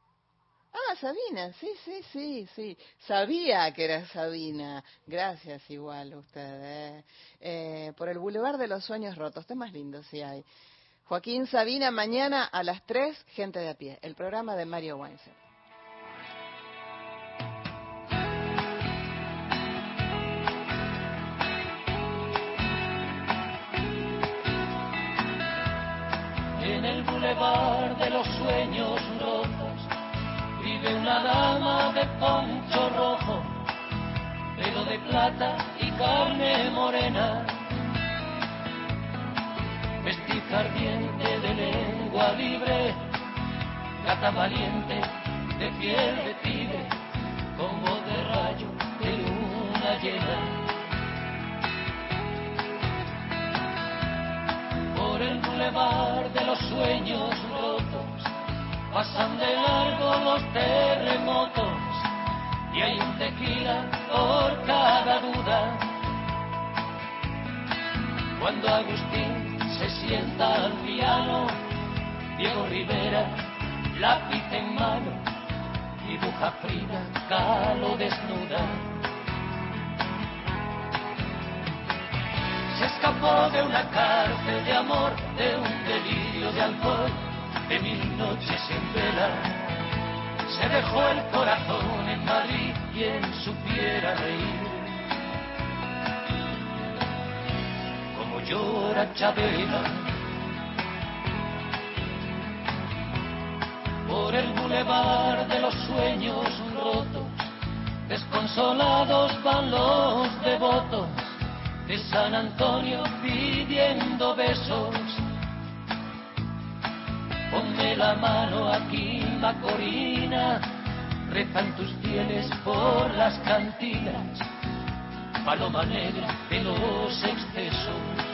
Ah, Sabina, sí, sí, sí, sí. Sabía que era Sabina. Gracias igual usted. Eh. Eh, por el Boulevard de los Sueños Rotos. Temas lindos sí hay. Joaquín Sabina, mañana a las tres, Gente de a Pie. El programa de Mario Weinfeld. En el bulevar de los sueños rotos vive una dama de poncho rojo, pelo de plata y carne morena, mestiza ardiente de lengua libre, gata valiente de piel de tigre, con voz de rayo de luna llena. Por el bulevar de los sueños rotos pasan de largo los terremotos y hay un tequila por cada duda. Cuando Agustín se sienta al piano, Diego Rivera, lápiz en mano, dibuja Frida Kahlo desnuda. Se escapó de una cárcel de amor, de un delirio de alcohol, de mil noches en vela. Se dejó el corazón en Madrid, quien supiera reír. Como llora Chabela. Por el bulevar de los sueños rotos, desconsolados van los devotos de San Antonio pidiendo besos. ponme la mano aquí, Macorina, rezan tus fieles por las cantinas, paloma negra de los excesos.